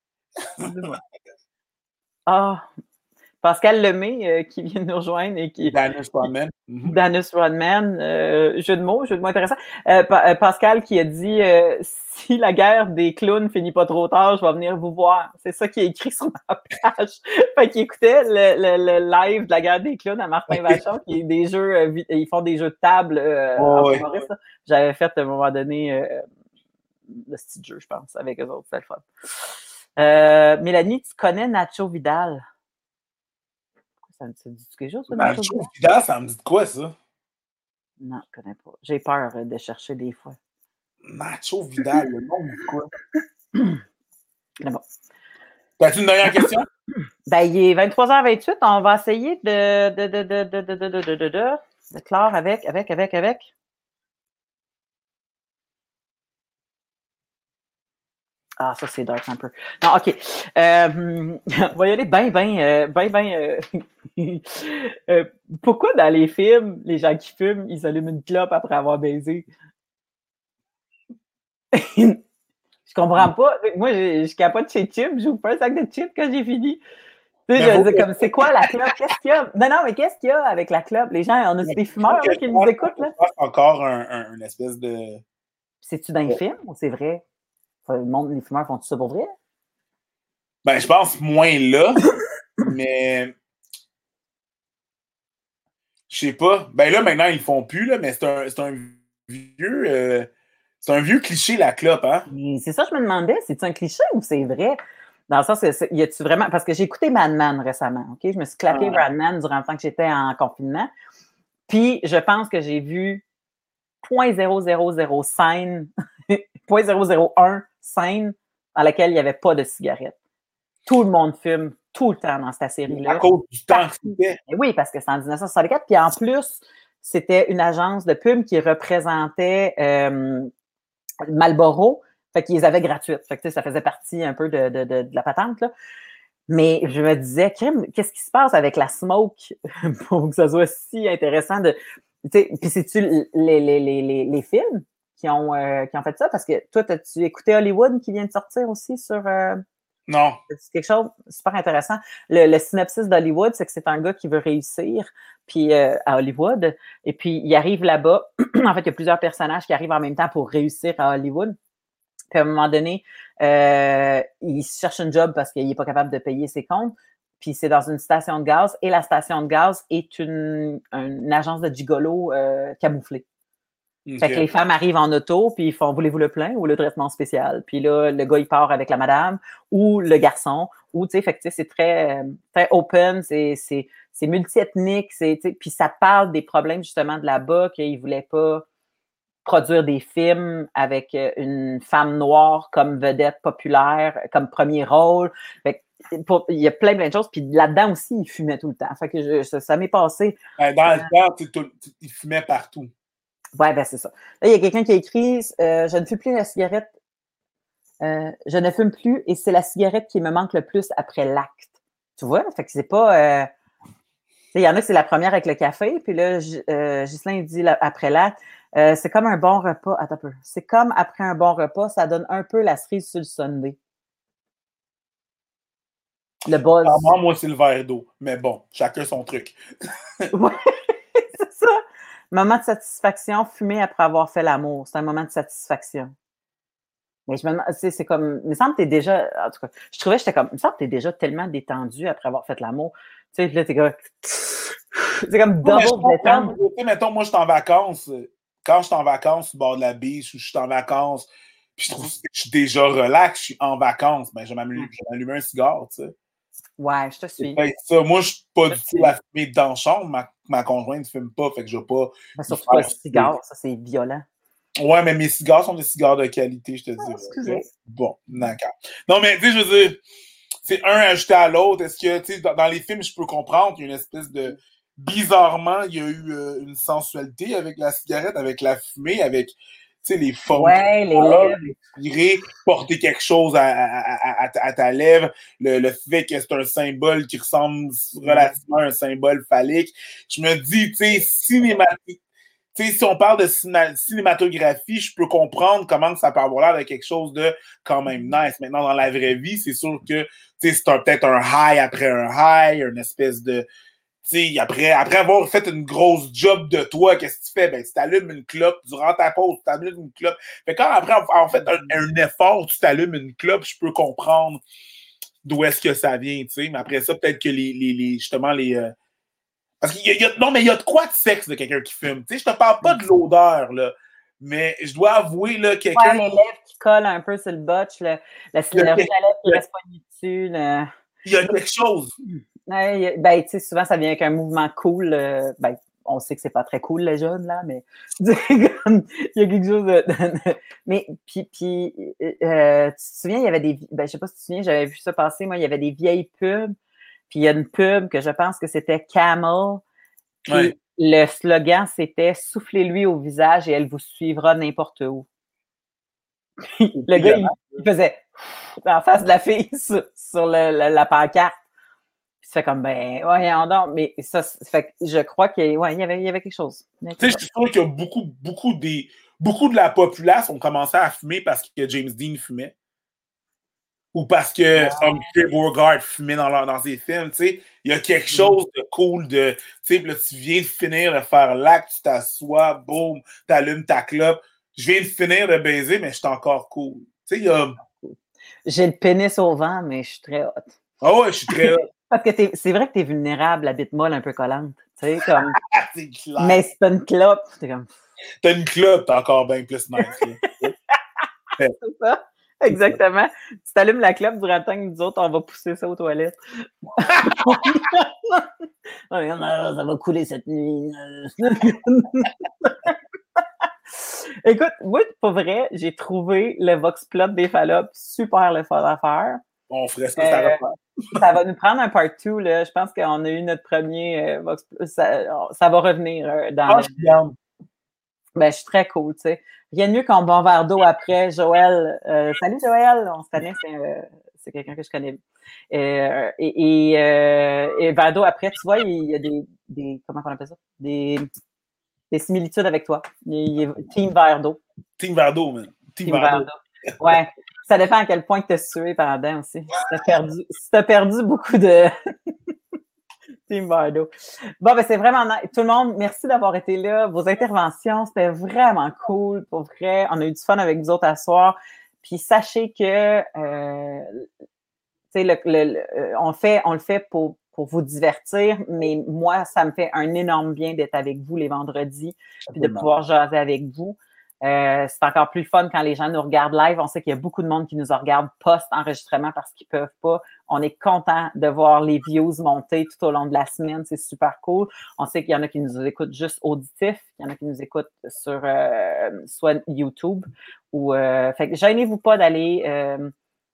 Ah, Pascal Lemay euh, qui vient de nous rejoindre et qui. Dennis Rodman. Mm-hmm. Dennis Rodman, euh, jeu de mots, jeu de mots intéressant. Euh, pa- Pascal qui a dit euh, si la guerre des clowns finit pas trop tard, je vais venir vous voir. C'est ça qui est écrit sur ma page. Fait qu'il écoutait le, le, le live de la guerre des clowns à Martin Vachon, qui est des jeux, euh, ils font des jeux de table euh, oh, en oui. Humoriste, j'avais fait à un moment donné euh, le style jeu, je pense, avec eux autres, c'était le fun. Euh, Mélanie, tu connais Nacho Vidal? Ça me dit quelque chose? Nacho, Nacho Vidal, ça me dit de quoi, ça? Non, je connais pas. J'ai peur de chercher des fois. Nacho Vidal, le nom de quoi? Mais bon. T'as-tu une dernière question? Ben, il est vingt-trois heures vingt-huit. On va essayer de, de, de, de, de, de, de, de, de, de, de, de clore avec, avec, avec, avec. Ah, ça, c'est dark un peu. Non, OK. Euh, on va y aller bien, bien, bien, bien. Euh, euh, pourquoi dans les films, les gens qui fument, ils allument une clope après avoir baisé? Je comprends pas. Moi, je, je capote chez Chip. Je joue pas un sac de chips quand j'ai fini. Tu sais, je dis comme, c'est quoi la clope? Qu'est-ce qu'il y a? Non, non, mais qu'est-ce qu'il y a avec la clope? Les gens, on a des fumeurs là, qui nous écoutent, là. C'est encore un, un, une espèce de... C'est-tu dans les films ou c'est vrai? Le monde, les fumeurs font-tu ça pour vrai? Ben, je pense moins là, mais... Je sais pas. Ben là, maintenant, ils le font plus, là, mais c'est un, c'est un vieux... Euh... C'est un vieux cliché, la clope, hein? Mais c'est ça, je me demandais, c'est-tu un cliché ou c'est vrai? Dans le sens que, c'est, y a-tu vraiment... Parce que j'ai écouté Mad Men récemment, OK? Je me suis claqué ah. Mad Men durant le temps que j'étais en confinement. Puis, je pense que j'ai vu zéro virgule zéro zéro zéro scène, zéro virgule zéro zéro un scène dans laquelle il n'y avait pas de cigarette. Tout le monde fume tout le temps dans cette série-là. À cause du temps que c'était. Oui, parce que c'est en dix-neuf cent soixante-quatre. Puis en plus... c'était une agence de pub qui représentait euh, Marlboro, fait qu'ils les avaient gratuites. Fait que, ça faisait partie un peu de, de, de, de la patente, là. Mais je me disais, crème, qu'est-ce qui se passe avec la smoke pour que ça soit si intéressant de. Puis c'est-tu les, les, les, les, les films qui ont, euh, qui ont fait ça? Parce que toi, as-tu écouté Hollywood qui vient de sortir aussi sur. Euh, non. C'est quelque chose de super intéressant. Le, le synopsis d'Hollywood, c'est que c'est un gars qui veut réussir puis euh, à Hollywood. Et puis, il arrive là-bas. En fait, il y a plusieurs personnages qui arrivent en même temps pour réussir à Hollywood. Puis à un moment donné, euh, il cherche un job parce qu'il n'est pas capable de payer ses comptes. Puis c'est dans une station de gaz. Et la station de gaz est une, une agence de gigolo euh, camouflée. Okay. Fait que les femmes arrivent en auto, puis ils font « Voulez-vous le plein ou le traitement spécial? » Puis là, le gars, il part avec la madame ou le garçon. Ou, tu sais, fait que c'est très, très open, c'est, c'est, c'est multiethnique. C'est, puis ça parle des problèmes, justement, de là-bas, qu'ils ne voulaient pas produire des films avec une femme noire comme vedette populaire, comme premier rôle. Fait que, pour, il y a plein, plein de choses. Puis là-dedans aussi, il fumait tout le temps. Fait que je, ça, ça m'est passé. Dans le temps, tu, tu, il fumait partout. Ouais, ben c'est ça. Là, il y a quelqu'un qui a écrit euh, « Je ne fume plus la cigarette. Euh, je ne fume plus et c'est la cigarette qui me manque le plus après l'acte. » Tu vois? Fait que c'est pas... Euh... Il y en a, c'est la première avec le café. Puis là, euh, Ghislain dit là, après l'acte. Euh, c'est comme un bon repas. Attends un peu. C'est comme après un bon repas, ça donne un peu la cerise sur le sundae. Le buzz. Ah, moi, moi, c'est le verre d'eau. Mais bon, chacun son truc. Ouais, c'est ça. Moment de satisfaction, fumer après avoir fait l'amour. C'est un moment de satisfaction. Mais je me demande, c'est, c'est comme, il me semble que t'es déjà, en tout cas, je trouvais, j'étais comme, il me semble que t'es déjà tellement détendu après avoir fait l'amour. Tu sais, là, t'es comme, c'est comme double détente. Tu sais, mettons, moi, je suis en vacances. Quand je suis en vacances au bord de la beach ou je suis en vacances, puis je trouve que je suis déjà relax, je suis en vacances, ben, je vais m'allumer un cigare, tu sais. Ouais, je te suis. Ça. Moi, je suis pas je du tout la fumer dans la chambre. Ma, ma conjointe ne fume pas, fait que je vais pas. Mais surtout pas le cigare, ça, c'est violent. Ouais, mais mes cigares sont des cigares de qualité, je te dis. Oh, excusez. Bon, d'accord. Non, mais tu sais, je veux dire, c'est un ajouté à l'autre. Est-ce que, tu sais, dans, dans les films, je peux comprendre qu'il y a une espèce de. Bizarrement, il y a eu euh, une sensualité avec la cigarette, avec la fumée, avec. Tu sais, les formes. Ouais, les lèvres. Respirer, porter quelque chose à, à, à, à ta lèvre, le, le fait que c'est un symbole qui ressemble relativement à un symbole phallique. Je me dis, tu sais, cinématique. Tu sais, si on parle de cinéma- cinématographie, je peux comprendre comment ça peut avoir l'air de quelque chose de quand même nice. Maintenant, dans la vraie vie, c'est sûr que, tu sais, c'est un, peut-être un high après un high, une espèce de. Tu sais, après, après avoir fait une grosse job de toi, qu'est-ce que tu fais? Ben, tu t'allumes une clope durant ta pause, tu t'allumes une clope. Fait quand après avoir fait un, un effort, tu t'allumes une clope, je peux comprendre d'où est-ce que ça vient, tu sais. Mais après ça, peut-être que les, les, les justement, les. Euh... Parce qu'il y a, il y a, non, mais il y a de quoi de sexe de quelqu'un qui fume. Tu sais, je te parle pas de l'odeur, là. Mais je dois avouer, là, quelqu'un. Ouais, les lèvres qui collent un peu sur le botch, le, le, le rouge à lèvres qui reste poigné dessus. Le... Il y a quelque chose. Ouais, ben, tu sais, souvent, ça vient avec un mouvement cool. Euh, ben, on sait que c'est pas très cool, les jeunes, là, mais il y a quelque chose de... de mais, puis, puis euh, tu te souviens, il y avait des... Ben, je sais pas si tu te souviens, j'avais vu ça passer, moi, il y avait des vieilles pubs, puis il y a une pub que je pense que c'était Camel, puis ouais. Le slogan, c'était « Soufflez-lui au visage et elle vous suivra n'importe où ». Le gars, il, il faisait en face de la fille sur, sur le, la, la pancarte. Puis tu fais comme, ben, ouais, on dort. Mais ça, fait que je crois qu'il ouais, y avait, il y avait quelque chose. Tu sais, je suis sûr que beaucoup, beaucoup, des, beaucoup de la populace ont commencé à fumer parce que James Dean fumait. Ou parce que Humphrey Bogart fumait dans, leur, dans ses films, tu sais. Il y a quelque chose de cool de, tu sais, là, tu viens de finir de faire l'acte, tu t'assois, boum, t'allumes ta clope. Je viens de finir de baiser, mais je suis encore cool. Tu sais, il y a... J'ai le pénis au vent, mais je suis très hot. Ah ouais, je suis très hot. Parce que t'es, c'est vrai que t'es vulnérable, la bite molle un peu collante. Tu sais, comme... c'est clair. Mais si t'as une clope, t'es comme... T'as une clope, t'es encore bien plus nice. C'est ça. Exactement. Tu t'allumes la clope durant le temps que nous autres, on va pousser ça aux toilettes. Ça va couler cette nuit. Écoute, moi, pour vrai, j'ai trouvé le Vox Plot des Fallops super le fun à faire. On ferait ça, ça euh, Ça va nous prendre un part two, là. Je pense qu'on a eu notre premier euh, Vox Plus. Ça, ça va revenir euh, dans Ah, le... je suis down. Ben, je suis très cool, tu sais. Rien de mieux qu'un bon verre d'eau après. Joël, euh, salut Joël, on se connaît, c'est, euh, c'est quelqu'un que je connais. Euh, et, et, euh, et verre d'eau après, tu vois, il y a des, des comment on appelle ça? Des, des similitudes avec toi. Il y a team verre d'eau. Team verre d'eau, man. Team, Team verre verre d'eau. d'eau. Ouais. Ça dépend à quel point tu as sué pendant aussi. Si tu as perdu, si t'as perdu beaucoup de... Team Bardo. Bon, ben c'est vraiment nice. Tout le monde, merci d'avoir été là. Vos interventions, c'était vraiment cool. Pour vrai, on a eu du fun avec vous autres à soir. Puis sachez que, euh, tu sais, le, le, le, on, fait, on le fait pour, pour vous divertir, mais moi, ça me fait un énorme bien d'être avec vous les vendredis, puis de pouvoir jaser avec vous. Euh, c'est encore plus fun quand les gens nous regardent live. On sait qu'il y a beaucoup de monde qui nous regarde post-enregistrement parce qu'ils peuvent pas. On est content de voir les views monter tout au long de la semaine. C'est super cool. On sait qu'il y en a qui nous écoutent juste auditif. Il y en a qui nous écoutent sur euh, soit YouTube ou... Euh, fait que gênez-vous pas d'aller euh,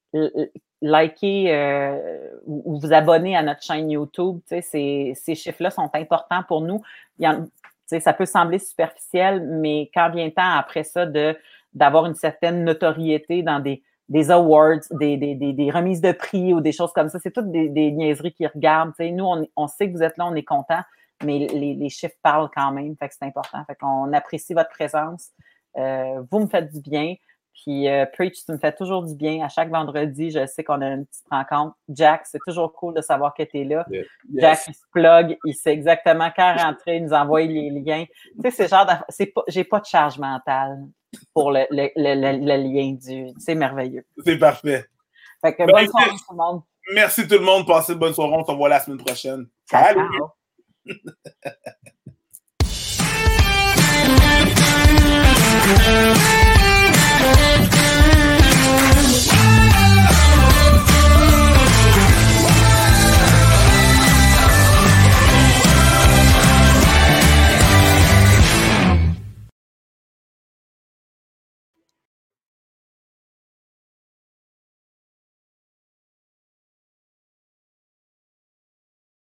liker euh, ou, ou vous abonner à notre chaîne YouTube. Tu sais, ces, ces chiffres-là sont importants pour nous. Il y en T'sais, ça peut sembler superficiel, mais quand vient le temps après ça de, d'avoir une certaine notoriété dans des, des awards, des, des, des, des remises de prix ou des choses comme ça, c'est toutes des, des niaiseries qui regardent. T'sais, nous, on, on sait que vous êtes là, on est contents, mais les, les chiffres parlent quand même, fait que c'est important. Fait qu'on apprécie votre présence. Euh, vous me faites du bien. Puis euh, Preach, tu me fais toujours du bien. À chaque vendredi, je sais qu'on a une petite rencontre. Jack, c'est toujours cool de savoir que tu es là. Yeah. Jack, Yes. il se plug, il sait exactement quand rentrer, il nous envoie les liens. Tu sais, c'est genre d'affaires- c'est pas, j'ai pas de charge mentale pour le, le, le, le, le lien du. C'est merveilleux. C'est parfait. Fait que Ben, bonne soirée tout le monde. Merci tout le monde. Passez une bonne soirée. On se revoit la semaine prochaine. Ciao, Salut! ciao.